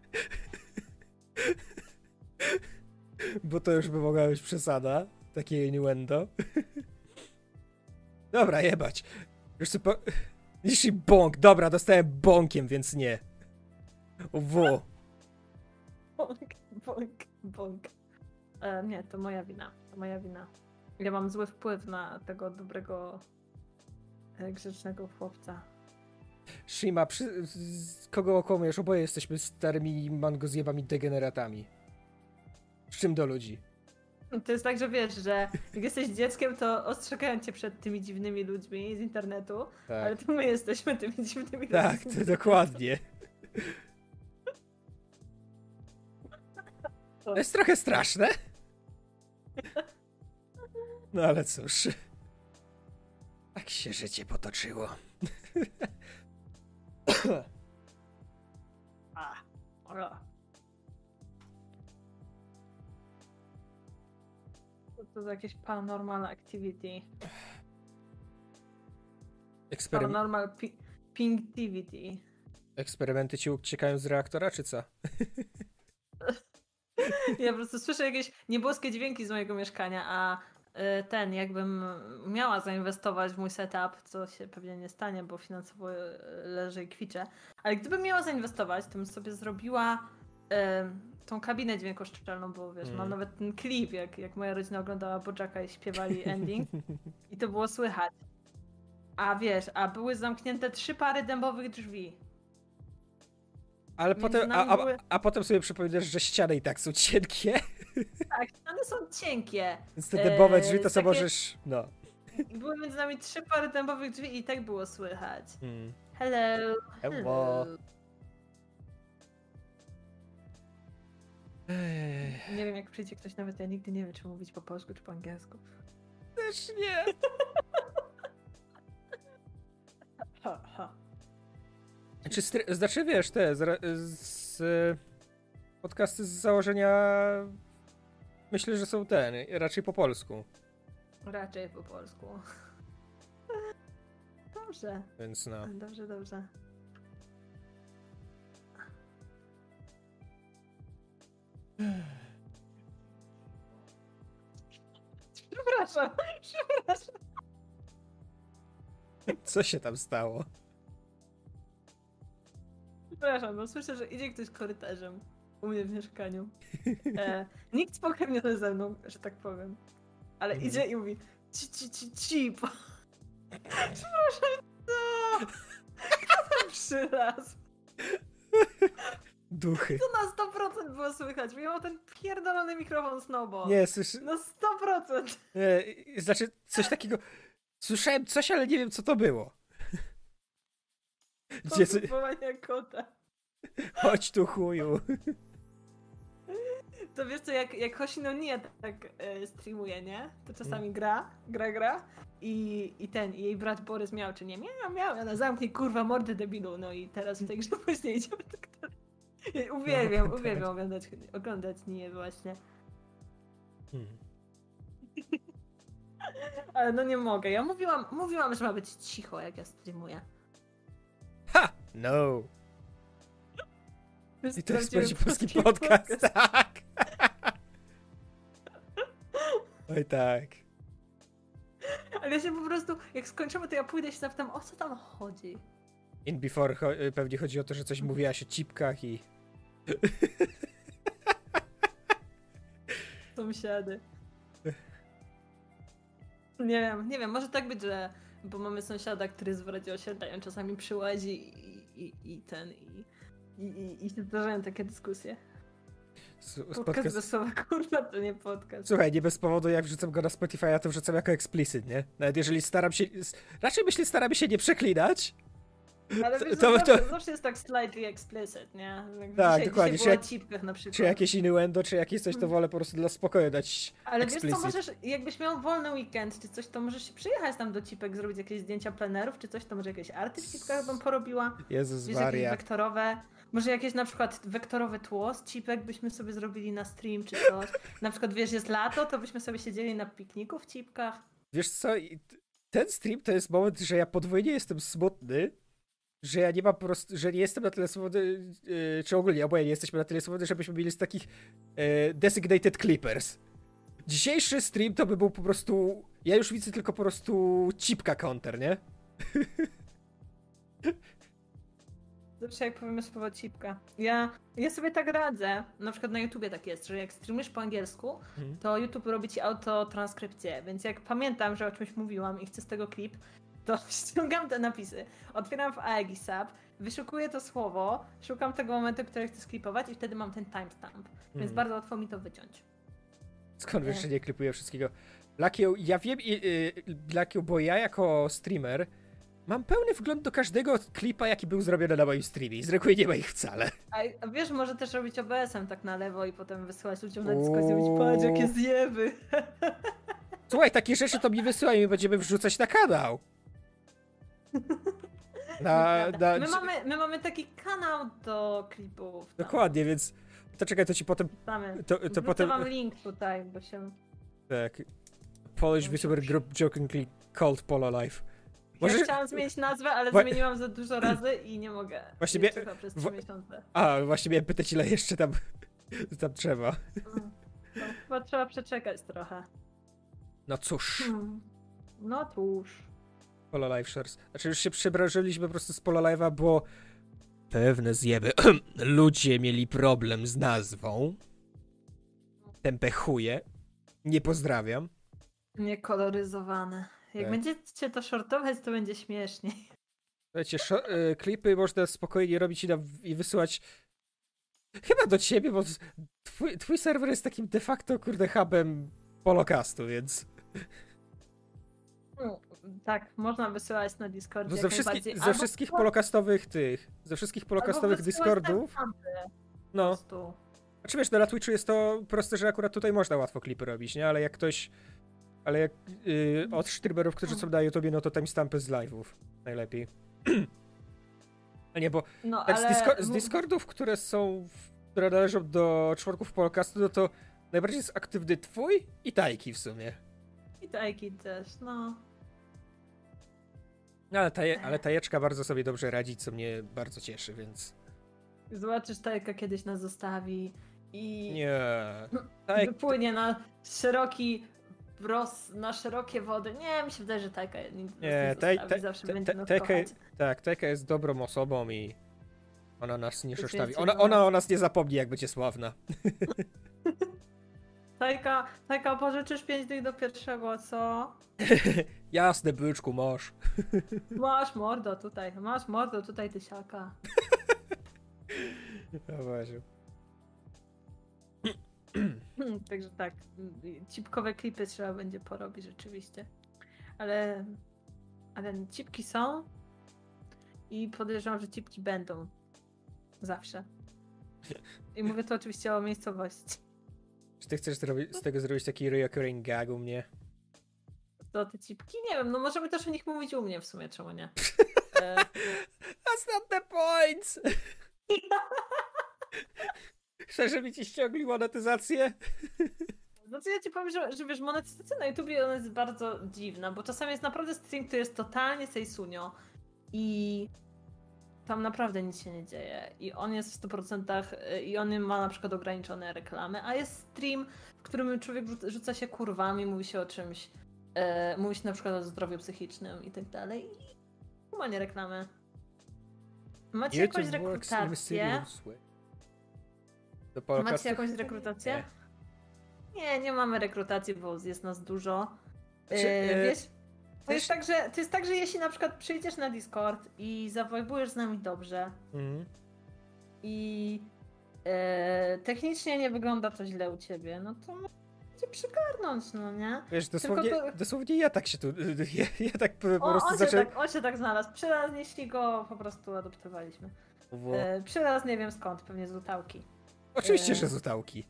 S2: Bo to już by mogła być przesada. Takie innuendo. Dobra, jebać. You're supposed... Jeśli bąk. Dobra, dostałem bąkiem, więc nie. W.
S1: Bąk, bąk, bąk. E, nie, to moja wina. To moja wina. Ja mam zły wpływ na tego dobrego, e, grzecznego chłopca.
S2: Shima, przy... z kogo okłamujesz? Oboje jesteśmy starymi mangozjebami degeneratami. Z czym do ludzi?
S1: To jest tak, że wiesz, że jak jesteś dzieckiem, to ostrzegają cię przed tymi dziwnymi ludźmi z internetu,
S2: Tak,
S1: ale to my jesteśmy tymi dziwnymi
S2: tak,
S1: ludźmi.
S2: to dokładnie. To jest trochę straszne. No ale cóż. Tak się życie potoczyło.
S1: A, ora. To, to jest jakieś paranormal activity.
S2: Eksperymen...
S1: Paranormal pi- pingtivity.
S2: Eksperymenty ci uciekają z reaktora, czy co?
S1: Ja po prostu słyszę jakieś nieboskie dźwięki z mojego mieszkania, a y, ten, jakbym miała zainwestować w mój setup, co się pewnie nie stanie, bo finansowo y, leży i kwiczę, ale gdybym miała zainwestować, to bym sobie zrobiła y, tą kabinę dźwiękoszczelną, bo wiesz,
S2: Mm.
S1: mam nawet ten klip, jak, jak moja rodzina oglądała Bojacka i śpiewali ending i to było słychać. A wiesz, a były zamknięte trzy pary dębowych drzwi.
S2: Ale
S1: Między
S2: potem, a,
S1: nami
S2: a,
S1: były-
S2: a potem sobie przypominasz, że ściany i tak są cienkie,
S1: Tak, ściany są cienkie.
S2: więc te dębowe
S1: Eee,
S2: drzwi to sobie
S1: takie-
S2: możesz, no.
S1: I były między nami trzy pary dębowych drzwi i tak było słychać.
S2: Mm.
S1: Hello.
S2: Hello. Ech,
S1: Nie wiem, jak przyjdzie ktoś nawet, ja nigdy nie wiem, czy mówić po polsku, czy po angielsku.
S2: też nie.
S1: Ha, ha.
S2: Czy stry- znaczy wiesz, te z, z podcasty z założenia myślę, że są ten, raczej po polsku.
S1: Raczej po polsku. Dobrze,
S2: Więc no.
S1: dobrze, dobrze. Przepraszam, przepraszam.
S2: Co się tam stało?
S1: Przepraszam, bo słyszę, że idzie ktoś korytarzem u mnie w mieszkaniu. E, nikt spokrewniony ze mną, że tak powiem. Ale
S2: Mhm.
S1: idzie i mówi ci, ci, ci, ci. po- Przepraszam, co? Kto tam przylazł?
S2: Duchy.
S1: To na sto procent było słychać, bo ja mam ten pierdolony mikrofon Snowball.
S2: Nie, słyszę.
S1: Na sto procent.
S2: Nie, znaczy coś takiego. Słyszałem coś, ale nie wiem co to było. Gdzie,
S1: Postępowania kota.
S2: chodź tu chuju.
S1: To wiesz co, jak, jak Hoshino Nie tak e, streamuje, nie? To czasami gra, gra, gra i, i ten, i jej brat Borys miał, czy nie? Miał, miał, ona zamknij kurwa mordy debilu, no i teraz w tej grze później idziemy tak dalej. Ja Uwielbiam,
S2: No,
S1: uwielbiam oglądać, oglądać Nie właśnie.
S2: Hmm.
S1: Ale no nie mogę, ja mówiłam, mówiłam, że ma być cicho, jak ja streamuję.
S2: Ha! No. I to jest
S1: prawdziwy
S2: polski podcast, tak. Oj tak.
S1: Ale ja się po prostu, jak skończymy, to ja pójdę i się zapytam, o co tam chodzi?
S2: In before cho- pewnie chodzi o to, że coś mówiłaś o cipkach i...
S1: Sąsiady. Nie wiem, nie wiem, może tak być, że bo mamy sąsiada, który z w osiedla i czasami przyłazi i, i, i ten i, i, i, i się zdarzają takie dyskusje.
S2: S-
S1: Podcast,
S2: podcast...
S1: bez słowa, kurwa, to nie podcast.
S2: Słuchaj, nie bez powodu jak wrzucam go na Spotify'a, to wrzucam jako explicit, nie? Nawet jeżeli staram się... Raczej myślę, staram się nie przeklinać.
S1: Ale wiesz,
S2: to,
S1: to,
S2: to,
S1: zawsze,
S2: to...
S1: zawsze jest tak slightly explicit, nie? Jak
S2: Tak,
S1: dzisiaj,
S2: dokładnie.
S1: Dzisiaj
S2: Czy,
S1: było o cipkach na przykład.
S2: czy jakieś innuendo, czy jakieś coś, to wolę po prostu dla spokoju dać
S1: Ale
S2: explicit.
S1: wiesz co, możesz, jakbyś miał wolny weekend czy coś, to możesz się przyjechać tam do cipek, zrobić jakieś zdjęcia plenerów, czy coś, to może jakieś arty w cipkach bym porobiła.
S2: Jezus
S1: Wiesz, jakieś
S2: Maria.
S1: wektorowe, może jakieś na przykład wektorowe tło z cipek byśmy sobie zrobili na stream, czy coś. Na przykład, wiesz, jest lato, to byśmy sobie siedzieli na pikniku w cipkach.
S2: Wiesz co, i t- ten stream to jest moment, że ja podwójnie jestem smutny, że ja nie mam po prostu, że nie jestem na tyle swobodny, yy, czy ogólnie oboje nie jesteśmy na tyle swobodni, żebyśmy mieli z takich yy, designated clippers. Dzisiejszy stream to by był po prostu, ja już widzę tylko po prostu cipka counter, nie?
S1: Zawsze jak powiemy słowo cipka. Ja, ja sobie tak radzę, na przykład na YouTubie tak jest, że jak streamujesz po angielsku,
S2: Mhm.
S1: to YouTube robi ci autotranskrypcję, więc jak pamiętam, że o czymś mówiłam i chcę z tego klip, to ściągam te napisy, otwieram w Aegisap, wyszukuję to słowo, szukam tego momentu, który chcę sklipować i wtedy mam ten timestamp, więc
S2: Mhm.
S1: bardzo łatwo mi to wyciąć.
S2: Skąd wiesz,
S1: Nie.
S2: że nie klipuję wszystkiego? Blakio, ja wiem, yy, Blakio, bo ja jako streamer mam pełny wgląd do każdego klipa, jaki był zrobiony na moim streamie i z reguły nie ma ich wcale.
S1: A, a wiesz, może też robić O B S-em tak na lewo i potem wysyłać ludziom na dyskusję i mówić, patrz jakie zjeby.
S2: Słuchaj, takie rzeczy to mi wysyłaj i my będziemy wrzucać na kanał. Na, na,
S1: My, mamy, my mamy taki kanał do klipów. tam.
S2: Dokładnie, więc to czekaj, to ci potem...
S1: Mamy.
S2: To, to
S1: Wrzucę
S2: potem...
S1: wam link tutaj, bo się...
S2: Tak. Polish VTuber Group jokingly called Polo Life. Możesz...
S1: Ja chciałam zmienić nazwę, ale
S2: Wa-
S1: zmieniłam za dużo razy i nie mogę.
S2: Właśnie
S1: Jeszcze
S2: mia-
S1: chyba przez
S2: wa-
S1: trzy miesiące.
S2: A, właśnie miałem pytać, ile jeszcze tam, tam trzeba.
S1: Mm. To chyba trzeba przeczekać trochę.
S2: No cóż,
S1: Hmm. No cóż.
S2: Polo Life Shores. Znaczy już się przebranżyliśmy po prostu z Polo Life'a, bo pewne zjeby ludzie mieli problem z nazwą. Tępe chuje. Nie pozdrawiam.
S1: Niekoloryzowane. Jak
S2: Tak.
S1: będziecie to shortować, to będzie śmieszniej.
S2: Słuchajcie, szo- y, klipy można spokojnie robić i, na, i wysyłać chyba do ciebie, bo twój, twój serwer jest takim de facto, kurde, hubem Polocastu, więc...
S1: No, tak, można wysyłać na Discordzie.
S2: Bo ze,
S1: jak
S2: wszystkich,
S1: najbardziej.
S2: ze
S1: Albo
S2: wszystkich
S1: po-
S2: polocastowych tych, ze wszystkich
S1: albo
S2: polocastowych
S1: wysyłać
S2: Discordów,
S1: timestampy po
S2: no,
S1: prostu.
S2: znaczy wiesz, no na Twitchu jest to proste, że akurat tutaj można łatwo klipy robić, nie, ale jak ktoś, ale jak yy, od streamerów, którzy są na YouTubie, no to timestampy z live'ów najlepiej. A nie, bo
S1: No,
S2: tak z,
S1: ale...
S2: Disco- z Discordów, które są, w, które należą do członków Polocastu, no to najbardziej jest aktywny twój i Tajki w sumie.
S1: I Tajki też, no.
S2: No, ale, taje, ale Tajeczka bardzo sobie dobrze radzi, co mnie bardzo cieszy, więc...
S1: Zobaczysz, Tajka kiedyś nas zostawi i
S2: Nie. Taj...
S1: wypłynie na szeroki roz, na szerokie wody. Nie, mi się wydaje, że Tajka nigdy nas
S2: Nie,
S1: nie
S2: taj,
S1: zostawi,
S2: taj,
S1: zawsze
S2: taj,
S1: będzie
S2: taj,
S1: nas
S2: Tajka,
S1: kochać.
S2: tak, Tajka jest dobrą osobą i ona nas nie
S1: Poświęci
S2: zostawi. Ona,
S1: nas.
S2: ona o nas nie zapomni, jak będzie sławna.
S1: Tajka, Tajka, pożyczysz pięć dych do pierwszego, co?
S2: Jasne, byczku, masz.
S1: Masz mordo tutaj, masz mordo tutaj, tysiaka.
S2: No właśnie.
S1: Także tak, cipkowe klipy trzeba będzie porobić rzeczywiście. Ale, ale cipki są i podejrzewam, że cipki będą. Zawsze. I mówię to oczywiście o miejscowości.
S2: Czy ty chcesz zrobić, z tego zrobić taki reoccurring gag u mnie?
S1: To te cipki? Nie wiem, no możemy też o nich mówić u mnie w sumie, czemu nie? E,
S2: That's not the point! Chcesz, żeby ci ściągli monetyzację?
S1: Znaczy ja ci powiem, że, że wiesz, monetyzacja na YouTubie ona jest bardzo dziwna, bo czasami jest naprawdę stream, który jest totalnie sejsunio i tam naprawdę nic się nie dzieje i on jest w stu procentach i on ma na przykład ograniczone reklamy, a jest stream, w którym człowiek rzuca się kurwami, mówi się o czymś, e, mówi się na przykład o zdrowiu psychicznym i tak dalej i ma nie reklamy. Macie jakąś rekrutację? Macie jakąś rekrutację? Nie, nie mamy rekrutacji, bo jest nas dużo. Znaczy, yy, wiesz, to jest, tak, że, to jest tak, że jeśli na przykład przyjdziesz na Discord i zawajbujesz z nami dobrze mm. i e, technicznie nie wygląda to źle u ciebie, no to cię przygarnąć, no nie?
S2: Wiesz, dosłownie, to... dosłownie ja tak się tu, ja, ja tak po o, prostu
S1: on
S2: zacząłem...
S1: Się tak, on się tak znalazł. Przyraznieśli go po prostu adoptowaliśmy. E, przyraz nie wiem skąd, pewnie z Lutałki.
S2: Oczywiście, e... że z Lutałki.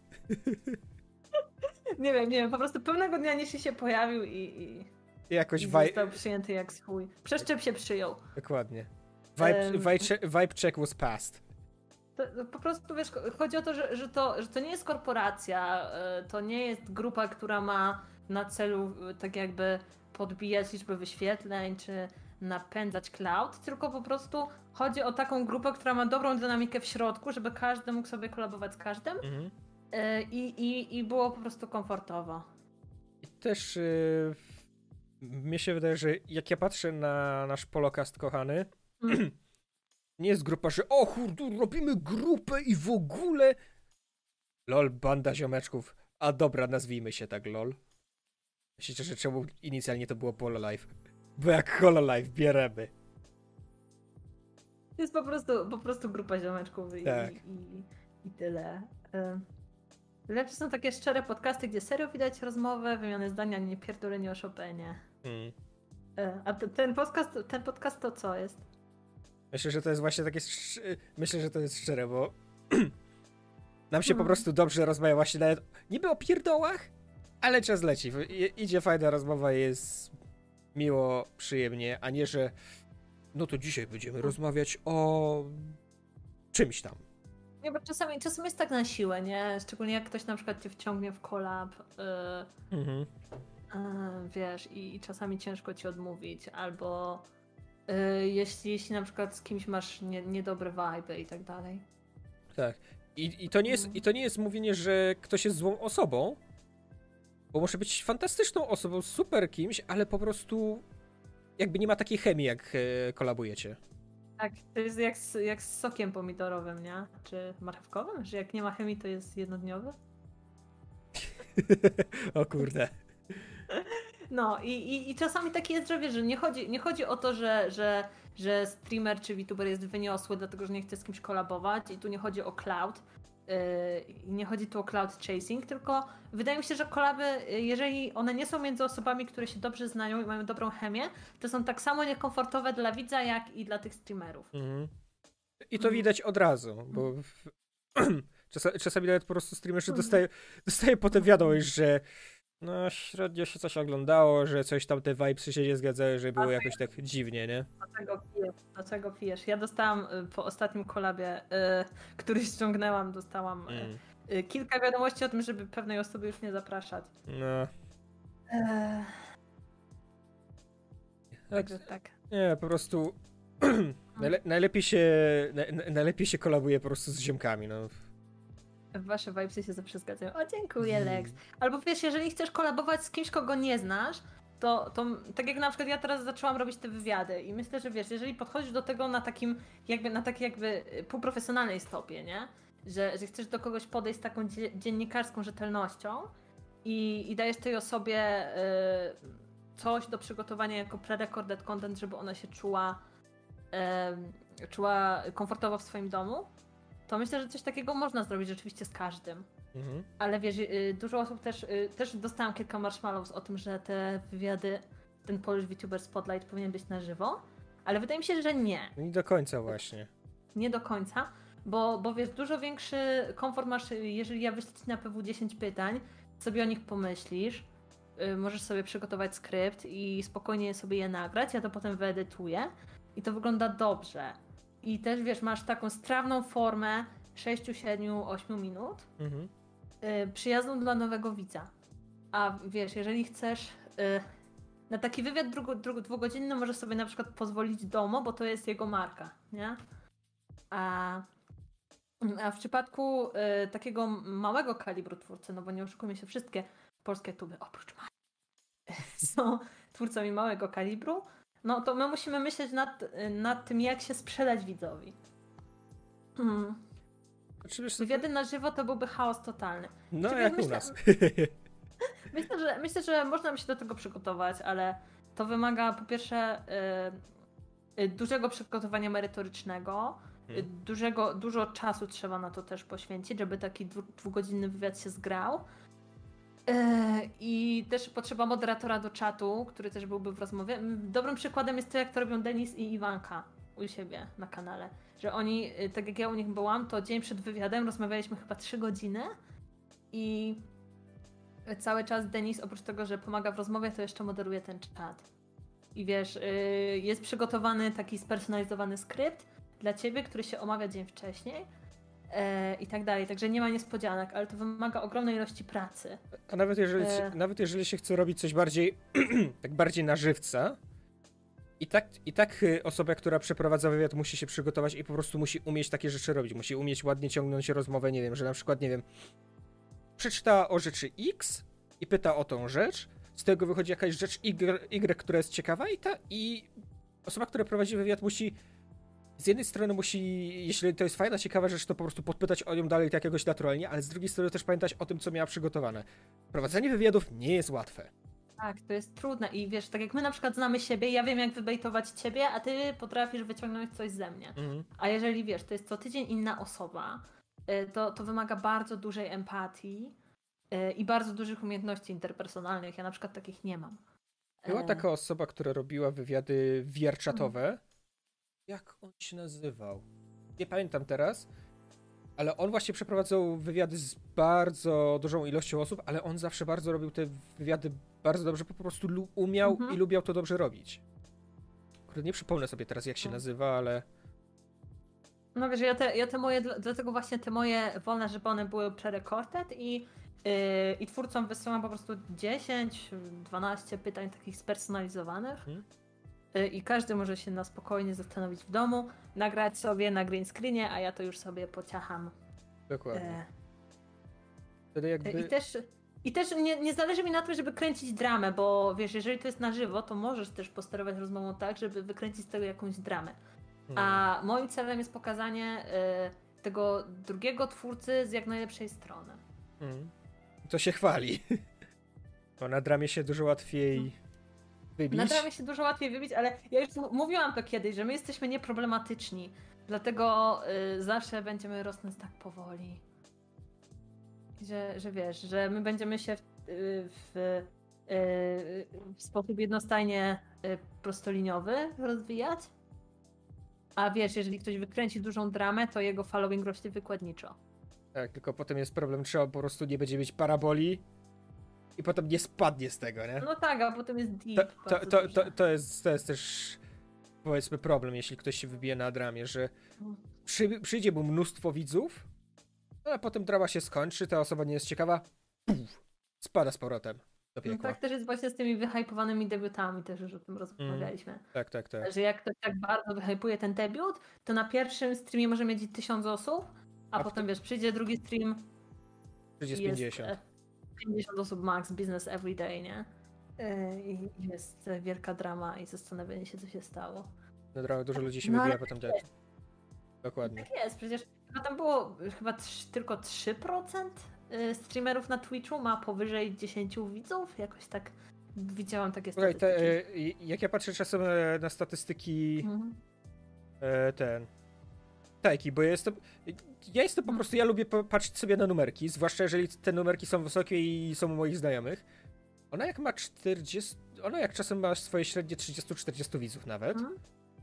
S1: Nie wiem, nie wiem, po prostu pewnego dnia Nishi się pojawił i, i,
S2: I jakoś
S1: i
S2: wi-
S1: został przyjęty jak swój. Przeszczep się przyjął.
S2: Dokładnie. Vibe, um, vibe, check, vibe check was passed.
S1: To, to po prostu, wiesz, chodzi o to że, że to, że to nie jest korporacja, to nie jest grupa, która ma na celu tak jakby podbijać liczbę wyświetleń, czy napędzać cloud, tylko po prostu chodzi o taką grupę, która ma dobrą dynamikę w środku, żeby każdy mógł sobie kolabować z każdym. Mhm. I, i, I było po prostu komfortowo.
S2: I też yy, mnie się wydaje, że jak ja patrzę na nasz Polocast kochany, mm. nie jest grupa, że o kurde, robimy grupę i w ogóle lol, banda ziomeczków. A dobra, nazwijmy się tak lol. Myślicie, że czemu inicjalnie to było Hololive? Bo jak Hololive bieremy.
S1: To jest po prostu, po prostu grupa ziomeczków i,
S2: tak.
S1: i, i, i tyle. Lepsze są takie szczere podcasty, gdzie serio widać rozmowę, wymianę zdania, nie pierdolenie o Chopinie. Hmm. A t- ten, podcast, ten podcast to co jest?
S2: Myślę, że to jest właśnie takie... Sz- Myślę, że to jest szczere, bo nam się hmm. po prostu dobrze rozmawia właśnie nawet niby o pierdołach, ale czas leci. I, idzie fajna rozmowa, jest miło, przyjemnie, a nie, że no to dzisiaj będziemy hmm. rozmawiać o czymś tam.
S1: Nie, bo czasami, czasami jest tak na siłę, nie? Szczególnie jak ktoś na przykład cię wciągnie w collab, yy, mhm. yy, wiesz, i, i czasami ciężko ci odmówić, albo yy, jeśli, jeśli na przykład z kimś masz nie, niedobre vibe i tak dalej.
S2: Tak. I, i, to nie jest, mm. I to nie jest mówienie, że ktoś jest złą osobą, bo może być fantastyczną osobą, super kimś, ale po prostu jakby nie ma takiej chemii, jak yy, kolabujecie.
S1: Tak, to jest jak z, jak z sokiem pomidorowym, nie? Czy marchewkowym? Że jak nie ma chemii, to jest jednodniowy?
S2: O kurde.
S1: No i, i, i czasami takie jest, że wiesz, że nie chodzi, nie chodzi o to, że, że, że streamer czy VTuber jest wyniosły, dlatego że nie chce z kimś kolabować i tu nie chodzi o cloud. Yy, nie chodzi tu o cloud chasing, tylko wydaje mi się, że kolaby, jeżeli one nie są między osobami, które się dobrze znają i mają dobrą chemię, to są tak samo niekomfortowe dla widza, jak i dla tych streamerów. Mhm.
S2: I to widać od razu, bo czasami, czasami nawet po prostu streamerzy dostają, dostają potem wiadomość, że no średnio się coś oglądało, że coś tam te vibesy się nie zgadzały, że było jakoś tak dziwnie, nie?
S1: Dlaczego pijesz? Dlaczego pijesz? Ja dostałam po ostatnim kolabie, yy, który ściągnęłam, dostałam mm. yy, kilka wiadomości o tym, żeby pewnej osoby już nie zapraszać. No. Eee... Także tak.
S2: Nie, po prostu najle- najlepiej się na- najlepiej się kolabuje po prostu z ziomkami, no.
S1: Wasze vibesy się zawsze zgadzają. O, dziękuję, hmm. Lex. Albo wiesz, jeżeli chcesz kolabować z kimś, kogo nie znasz, to, to tak jak na przykład ja teraz zaczęłam robić te wywiady i myślę, że wiesz, jeżeli podchodzisz do tego na takim jakby, na takiej jakby półprofesjonalnej stopie, nie? Że, że chcesz do kogoś podejść z taką dzie- dziennikarską rzetelnością i, i dajesz tej osobie y, coś do przygotowania jako pre-recorded content, żeby ona się czuła, y, czuła komfortowo w swoim domu, to myślę, że coś takiego można zrobić rzeczywiście z każdym. Mhm. Ale wiesz, dużo osób też, też dostałam kilka marshmallows o tym, że te wywiady, ten Polish VTuber Spotlight powinien być na żywo, ale wydaje mi się, że nie.
S2: Nie do końca właśnie.
S1: Nie do końca, bo, bo wiesz, dużo większy komfort masz, jeżeli ja wyślę ci na P W dziesięć pytań, sobie o nich pomyślisz, możesz sobie przygotować skrypt i spokojnie sobie je nagrać, ja to potem wyedytuję i to wygląda dobrze. I też wiesz, masz taką strawną formę sześć, siedem, osiem minut, mhm. y, przyjazną dla nowego widza. A wiesz, jeżeli chcesz y, na taki wywiad drugo, drugo, dwugodzinny możesz sobie na przykład pozwolić Domo, bo to jest jego marka, nie? A, a w przypadku y, takiego małego kalibru twórcy, no bo nie oszukujmy się, wszystkie polskie tuby, oprócz Marii, są twórcami małego kalibru, no to my musimy myśleć nad, nad tym, jak się sprzedać widzowi. Hmm.
S2: Oczywiście.
S1: Wywiady na żywo to byłby chaos totalny.
S2: No
S1: Czyli
S2: jak
S1: myślę,
S2: u nas.
S1: Myślę że, myślę, że można by się do tego przygotować, ale to wymaga po pierwsze y, y, dużego przygotowania merytorycznego, hmm. y, dużego, dużo czasu trzeba na to też poświęcić, żeby taki dwu, dwugodzinny wywiad się zgrał. Y, I też potrzeba moderatora do czatu, który też byłby w rozmowie. Dobrym przykładem jest to, jak to robią Denis i Iwanka u siebie na kanale. Że oni, y, tak jak ja u nich byłam, to dzień przed wywiadem rozmawialiśmy chyba trzy godziny i cały czas Denis, oprócz tego, że pomaga w rozmowie, to jeszcze moderuje ten czat. I wiesz, yy, jest przygotowany taki spersonalizowany skrypt dla ciebie, który się omawia dzień wcześniej yy, i tak dalej. Także nie ma niespodzianek, ale to wymaga ogromnej ilości pracy.
S2: A nawet jeżeli, yy. się, nawet jeżeli się chce robić coś bardziej tak bardziej na żywca, i tak, i tak osoba, która przeprowadza wywiad, musi się przygotować i po prostu musi umieć takie rzeczy robić. Musi umieć ładnie ciągnąć rozmowę, nie wiem, że na przykład, nie wiem, przeczyta o rzeczy X i pyta o tą rzecz, z tego wychodzi jakaś rzecz Y, y która jest ciekawa i ta i osoba, która prowadzi wywiad musi z jednej strony musi, jeśli to jest fajna, ciekawa rzecz, to po prostu podpytać o nią dalej tak jakoś naturalnie, ale z drugiej strony też pamiętać o tym, co miała przygotowane. Prowadzenie wywiadów nie jest łatwe.
S1: Tak, to jest trudne i wiesz, tak jak my na przykład znamy siebie, ja wiem jak wybejtować ciebie, a ty potrafisz wyciągnąć coś ze mnie. Mhm. A jeżeli wiesz, to jest co tydzień inna osoba, To, to wymaga bardzo dużej empatii yy, i bardzo dużych umiejętności interpersonalnych. Ja na przykład takich nie mam.
S2: Była taka osoba, która robiła wywiady wierchatowe. Mm. Jak on się nazywał? Nie pamiętam teraz, ale on właśnie przeprowadzał wywiady z bardzo dużą ilością osób, ale on zawsze bardzo robił te wywiady bardzo dobrze, po prostu lu- umiał mm-hmm. i lubiał to dobrze robić. Kurde, nie przypomnę sobie teraz, jak się mm. nazywa, ale...
S1: No wiesz, ja te, ja te moje, dlatego właśnie te moje wolne, żeby one były pre-recorded i, yy, i twórcom wysyłam po prostu dziesięć dwanaście pytań takich spersonalizowanych hmm. yy, i każdy może się na spokojnie zastanowić w domu, nagrać sobie na green screenie, a ja to już sobie pociacham.
S2: Dokładnie. Yy.
S1: Wtedy jakby... I też, i też nie, nie zależy mi na tym, żeby kręcić dramę, bo wiesz, jeżeli to jest na żywo, to możesz też posterować rozmową tak, żeby wykręcić z tego jakąś dramę. A moim celem jest pokazanie y, tego drugiego twórcy z jak najlepszej strony.
S2: Mm. To się chwali. Bo na dramie się dużo łatwiej wybić.
S1: Na dramie się dużo łatwiej wybić, ale ja już mówiłam to kiedyś, że my jesteśmy nieproblematyczni. Dlatego y, zawsze będziemy rosnąć tak powoli. Że, że wiesz, że my będziemy się w, w, w, w sposób jednostajnie prostoliniowy rozwijać. A wiesz, jeżeli ktoś wykręci dużą dramę, to jego following rośnie wykładniczo.
S2: Tak, tylko potem jest problem, czy on po prostu nie będzie mieć paraboli i potem nie spadnie z tego, nie?
S1: No tak, a potem jest deep.
S2: To, to, to, to, to, jest, to jest też, powiedzmy, problem, jeśli ktoś się wybije na dramie, że przy, przyjdzie mu mnóstwo widzów, a potem drama się skończy, ta osoba nie jest ciekawa, puf, spada z powrotem.
S1: No tak też jest właśnie z tymi wyhypowanymi debiutami, też już o tym rozmawialiśmy.
S2: Mm, tak, tak, tak.
S1: Że jak ktoś tak bardzo wyhypuje ten debiut, to na pierwszym streamie może mieć tysiąc osób, a, a potem to... wiesz, przyjdzie drugi stream
S2: przyjdzie z pięćdziesiąt.
S1: pięćdziesiąt osób max, business every day, nie? I jest wielka drama i zastanawianie się, co się stało.
S2: No drama, dużo ludzi się no, wybija, potem tak. Dokładnie.
S1: Tak jest, przecież chyba tam było chyba trzy, tylko trzy procent streamerów na Twitchu ma powyżej dziesięć widzów, jakoś tak widziałam takie
S2: Słuchaj,
S1: statystyki.
S2: Te, jak ja patrzę czasem na statystyki mhm. ten tajki, bo ja jestem ja jestem po prostu, ja lubię patrzeć sobie na numerki, zwłaszcza jeżeli te numerki są wysokie i są u moich znajomych. Ona jak ma czterdzieści, ona jak czasem ma swoje średnie trzydzieści czterdzieści widzów nawet, mhm.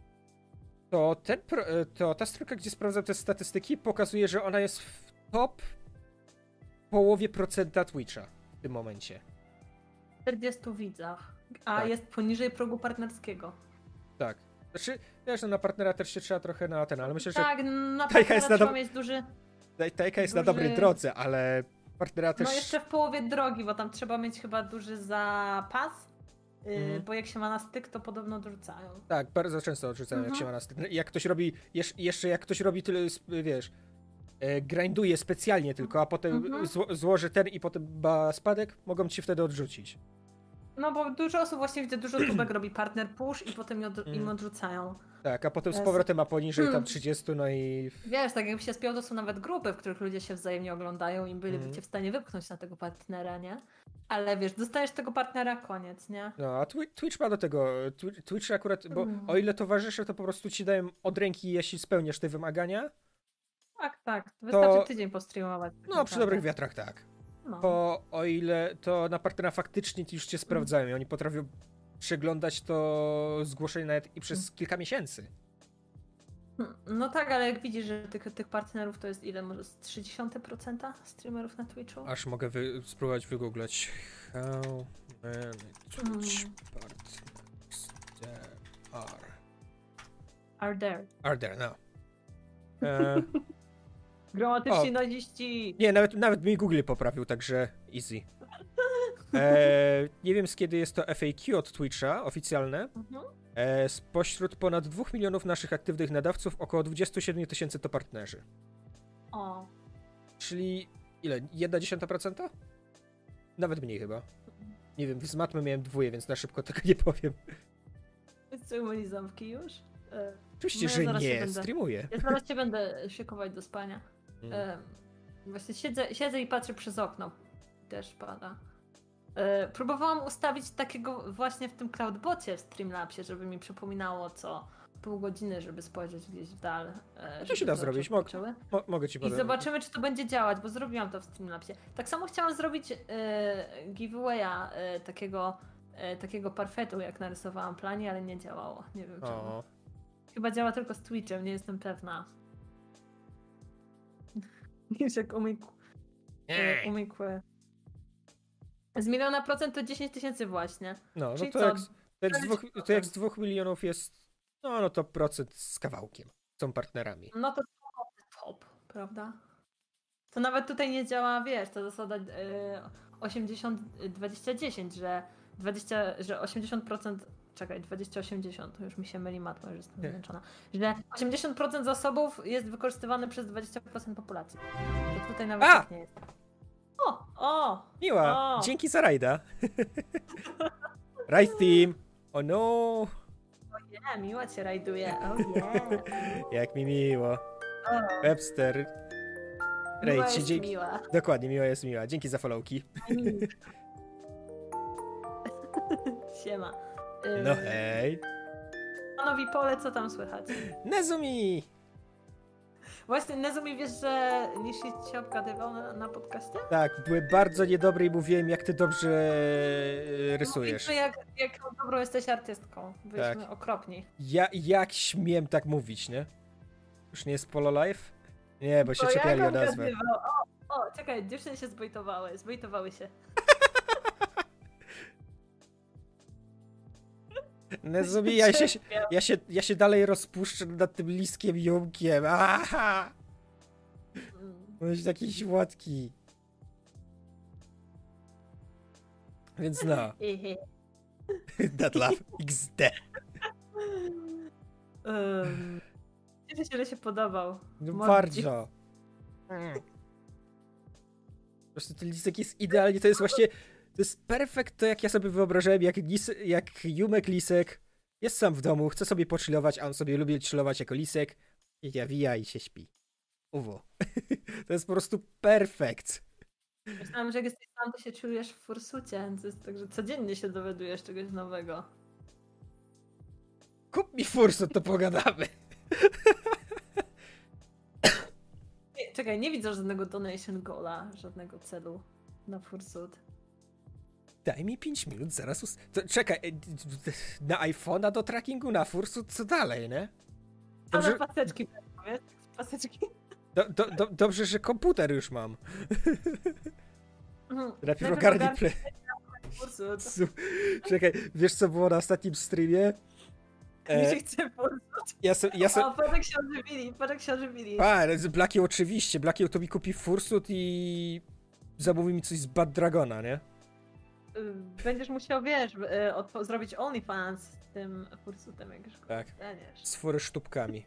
S2: to, ten, to ta stronka, gdzie sprawdzam te statystyki, pokazuje, że ona jest w top połowie procenta Twitcha w tym momencie.
S1: czterdziestu widzach, a tak. Jest poniżej progu partnerskiego.
S2: Tak. Znaczy, wiesz, no na partnera też się trzeba trochę na ten, ale myślę, że
S1: tak, na partnera jest trzeba na do... mieć duży...
S2: Tajka jest duży... na dobrej drodze, ale partnera też...
S1: No jeszcze w połowie drogi, bo tam trzeba mieć chyba duży zapas Mhm. Bo jak się ma na styk, to podobno odrzucają.
S2: Tak, bardzo często odrzucają, mhm. jak się ma na styk. Jak ktoś robi, jeszcze jak ktoś robi tyle, wiesz, grinduje specjalnie tylko, a potem mhm. zło, złoży ten i potem ba spadek, mogą ci wtedy odrzucić.
S1: No bo dużo osób, właśnie widzę, dużo tubek robi partner push i potem im, od, im odrzucają.
S2: Tak, a potem z powrotem ma poniżej hmm. tam trzydzieści, no i...
S1: Wiesz, tak jakby się spiął, to są nawet grupy, w których ludzie się wzajemnie oglądają i byliby hmm. cię w stanie wypchnąć na tego partnera, nie? Ale wiesz, dostajesz tego partnera, koniec, nie?
S2: No, a Twitch ma do tego, Twitch akurat, bo hmm. o ile towarzysze, to po prostu ci dają od ręki, jeśli spełniasz te wymagania.
S1: Tak, tak, wystarczy to... tydzień postreamować.
S2: Tak no, naprawdę. Przy dobrych wiatrach tak. No. To o ile to na partnera faktycznie już cię sprawdzają hmm. i oni potrafią przeglądać to zgłoszenie nawet i przez hmm. kilka miesięcy.
S1: No tak, ale jak widzisz, że tych, tych partnerów to jest ile? Może z trzydzieści procent streamerów na Twitchu?
S2: Aż mogę wy, spróbować wygooglać. How many Twitch hmm. partners there are?
S1: Are there.
S2: Are there, no. E...
S1: Gramatyczni naziści!
S2: Nie, nawet, nawet mi Google poprawił, także easy. E, nie wiem, z kiedy jest to F A Q od Twitcha, oficjalne. Mhm. E, spośród ponad dwóch milionów naszych aktywnych nadawców, około dwadzieścia siedem tysięcy to partnerzy.
S1: O.
S2: Czyli ile? Jedna dziesiąta procenta? Nawet mniej chyba. Nie wiem, z matmy miałem dwóje, więc na szybko tego nie powiem.
S1: Co, mieli zamki już? E,
S2: Oczywiście, no ja że nie, będę, streamuję.
S1: Ja zaraz cię będę szykować do spania. Hmm. E, właśnie siedzę, siedzę i patrzę przez okno. Deszcz pada. E, próbowałam ustawić takiego właśnie w tym Cloudbocie w Streamlabsie, żeby mi przypominało co pół godziny, żeby spojrzeć gdzieś w dal. E,
S2: to się da zrobić, Mog mo mogę ci
S1: podać. I zobaczymy, czy to będzie działać, bo zrobiłam to w Streamlabsie. Tak samo chciałam zrobić e, giveawaya e, takiego, e, takiego parfetu, jak narysowałam planie, ale nie działało. Nie wiem czemu. Chyba działa tylko z Twitchem, nie jestem pewna. Już jak umykł. umykł. Z miliona procent to dziesięć tysięcy właśnie.
S2: No, no to, jak, to, jak z dwóch, to jak z dwóch milionów jest, no, no to procent z kawałkiem. Są partnerami.
S1: No to top, prawda? To nawet tutaj nie działa, wiesz, ta zasada yy, osiemdziesiąt dwadzieścia dziesięć, że, dwadzieścia, że osiemdziesiąt procent, czekaj, dwadzieścia osiemdziesiąt, to już mi się myli matma, już jestem zmęczona, że osiemdziesiąt procent zasobów jest wykorzystywane przez dwadzieścia procent populacji. To tutaj nawet tak nie jest. O, o!
S2: Miła, o. Dzięki za rajda. Rajd team. O no.
S1: O nie, yeah, miła cię rajduje. O oh, yeah.
S2: Jak mi miło. O. Webster.
S1: Miła jest dzięki... miła.
S2: Dokładnie, miła jest miła. Dzięki za followki.
S1: Siema.
S2: No hej.
S1: Panowi Pole, co tam słychać?
S2: Nezumi!
S1: Właśnie, Nezumi, wiesz, że Nishi cię obgadywał na, na podcaście?
S2: Tak, były bardzo niedobre i mówiłem, jak ty dobrze rysujesz.
S1: No, jak, jak dobrą jesteś artystką. Byliśmy tak. okropni.
S2: Ja, jak śmiem tak mówić, nie? Już nie jest Polo Life? Nie, bo się czepiali o nazwę.
S1: O, o, czekaj, dziewczyny się zbojtowały, zbojtowały się.
S2: Nezumi, ja się, ja, się, ja się dalej rozpuszczę nad tym listkiem Jumkiem. Aha! Bądź taki słodki. Więc no. That love X D.
S1: Um, cieszę się, że się podobał.
S2: No bardzo. Po prostu ten listek jest idealnie, to jest właśnie... To jest perfekt to, jak ja sobie wyobrażałem, jak, lis, jak Jumek Lisek jest sam w domu, chce sobie pochillować, a on sobie lubi chillować jako lisek i ja wija i się śpi. Uwo. To jest po prostu perfekt.
S1: Myślałam, że jak jesteś sam, to się czujesz w fursucie, to jest tak, że codziennie się dowiadujesz czegoś nowego.
S2: Kup mi fursut, to pogadamy.
S1: Czekaj, nie widzę żadnego donation goala, żadnego celu na fursut.
S2: Daj mi pięć minut, zaraz us... To, czekaj, na iPhone'a do trackingu, na fursut, co dalej, nie?
S1: Dobrze... Ale paseczki, wiesz? Paseczki.
S2: Do, do, do, dobrze, że komputer już mam. Najpierw ogarnij pre... Czekaj, wiesz co było na ostatnim streamie?
S1: E... Mi się chce fursut.
S2: Ja so, ja so...
S1: O, patrz się ożywili, patrz się ożywili.
S2: A, Blaki oczywiście, Blaki to mi kupi fursut i zamówi mi coś z Bad Dragona, nie?
S1: będziesz musiał, wiesz, y, odpo- zrobić OnlyFans z tym fursutem, jak już go
S2: Tak.
S1: dostaniesz.
S2: Z fury sztupkami.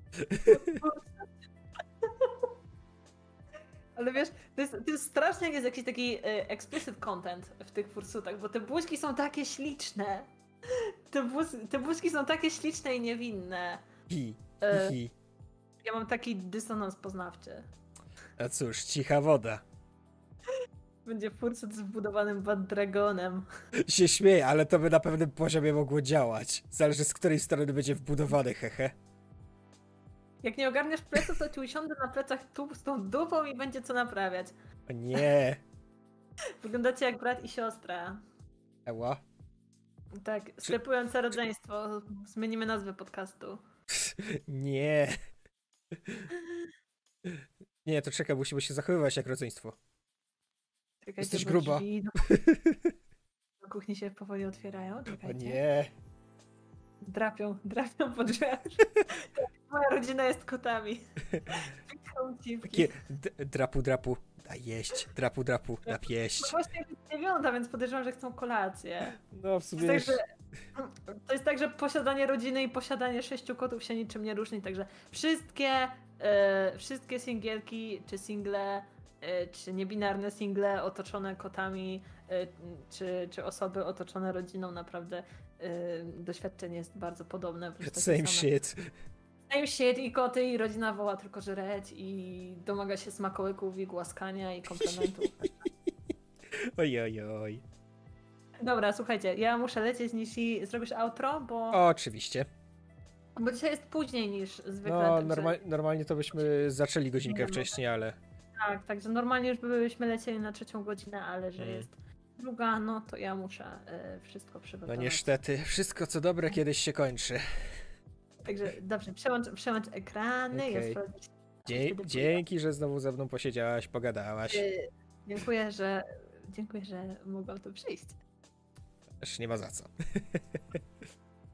S1: Ale wiesz, to jest, to jest strasznie, jak jest jakiś taki y, explicit content w tych fursutach, bo te buźki są takie śliczne. Te, buz, te buźki są takie śliczne i niewinne.
S2: Hi,
S1: E,
S2: hi, hi.
S1: Ja mam taki dysonans poznawczy.
S2: A cóż, cicha woda.
S1: Będzie fursut z wbudowanym Bad Dragonem.
S2: Się śmieję, ale to by na pewnym poziomie mogło działać. Zależy z której strony będzie wbudowany, hehe.
S1: Jak nie ogarniesz pleców, to ci usiądę na plecach tu z tą dupą i będzie co naprawiać.
S2: O nie.
S1: Wyglądacie jak brat i siostra.
S2: Eła.
S1: Tak, sklepujące rodzeństwo. Zmienimy nazwę podcastu.
S2: Nie. Nie, to czekaj, musimy się zachowywać jak rodzeństwo.
S1: Czekajcie,
S2: Jesteś
S1: bo
S2: gruba.
S1: drzwi do... do kuchni się powoli otwierają.
S2: O
S1: Czekajcie.
S2: nie.
S1: Drapią, drapią po drzwiach. Moja rodzina jest kotami. Są dziwki.
S2: Takie d- drapu, drapu. Daj jeść. Drapu, drapu. Daj
S1: No
S2: jeść.
S1: właśnie jest dziewiąta, więc podejrzewam, że chcą kolację.
S2: No w
S1: To jest,
S2: sumie...
S1: tak, że, to jest tak, że posiadanie rodziny i posiadanie sześciu kotów się niczym nie różni, także wszystkie, e, wszystkie singielki, czy single, e, czy niebinarne single otoczone kotami, e, czy, czy osoby otoczone rodziną, naprawdę e, doświadczenie jest bardzo podobne. po prostu takie
S2: Same
S1: same.
S2: shit.
S1: Same shit i koty i rodzina woła tylko żreć i domaga się smakołyków i głaskania i komplementów.
S2: Oj, oj, oj.
S1: Dobra, słuchajcie, ja muszę lecieć, Nishi, zrobisz outro, bo,
S2: O, oczywiście.
S1: bo dzisiaj jest później niż zwykle.
S2: No,
S1: także,
S2: normal, normalnie to byśmy zaczęli godzinkę
S1: Nie, no.
S2: wcześniej, ale...
S1: Tak, także normalnie już byśmy lecieli na trzecią godzinę, ale że
S2: Mm.
S1: jest druga, no to ja muszę y, wszystko
S2: No
S1: przygotować.
S2: niestety, wszystko co dobre kiedyś się kończy.
S1: Także dobrze, przełącz, przełącz ekrany.
S2: Okej.
S1: Ja sprawdzę,
S2: Dzie-
S1: wtedy
S2: dzięki, że znowu ze mną posiedziałaś, pogadałaś.
S1: Y, Dziękuję, że dziękuję, że mogłam tu przyjść.
S2: Też nie ma za co.